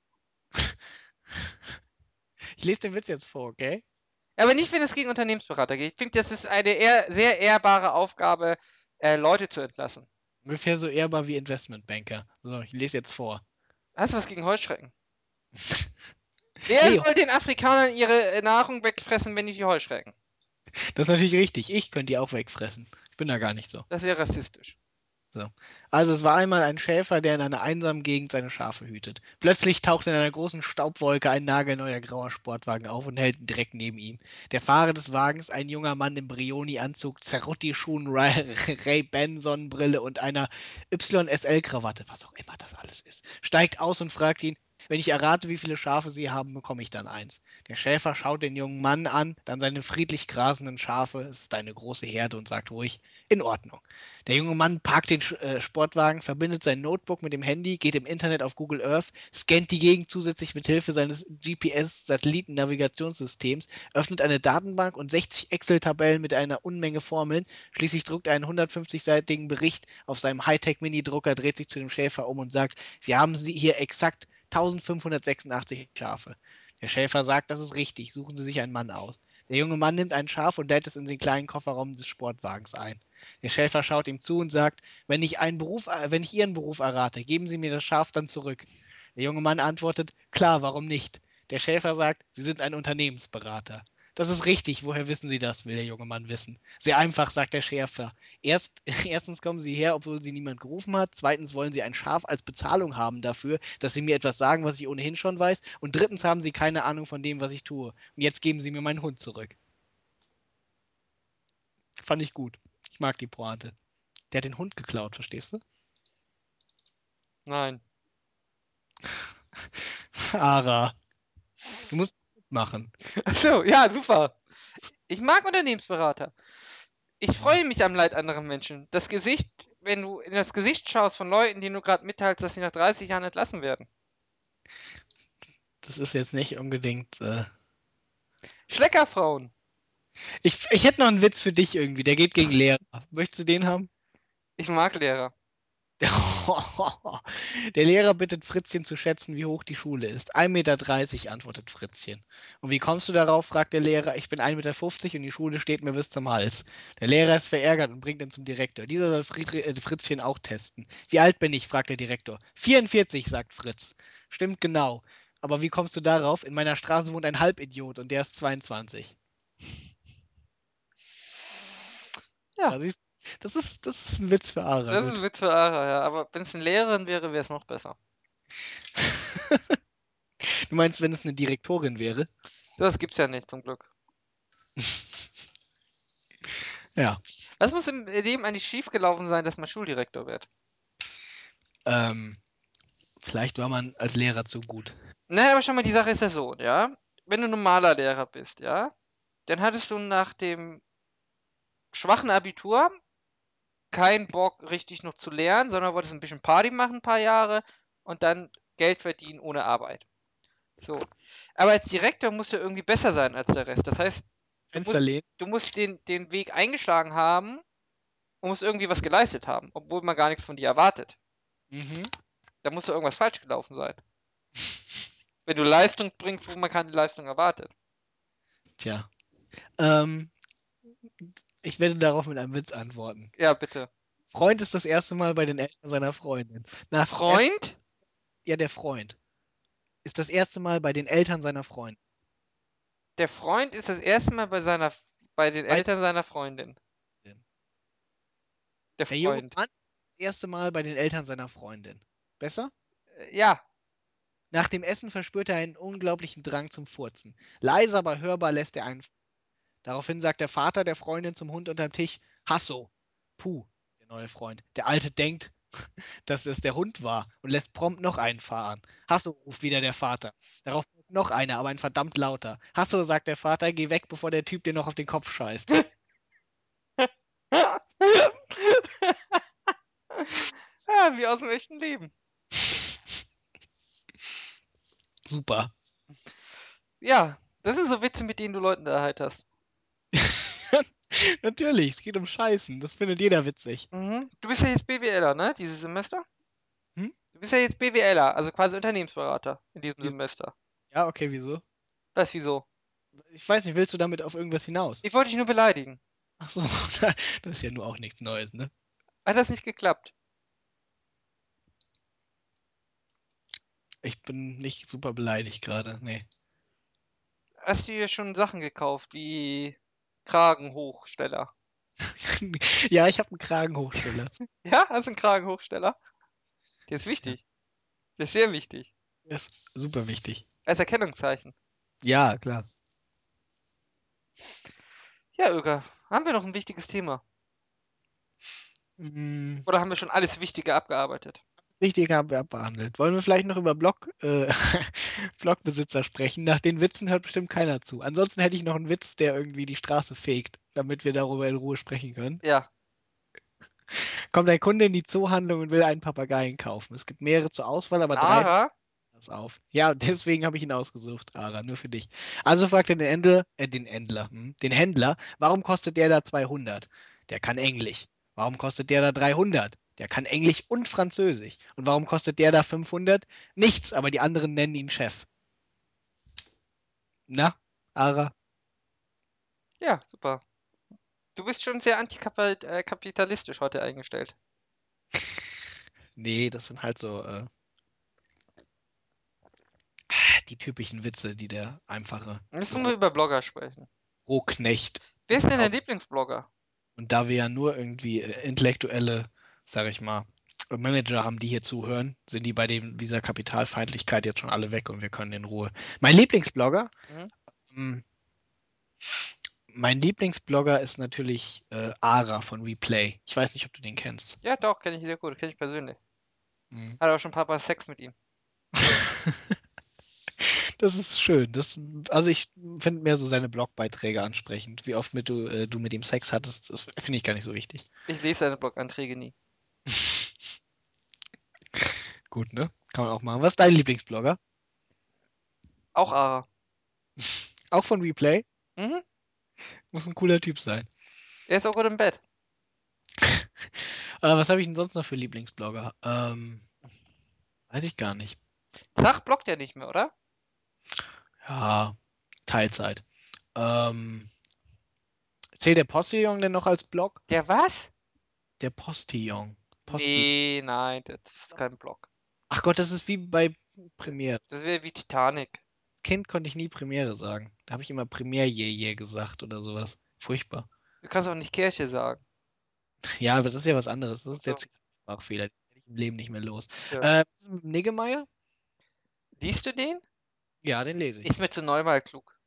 Ich lese den Witz jetzt vor, okay?
Aber nicht, wenn es gegen Unternehmensberater geht. Ich finde, das ist eine sehr ehrbare Aufgabe, Leute zu entlassen.
Ungefähr so ehrbar wie Investmentbanker. So, ich lese jetzt vor.
Hast du was gegen Heuschrecken? Wer
Nee,
soll den Afrikanern ihre Nahrung wegfressen, wenn nicht die Heuschrecken?
das ist natürlich richtig. Ich könnte die auch wegfressen. Ich bin da gar nicht so.
Das wäre rassistisch.
So. Also es war einmal ein Schäfer, der in einer einsamen Gegend seine Schafe hütet. Plötzlich taucht in einer großen Staubwolke ein nagelneuer grauer Sportwagen auf und hält direkt neben ihm. Der Fahrer des Wagens, ein junger Mann im Brioni-Anzug, Cerutti-Schuhen, Ray-Ban-Sonnenbrille und einer YSL-Krawatte, was auch immer das alles ist, steigt aus und fragt ihn, wenn ich errate, wie viele Schafe Sie haben, bekomme ich dann eins. Der Schäfer schaut den jungen Mann an, dann seine friedlich grasenden Schafe, es ist eine große Herde, und sagt ruhig, in Ordnung. Der junge Mann parkt den Sportwagen, verbindet sein Notebook mit dem Handy, geht im Internet auf Google Earth, scannt die Gegend zusätzlich mit Hilfe seines GPS-Satelliten-Navigationssystems, öffnet eine Datenbank und 60 Excel-Tabellen mit einer Unmenge Formeln. Schließlich druckt er einen 150-seitigen Bericht auf seinem Hightech-Mini-Drucker, dreht sich zu dem Schäfer um und sagt: Sie haben hier exakt 1586 Schafe. Der Schäfer sagt: Das ist richtig, suchen Sie sich einen Mann aus. Der junge Mann nimmt ein Schaf und lädt es in den kleinen Kofferraum des Sportwagens ein. Der Schäfer schaut ihm zu und sagt: wenn ich Ihren Beruf errate, geben Sie mir das Schaf dann zurück. Der junge Mann antwortet: Klar, warum nicht? Der Schäfer sagt: Sie sind ein Unternehmensberater. Das ist richtig, woher wissen Sie das, will der junge Mann wissen. Sehr einfach, sagt der Schäfer. Erstens kommen Sie her, obwohl Sie niemand gerufen hat. Zweitens wollen Sie ein Schaf als Bezahlung haben dafür, dass Sie mir etwas sagen, was ich ohnehin schon weiß. Und drittens haben Sie keine Ahnung von dem, was ich tue. Und jetzt geben Sie mir meinen Hund zurück. Fand ich gut. Ich mag die Pointe. Der hat den Hund geklaut, verstehst du?
Nein.
Ara, du musst mitmachen.
Achso, ja, super. Ich mag Unternehmensberater. Ich
Ja,
freue mich am Leid anderer Menschen. Das Gesicht, wenn du in das Gesicht schaust von Leuten, denen du gerade mitteilst, dass sie nach 30 Jahren entlassen werden.
das ist jetzt nicht unbedingt.
Schleckerfrauen.
Ich hätte noch einen Witz für dich irgendwie, der geht gegen Lehrer. Möchtest du den haben?
Ich mag Lehrer.
Der Lehrer bittet Fritzchen zu schätzen, wie hoch die Schule ist. 1,30 Meter, antwortet Fritzchen. Und wie kommst du darauf? Fragt der Lehrer. Ich bin 1,50 Meter und die Schule steht mir bis zum Hals. Der Lehrer ist verärgert und bringt ihn zum Direktor. Dieser soll Fritzchen auch testen. Wie alt bin ich? Fragt der Direktor. 44, sagt Fritz. Stimmt genau. Aber wie kommst du darauf? In meiner Straße wohnt ein Halbidiot und der ist 22.
Ja,
Ja, siehst, das ist ein Witz für Ara.
das ist
Gut.
ein Witz für Ara, ja. Aber wenn es eine Lehrerin wäre, wäre es noch besser.
Du meinst, wenn es eine Direktorin wäre?
Das gibt's ja nicht, zum Glück.
Ja.
Was muss im Leben eigentlich schiefgelaufen sein, dass man Schuldirektor wird?
Ähm, Vielleicht war man als Lehrer zu gut.
Nein, aber schau mal, die Sache ist ja so, ja. Wenn du normaler Lehrer bist, ja, dann hattest du nach dem schwachen Abitur keinen Bock, richtig noch zu lernen, sondern wolltest ein bisschen Party machen, ein paar Jahre und dann Geld verdienen ohne Arbeit. So. Aber als Direktor musst du irgendwie besser sein als der Rest. Das heißt, du
Fenster
musst,
lehnen.
du musst den Weg eingeschlagen haben und musst irgendwie was geleistet haben, obwohl man gar nichts von dir erwartet.
Mhm.
Da muss doch irgendwas falsch gelaufen sein. Wenn du Leistung bringst, wo man keine Leistung erwartet.
Tja. Ähm, Ich werde darauf mit einem Witz antworten.
Ja, bitte.
Freund ist das erste Mal bei den Eltern seiner Freundin. Nach dem Essen,
Freund?
ja, der Freund ist das erste Mal bei den Eltern seiner Freundin.
Der Freund ist das erste Mal bei den
Bei
Eltern seiner Freundin.
den-
Der
Der junge
Freund.
Mann das erste Mal bei den Eltern seiner Freundin. Besser?
Ja.
Nach dem Essen verspürt er einen unglaublichen Drang zum Furzen. Leise, aber hörbar lässt er einen. Daraufhin sagt der Vater der Freundin zum Hund unterm Tisch: Hasso. Puh, der neue Freund. Der Alte denkt, dass es der Hund war und lässt prompt noch einen fahren. Hasso, ruft wieder der Vater. Darauf folgt noch einer, aber ein verdammt lauter. Hasso, sagt der Vater, geh weg, bevor der Typ dir noch auf den Kopf scheißt.
Ja, wie aus dem echten Leben.
Super.
Ja, das sind so Witze, mit denen du Leuten erheiterst.
Natürlich, es geht um Scheißen. Das findet jeder witzig.
Mhm. Du bist ja jetzt BWLer, ne? Dieses Semester?
Hm?
Du bist ja jetzt BWLer, also quasi Unternehmensberater in diesem
Wieso?
Semester.
Ja, okay, wieso?
Was, wieso?
Ich weiß nicht, willst du damit auf irgendwas hinaus?
Ich wollte dich nur beleidigen.
Ach so, das ist ja nur auch nichts Neues, ne?
Hat das nicht geklappt?
Ich bin nicht super beleidigt gerade. Nee.
Hast du dir schon Sachen gekauft, wie Kragenhochsteller?
Ja, ich habe einen Kragenhochsteller.
Ja, hast du einen Kragenhochsteller? Der ist
Tja,
wichtig. Der ist sehr wichtig.
das ist super wichtig.
Als Erkennungszeichen.
Ja, klar.
Ja, Öger, haben wir noch ein wichtiges Thema?
Mm,
Oder haben wir schon alles Wichtige abgearbeitet?
Wichtig haben wir abbehandelt. Wollen wir vielleicht noch über Blogbesitzer sprechen? Nach den Witzen hört bestimmt keiner zu. Ansonsten hätte ich noch einen Witz, der irgendwie die Straße fegt, damit wir darüber in Ruhe sprechen können.
Ja.
Kommt ein Kunde in die Zoohandlung und will einen Papageien kaufen. Es gibt mehrere zur Auswahl, aber drei fallen
Ara?
das auf. Ja, und deswegen habe ich ihn ausgesucht, Ara, nur für dich. Also fragt er den Händler, warum kostet der da 200? Der kann Englisch. Warum kostet der da 300? Der kann Englisch und Französisch. Und warum kostet der da 500? Nichts, aber die anderen nennen ihn Chef. Na, Ara?
Ja, super. Du bist schon sehr antikapitalistisch heute eingestellt.
Nee, das sind halt so die typischen Witze, die der einfache
Jetzt wollen wir über Blogger sprechen.
Rohknecht
Wer ist denn dein
glaubt.
Lieblingsblogger?
Und da wir ja nur irgendwie intellektuelle, sag ich mal, Manager haben, die hier zuhören, sind die bei dieser Kapitalfeindlichkeit jetzt schon alle weg und wir können in Ruhe. Mein Lieblingsblogger,
Hm?
hm, mein Lieblingsblogger ist natürlich Ara von Replay. Ich weiß nicht, ob du den kennst.
Ja, doch, kenne ich sehr gut, kenne ich persönlich.
Mhm.
Hat auch schon Papa Sex mit ihm.
Das ist schön. Also ich finde mehr so seine Blogbeiträge ansprechend. Wie oft du mit ihm Sex hattest, das finde ich gar nicht so wichtig.
Ich lese seine Blog-Einträge nie.
Gut, ne? Kann man auch machen. Was ist dein Lieblingsblogger?
Auch Ara.
Auch von Replay?
Mhm.
Muss ein cooler Typ sein.
Er ist auch gut im Bett.
Was habe ich denn sonst noch für Lieblingsblogger? Weiß ich gar nicht.
Zach bloggt ja nicht mehr, oder?
Ja, Teilzeit. Ähm, Zählt der Postillon denn noch als Blog?
Der was?
Der Postillon. Postillon.
Nee, nein, das ist kein Blog.
Ach Gott, das ist wie bei Premiere.
Das wäre wie Titanic.
Als Kind konnte ich nie Premiere sagen. Da habe ich immer Premiere gesagt oder sowas. Furchtbar.
Du kannst auch nicht Kirche sagen.
Ja, aber das ist ja was anderes. Das ist
So,
jetzt ein Sprachfehler. Den werde ich im Leben nicht mehr los.
ja.
Was ist mit dem Niggemeier?
Liest du den?
Ja, den lese ich.
Ist mir zu neunmal klug.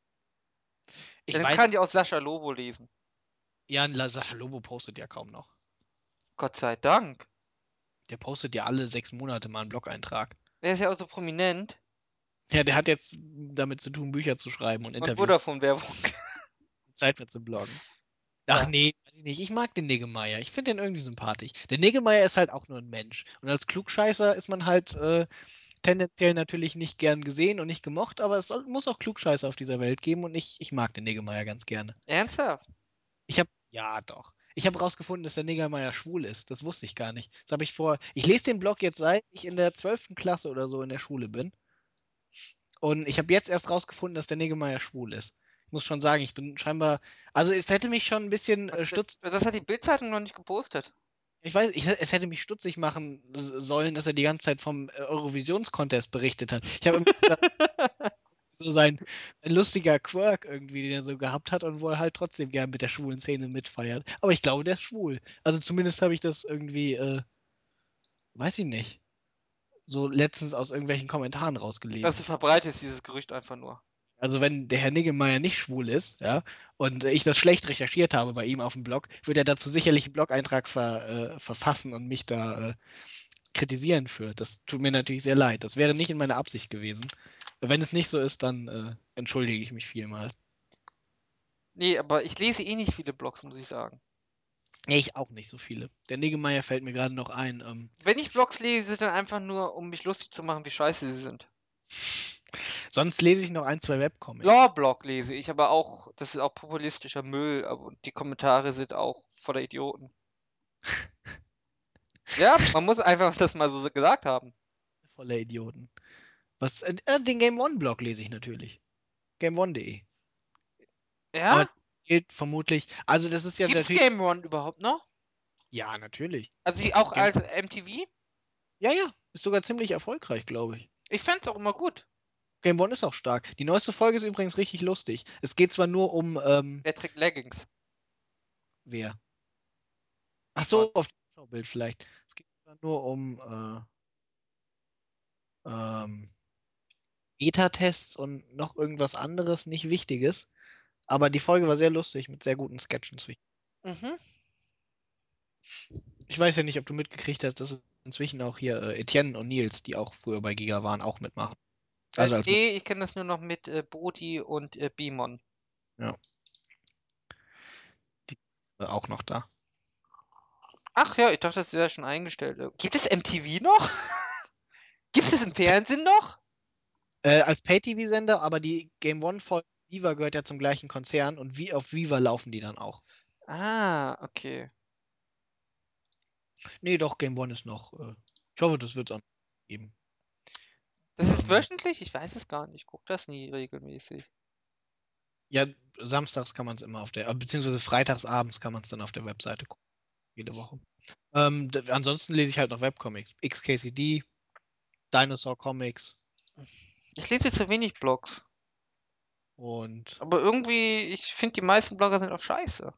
Ich
Dann
weiß,
kann ich auch Sascha Lobo lesen.
ja, Sacha Lobo postet ja kaum noch.
Gott sei Dank.
Der postet ja alle 6 Monate mal einen Blog-Eintrag.
Der ist ja auch so prominent.
Ja, der hat jetzt damit zu tun, Bücher zu schreiben und
Und
Interviews.
Vodafone-Werbung.
Zeit mehr zu bloggen. Ach
Ja.
nee, weiß ich nicht. Ich mag den Niggemeier. Ich finde den irgendwie sympathisch. Der Niggemeier ist halt auch nur ein Mensch. Und als Klugscheißer ist man halt tendenziell natürlich nicht gern gesehen und nicht gemocht, aber muss auch Klugscheißer auf dieser Welt geben und ich mag den Niggemeier ganz gerne.
Ernsthaft?
Ja doch. Ich habe rausgefunden, dass der Niggemeier schwul ist. Das wusste ich gar nicht. Das habe ich vor. Ich lese den Blog jetzt seit ich in der 12. Klasse oder so in der Schule bin. Und ich habe jetzt erst rausgefunden, dass der Niggemeier schwul ist. Ich muss schon sagen, ich bin scheinbar. Also es hätte mich schon ein bisschen stutz.
Das hat die Bildzeitung noch nicht gepostet.
Ich weiß, es hätte mich stutzig machen sollen, dass er die ganze Zeit vom Eurovisions-Contest berichtet hat. Ich habe immer gesagt, so sein lustiger Quirk irgendwie, den er so gehabt hat und wo er halt trotzdem gern mit der schwulen Szene mitfeiert. Aber ich glaube, der ist schwul. Also zumindest habe ich das irgendwie, weiß ich nicht, so letztens aus irgendwelchen Kommentaren
Also
rausgelesen.
du verbreitest dieses Gerücht einfach nur.
Also wenn der Herr Niggemeier nicht schwul ist, ja, und ich das schlecht recherchiert habe bei ihm auf dem Blog, wird er dazu sicherlich einen Blog-Eintrag verfassen und mich da kritisieren für. Das tut mir natürlich sehr leid. Das wäre nicht in meiner Absicht gewesen. Wenn es nicht so ist, dann entschuldige ich mich vielmals.
Nee, aber ich lese eh nicht viele Blogs, muss ich sagen.
Nee, ich auch nicht so viele. Der Niggemeier fällt mir gerade noch ein.
Wenn ich Blogs lese, dann einfach nur, um mich lustig zu machen, wie scheiße sie sind.
Sonst lese ich noch ein, zwei Webcomics.
Lore-Blog lese ich, aber auch, das ist auch populistischer Müll, aber die Kommentare sind auch voller Idioten. Ja, man muss einfach das mal so gesagt haben.
Voller Idioten. Den Game One-Blog lese ich natürlich. GameOne.de. Aber
Ja?
das gilt vermutlich. Also, das ist ja
Gibt's
natürlich.
Game One überhaupt noch?
Ja, natürlich.
Also auch
Game,
als MTV?
ja, ja. Ist sogar ziemlich erfolgreich, glaube ich.
Ich fand's auch immer gut.
Game One ist auch stark. Die neueste Folge ist übrigens richtig lustig. Es geht zwar nur um,
Der trägt Leggings.
wer? Ach
Simon.
so, auf dem Schaubild vielleicht. Es geht zwar nur um Beta-Tests und noch irgendwas anderes, nicht Wichtiges. Aber die Folge war sehr lustig mit sehr guten Sketchen.
Mhm.
Ich weiß ja nicht, ob du mitgekriegt hast, dass es inzwischen auch hier Etienne und Nils, die auch früher bei Giga waren, auch mitmachen. Also als
Nee, ich kenne das nur noch mit Bodhi und Bimon.
ja, die auch noch da.
Ach ja, ich dachte, das wäre schon eingestellt. Gibt es MTV noch? Gibt es im Fernsehen noch?
Als Pay-TV-Sender, aber die Game One-Folge Viva gehört ja zum gleichen Konzern und wie auf Viva laufen die dann auch.
Ah, okay.
Nee, doch, Game One ist noch. Ich hoffe, das wird es auch geben.
Das ist
Ähm,
wöchentlich? Ich weiß es gar nicht. Ich gucke das nie regelmäßig.
ja, samstags kann man es immer beziehungsweise freitags abends kann man es dann auf der Webseite gucken, jede Woche. Ansonsten lese ich halt noch Webcomics. XKCD, Dinosaur Comics
Ich lese zu wenig Blogs.
und.
Aber irgendwie, ich finde, die meisten Blogger sind auch scheiße.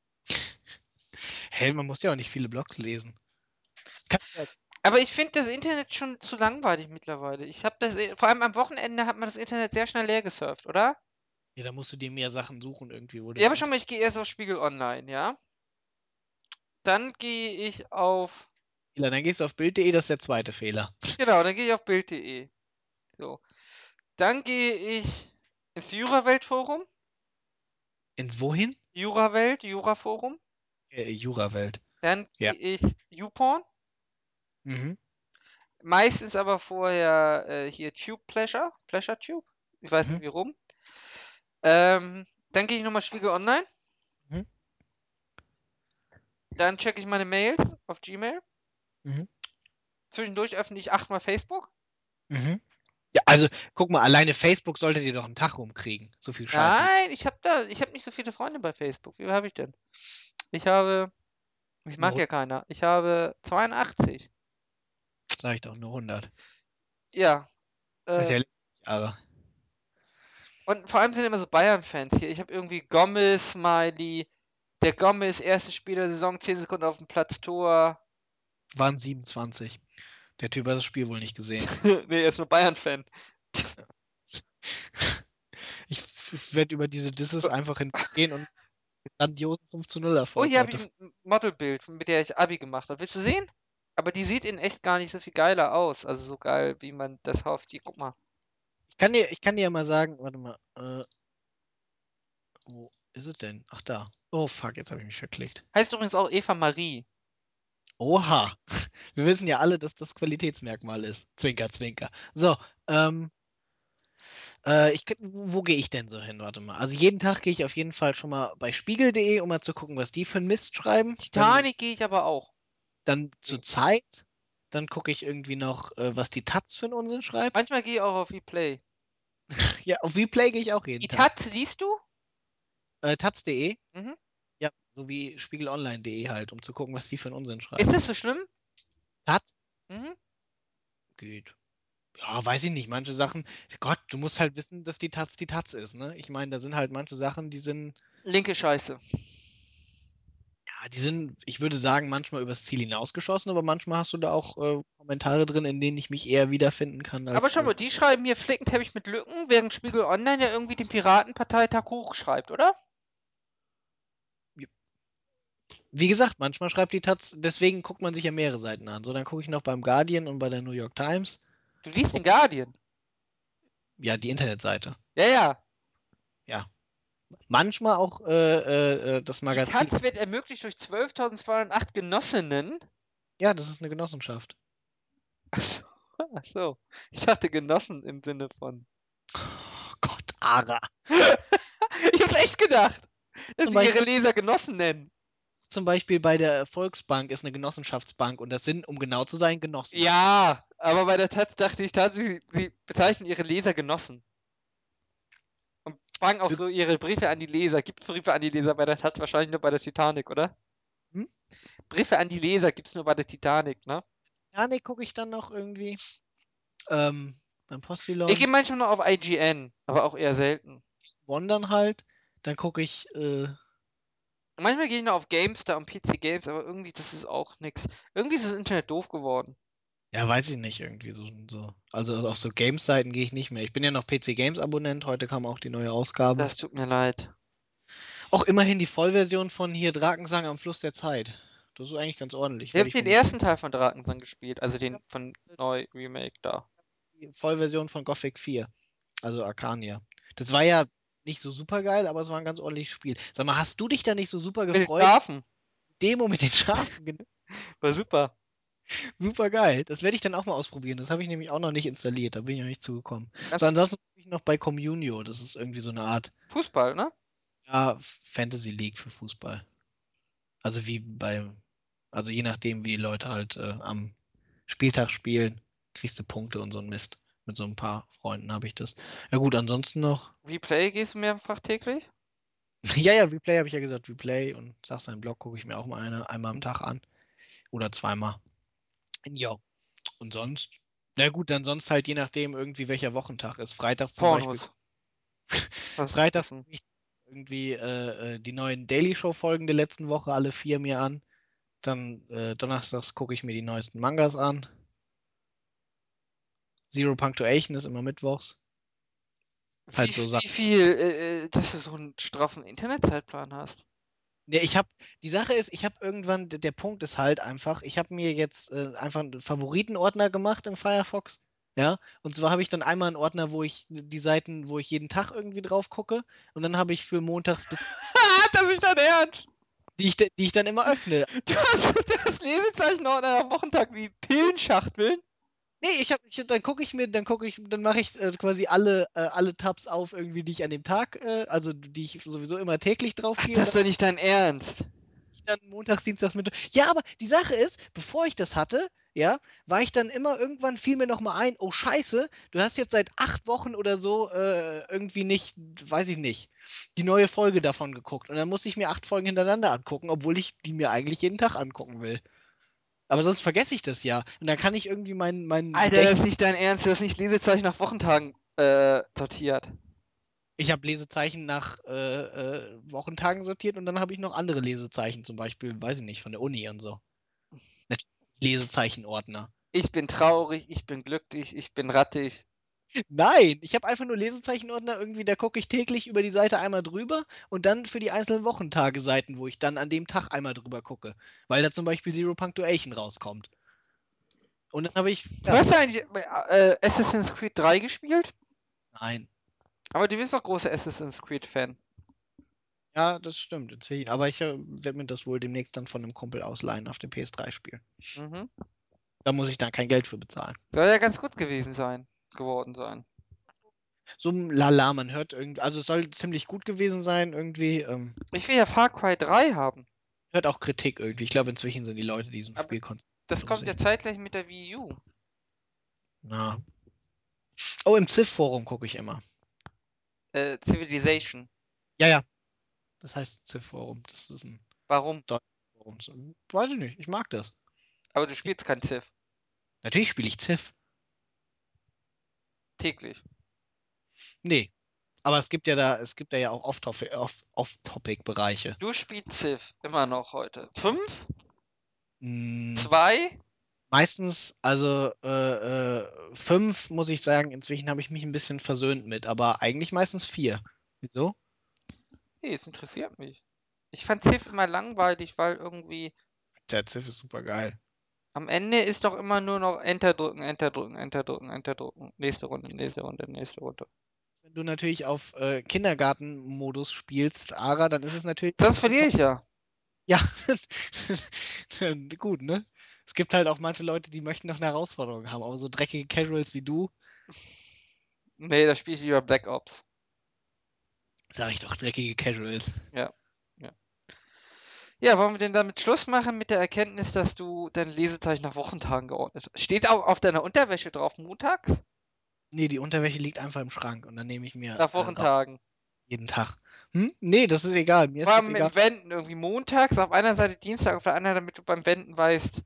Hey, man muss ja auch nicht viele Blogs lesen. Kann, ja,
Aber ich finde das Internet schon zu langweilig mittlerweile. Ich habe das, vor allem am Wochenende hat man das Internet sehr schnell leer gesurft, oder?
ja, da musst du dir mehr Sachen suchen irgendwie, wo du
Ja,
im
aber schau
Internet.
mal, ich gehe erst auf Spiegel Online, ja? Dann gehe ich auf.
Fehler. Dann gehst du auf Bild.de, das ist der zweite Fehler.
Genau, dann gehe ich auf Bild.de. So. Dann gehe ich ins Jurawelt-Forum.
Ins wohin?
Jurawelt, Juraforum.
Jurawelt.
Dann
Ja.
gehe ich YouPorn.
Mhm.
Meistens aber vorher hier Tube Pleasure. Pleasure Tube. Ich weiß
Mhm.
nicht wie rum. Dann gehe ich nochmal Spiegel Online.
Mhm.
Dann checke ich meine Mails auf Gmail.
Mhm.
Zwischendurch öffne ich 8-mal Facebook.
Mhm. Ja, also, guck mal, alleine Facebook solltet ihr doch einen Tag rumkriegen. So viel Scheiße.
Nein, ich habe nicht so viele Freunde bei Facebook. Wie viel habe ich denn? Ich habe, ich mag
Nur,
ja keiner. Ich habe 82.
sag ich doch, nur 100.
Ja,
Das ist
äh,
ja lächerlich, aber
und vor allem sind immer so Bayern-Fans hier. Ich habe irgendwie Gomez, Smiley. Der Gomez, erste Spiel der Saison, 10 Sekunden auf dem Platz, Tor.
waren 27. Der Typ hat das Spiel wohl nicht gesehen.
Nee, er ist nur Bayern-Fan.
Ich werde über diese Disses einfach hingehen und grandiosen 5:0
Oh,
Erfolg
hier habe
heute.
ich ein Modelbild, mit der ich Abi gemacht habe. Willst du sehen? Aber die sieht in echt gar nicht so viel geiler aus. Also so geil, wie man das hofft. Die, guck mal.
Ich kann dir ja mal sagen, warte mal, wo ist es denn? Ach da. Oh fuck, jetzt habe ich mich verklickt.
Heißt übrigens auch Eva Marie.
Oha. Wir wissen ja alle, dass das Qualitätsmerkmal ist. Zwinker, zwinker. So, ähm, wo gehe ich denn so hin? Warte mal. Also jeden Tag gehe ich auf jeden Fall schon mal bei spiegel.de, um mal zu gucken, was die für einen Mist schreiben. Dann,
Titanic gehe ich aber auch.
dann zur
Nee.
Zeit. Dann gucke ich irgendwie noch, was die Taz für einen Unsinn schreibt.
Manchmal gehe ich auch auf Replay.
Ja, auf Replay gehe ich auch
Die
jeden Tag.
Taz liest du?
Taz.de.
Mhm.
Ja, so wie spiegelonline.de halt, um zu gucken, was die für einen Unsinn
Ist
schreiben.
das so schlimm?
Taz
Mhm.
geht. Ja, weiß ich nicht. Manche Sachen, Gott, du musst halt wissen, dass die Taz ist, ne? Ich meine, da sind halt manche Sachen,
Linke Scheiße.
ja, ich würde sagen, manchmal übers Ziel hinausgeschossen, aber manchmal hast du da auch Kommentare drin, in denen ich mich eher wiederfinden kann,
Aber
als,
schau mal, die schreiben hier Flickenteppich mit Lücken, während Spiegel Online ja irgendwie den Piratenparteitag hochschreibt, oder?
wie gesagt, manchmal schreibt die Taz, deswegen guckt man sich ja mehrere Seiten an. So, dann gucke ich noch beim Guardian und bei der New York Times.
Du liest den Guardian.
Ja, die Internetseite.
Ja, ja.
Ja. Manchmal auch das
Die
Magazin.
Taz wird ermöglicht durch 12.208 Genossinnen.
Ja, das ist eine Genossenschaft.
Ach so. Ach so. Ich dachte Genossen im Sinne von.
Oh Gott, Ara.
Ich hab's echt gedacht, dass
Zum
sie ihre
Beispiel,
Leser Genossen nennen.
zum Beispiel bei der Volksbank ist eine Genossenschaftsbank und das sind, um genau zu sein, Genossen.
Ja, aber bei der Taz dachte ich tatsächlich, sie bezeichnen ihre Leser Genossen. Und fragen auch
Für,
so ihre Briefe an die Leser. Gibt es Briefe an die Leser bei der Taz? Wahrscheinlich nur bei der Titanic, oder?
hm?
Briefe an die Leser gibt's nur bei der Titanic, ne?
Titanic gucke ich dann noch irgendwie. Beim
Ich gehe
Postillon.
manchmal noch auf IGN, aber auch eher selten.
Wandern halt. Dann gucke ich,
Manchmal gehe ich noch auf GameStar und PC Games, aber irgendwie, das ist auch nix. Irgendwie ist das Internet doof geworden.
ja, weiß ich nicht, irgendwie so. Also auf so Games-Seiten gehe ich nicht mehr. Ich bin ja noch PC Games-Abonnent. Heute kam auch die neue Ausgabe.
Das tut mir leid.
Auch immerhin die Vollversion von hier Drakensang am Fluss der Zeit. Das ist eigentlich ganz ordentlich.
Ich
Werde
habe
ich
den
vermuten.
ersten Teil von Drakensang gespielt, also den von Neu Remake da.
Die Vollversion von Gothic 4. Also Arcania. Das war ja nicht so super geil, aber es war ein ganz ordentliches Spiel. Sag mal, hast du dich da nicht so super
Mit den
gefreut?
Schafen.
Demo mit den Schafen,
War super.
super geil. Das werde ich dann auch mal ausprobieren. Das habe ich nämlich auch noch nicht installiert. Da bin ich noch nicht zugekommen. So,
Ganz
ansonsten bin ich noch bei Communio. Das ist irgendwie so eine Art,
Fußball, ne?
ja, Fantasy League für Fußball. Also also je nachdem, wie die Leute halt am Spieltag spielen, kriegst du Punkte und so ein Mist. Mit so ein paar Freunden habe ich das. Ja gut, ansonsten noch.
Replay gehst du mehrfach täglich?
Ja, ja, Replay habe ich ja gesagt, Replay und sag seinen Blog gucke ich mir auch mal einmal am Tag an. Oder zweimal. Ja. Und sonst? Na gut, dann sonst halt je nachdem irgendwie welcher Wochentag ist. Freitags zum Beispiel.
Pornos. Was ist
Freitags
das denn?
gucke ich irgendwie die neuen Daily Show-Folgen der letzten Woche, alle vier mir an. Dann donnerstags gucke ich mir die neuesten Mangas an. Zero Punctuation ist immer mittwochs. Halt so
Wie
Sachen.
viel, dass du so einen straffen Internetzeitplan hast?
Nee, die Sache ist, ich habe irgendwann, der Punkt ist halt einfach, ich habe mir jetzt einfach einen Favoritenordner gemacht in Firefox. Ja, und zwar habe ich dann einmal einen Ordner, wo ich die Seiten, wo ich jeden Tag irgendwie drauf gucke. Und dann habe ich für montags bis,
Das ist dein Ernst!
die ich dann immer öffne.
Du hast Lesezeichen am Wochentag wie Pillenschachteln?
Nee, dann gucke ich, dann mache ich quasi alle Tabs auf, irgendwie, die ich an dem Tag, also die ich sowieso immer täglich drauf
Ach,
gehe. Und
das ist doch nicht dein Ernst.
dann montags, dienstags, Mittwoch. Ja, aber die Sache ist, bevor ich das hatte, ja, war ich dann immer irgendwann fiel mir noch mal ein, oh Scheiße, du hast jetzt seit 8 Wochen oder so irgendwie nicht, weiß ich nicht, die neue Folge davon geguckt. Und dann muss ich mir 8 Folgen hintereinander angucken, obwohl ich die mir eigentlich jeden Tag angucken will. Aber sonst vergesse ich das ja. Und dann kann ich irgendwie mein
Alter, das
Gedächtnis.
ist nicht dein Ernst. Du hast nicht Lesezeichen nach Wochentagen sortiert.
Ich habe Lesezeichen nach Wochentagen sortiert und dann habe ich noch andere Lesezeichen, zum Beispiel, weiß ich nicht, von der Uni und so. Natürlich Lesezeichenordner.
Ich bin traurig, ich bin glücklich, ich bin rattig.
Nein, ich habe einfach nur Lesezeichenordner irgendwie, da gucke ich täglich über die Seite einmal drüber und dann für die einzelnen Wochentageseiten, wo ich dann an dem Tag einmal drüber gucke, weil da zum Beispiel Zero Punctuation rauskommt. Und dann habe ich, ja,
Hast du eigentlich Assassin's Creed 3 gespielt?
nein.
Aber du bist doch großer Assassin's Creed-Fan.
Ja, das stimmt. Aber ich werde mir das wohl demnächst dann von einem Kumpel ausleihen auf dem PS3 spielen.
Mhm.
Da muss ich dann kein Geld für bezahlen.
Soll ja ganz gut gewesen sein, geworden sein.
So lala, man hört irgendwie, also es soll ziemlich gut gewesen sein, irgendwie.
Ich will ja Far Cry 3 haben.
Hört auch Kritik irgendwie. Ich glaube, inzwischen sind die Leute, die diesem
Aber
Spiel konzentriert
das
um
kommt ja
sich.
zeitgleich mit der Wii U.
Na. Oh, im Civ-Forum gucke ich immer.
Civilization.
Ja, ja, das heißt Civ-Forum. Das ist ein
Warum?
deutsches Forum. Weiß ich nicht, ich mag das.
Aber du spielst kein Civ.
Natürlich spiele ich Civ.
Täglich.
Nee, aber es gibt ja auch Off-Topic-Bereiche.
Du spielst Civ. Immer noch heute. 5?
Hm,
2?
meistens, also 5 muss ich sagen, inzwischen habe ich mich ein bisschen versöhnt mit, aber eigentlich meistens 4. Wieso?
Nee, es interessiert mich. Ich fand Civ immer langweilig, weil irgendwie
Der Civ ist super geil.
am Ende ist doch immer nur noch Enter drücken, Enter drücken, Enter drücken, Enter drücken. Nächste Runde, nächste Runde, nächste Runde.
Wenn du natürlich auf Kindergartenmodus spielst, Ara, dann ist es natürlich
Sonst
ein
verliere ich ja.
Ja, gut, ne? Es gibt halt auch manche Leute, die möchten noch eine Herausforderung haben, aber so dreckige Casuals wie du,
Nee, da spiele ich lieber Black Ops.
sag ich doch, dreckige Casuals.
Ja. Ja. Ja, wollen wir denn damit Schluss machen mit der Erkenntnis, dass du deine Lesezeichen nach Wochentagen geordnet hast? Steht auch auf deiner Unterwäsche drauf montags?
Nee, die Unterwäsche liegt einfach im Schrank und dann nehme ich mir
Nach
raus
Wochentagen.
jeden Tag. Hm? Nee, das ist egal. Mir
Vor
ist das
allem
egal.
im Wenden irgendwie montags, auf einer Seite Dienstag, auf der anderen, damit du beim Wenden weißt.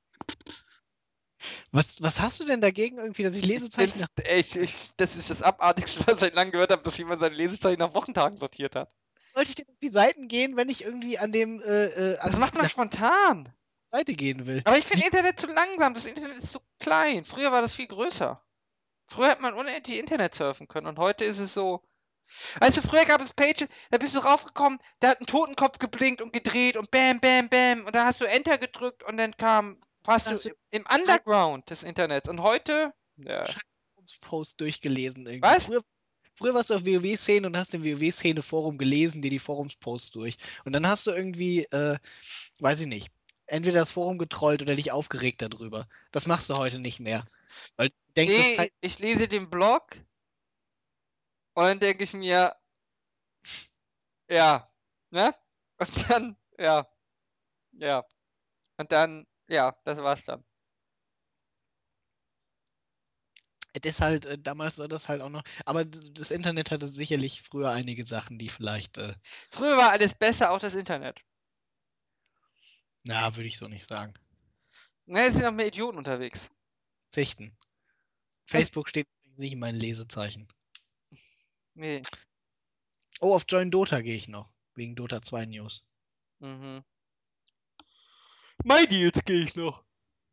Was hast du denn dagegen irgendwie, dass ich
Ich bin,
Lesezeichen nach.
das ist das Abartigste, was ich seit langem gehört habe, dass jemand seine Lesezeichen nach Wochentagen sortiert hat.
Sollte ich denn auf die Seiten gehen, wenn ich irgendwie
Das macht man
nach
spontan.
der Seite gehen will?
Aber ich finde
Wie
Internet zu langsam. Das Internet ist zu klein. Früher war das viel größer. Früher hat man unendlich Internet surfen können und heute ist es so. Weißt du, früher gab es Pages, da bist du raufgekommen, da hat ein Totenkopf geblinkt und gedreht und bam, bam, bam und da hast du Enter gedrückt und dann warst du
hast du
im
einen
Underground des Internets und heute, ja,
Post durchgelesen irgendwie?
was?
Früher warst du auf WoW-Szene und hast im WoW-Szene-Forum gelesen, dir die Forumsposts durch. Und dann hast du irgendwie, weiß ich nicht, entweder das Forum getrollt oder dich aufgeregt darüber. Das machst du heute nicht mehr. Weil du denkst, das
Nee,
zeigt,
ich lese den Blog und dann denke ich mir, ja, ne? Und dann, ja, ja. Und dann, ja, das war's dann.
das ist halt, damals war das halt auch noch. Aber das Internet hatte sicherlich früher einige Sachen, die vielleicht,
Früher war alles besser, auch das Internet.
na, würde ich so nicht sagen.
Ne, es sind noch mehr Idioten unterwegs.
Zichten.
Was?
Facebook steht nicht in meinen Lesezeichen.
Nee.
Oh, auf Join Dota gehe ich noch. Wegen Dota 2 News.
Mhm. MyDeals gehe ich noch.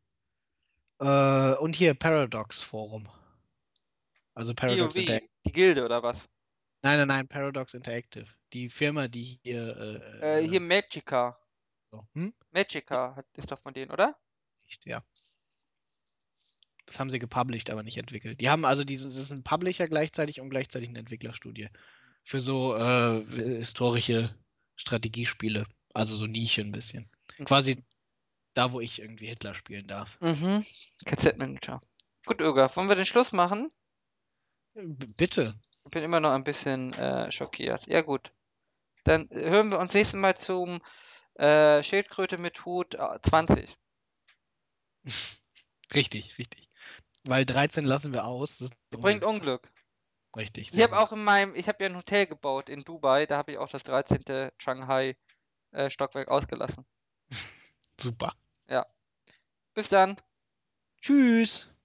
Und hier Paradox Forum. Also Paradox
WoW,
Interactive.
die Gilde oder was?
Nein, nein, nein, Paradox Interactive. die Firma, die hier,
Hier Magica.
so,
Magica ist doch von denen, oder?
nicht, ja. Das haben sie gepublished, aber nicht entwickelt. Die haben also das ist ein Publisher gleichzeitig und gleichzeitig eine Entwicklerstudie für so historische Strategiespiele. Also so Nische ein bisschen. Quasi da, wo ich irgendwie Hitler spielen darf.
Mhm. KZ-Manager. Gut, Öger, wollen wir den Schluss machen?
Bitte.
Ich bin immer noch ein bisschen schockiert. Ja, gut. Dann hören wir uns nächstes Mal zum Schildkröte mit Hut 20.
Richtig, richtig. Weil 13 lassen wir aus. Das ist eine
Bringt
Unglückszahl.
Unglück.
Richtig,
Ich
sehr
habe
gut.
auch ich habe ja ein Hotel gebaut in Dubai, da habe ich auch das 13. Shanghai Stockwerk ausgelassen.
Super.
Ja. Bis dann.
Tschüss.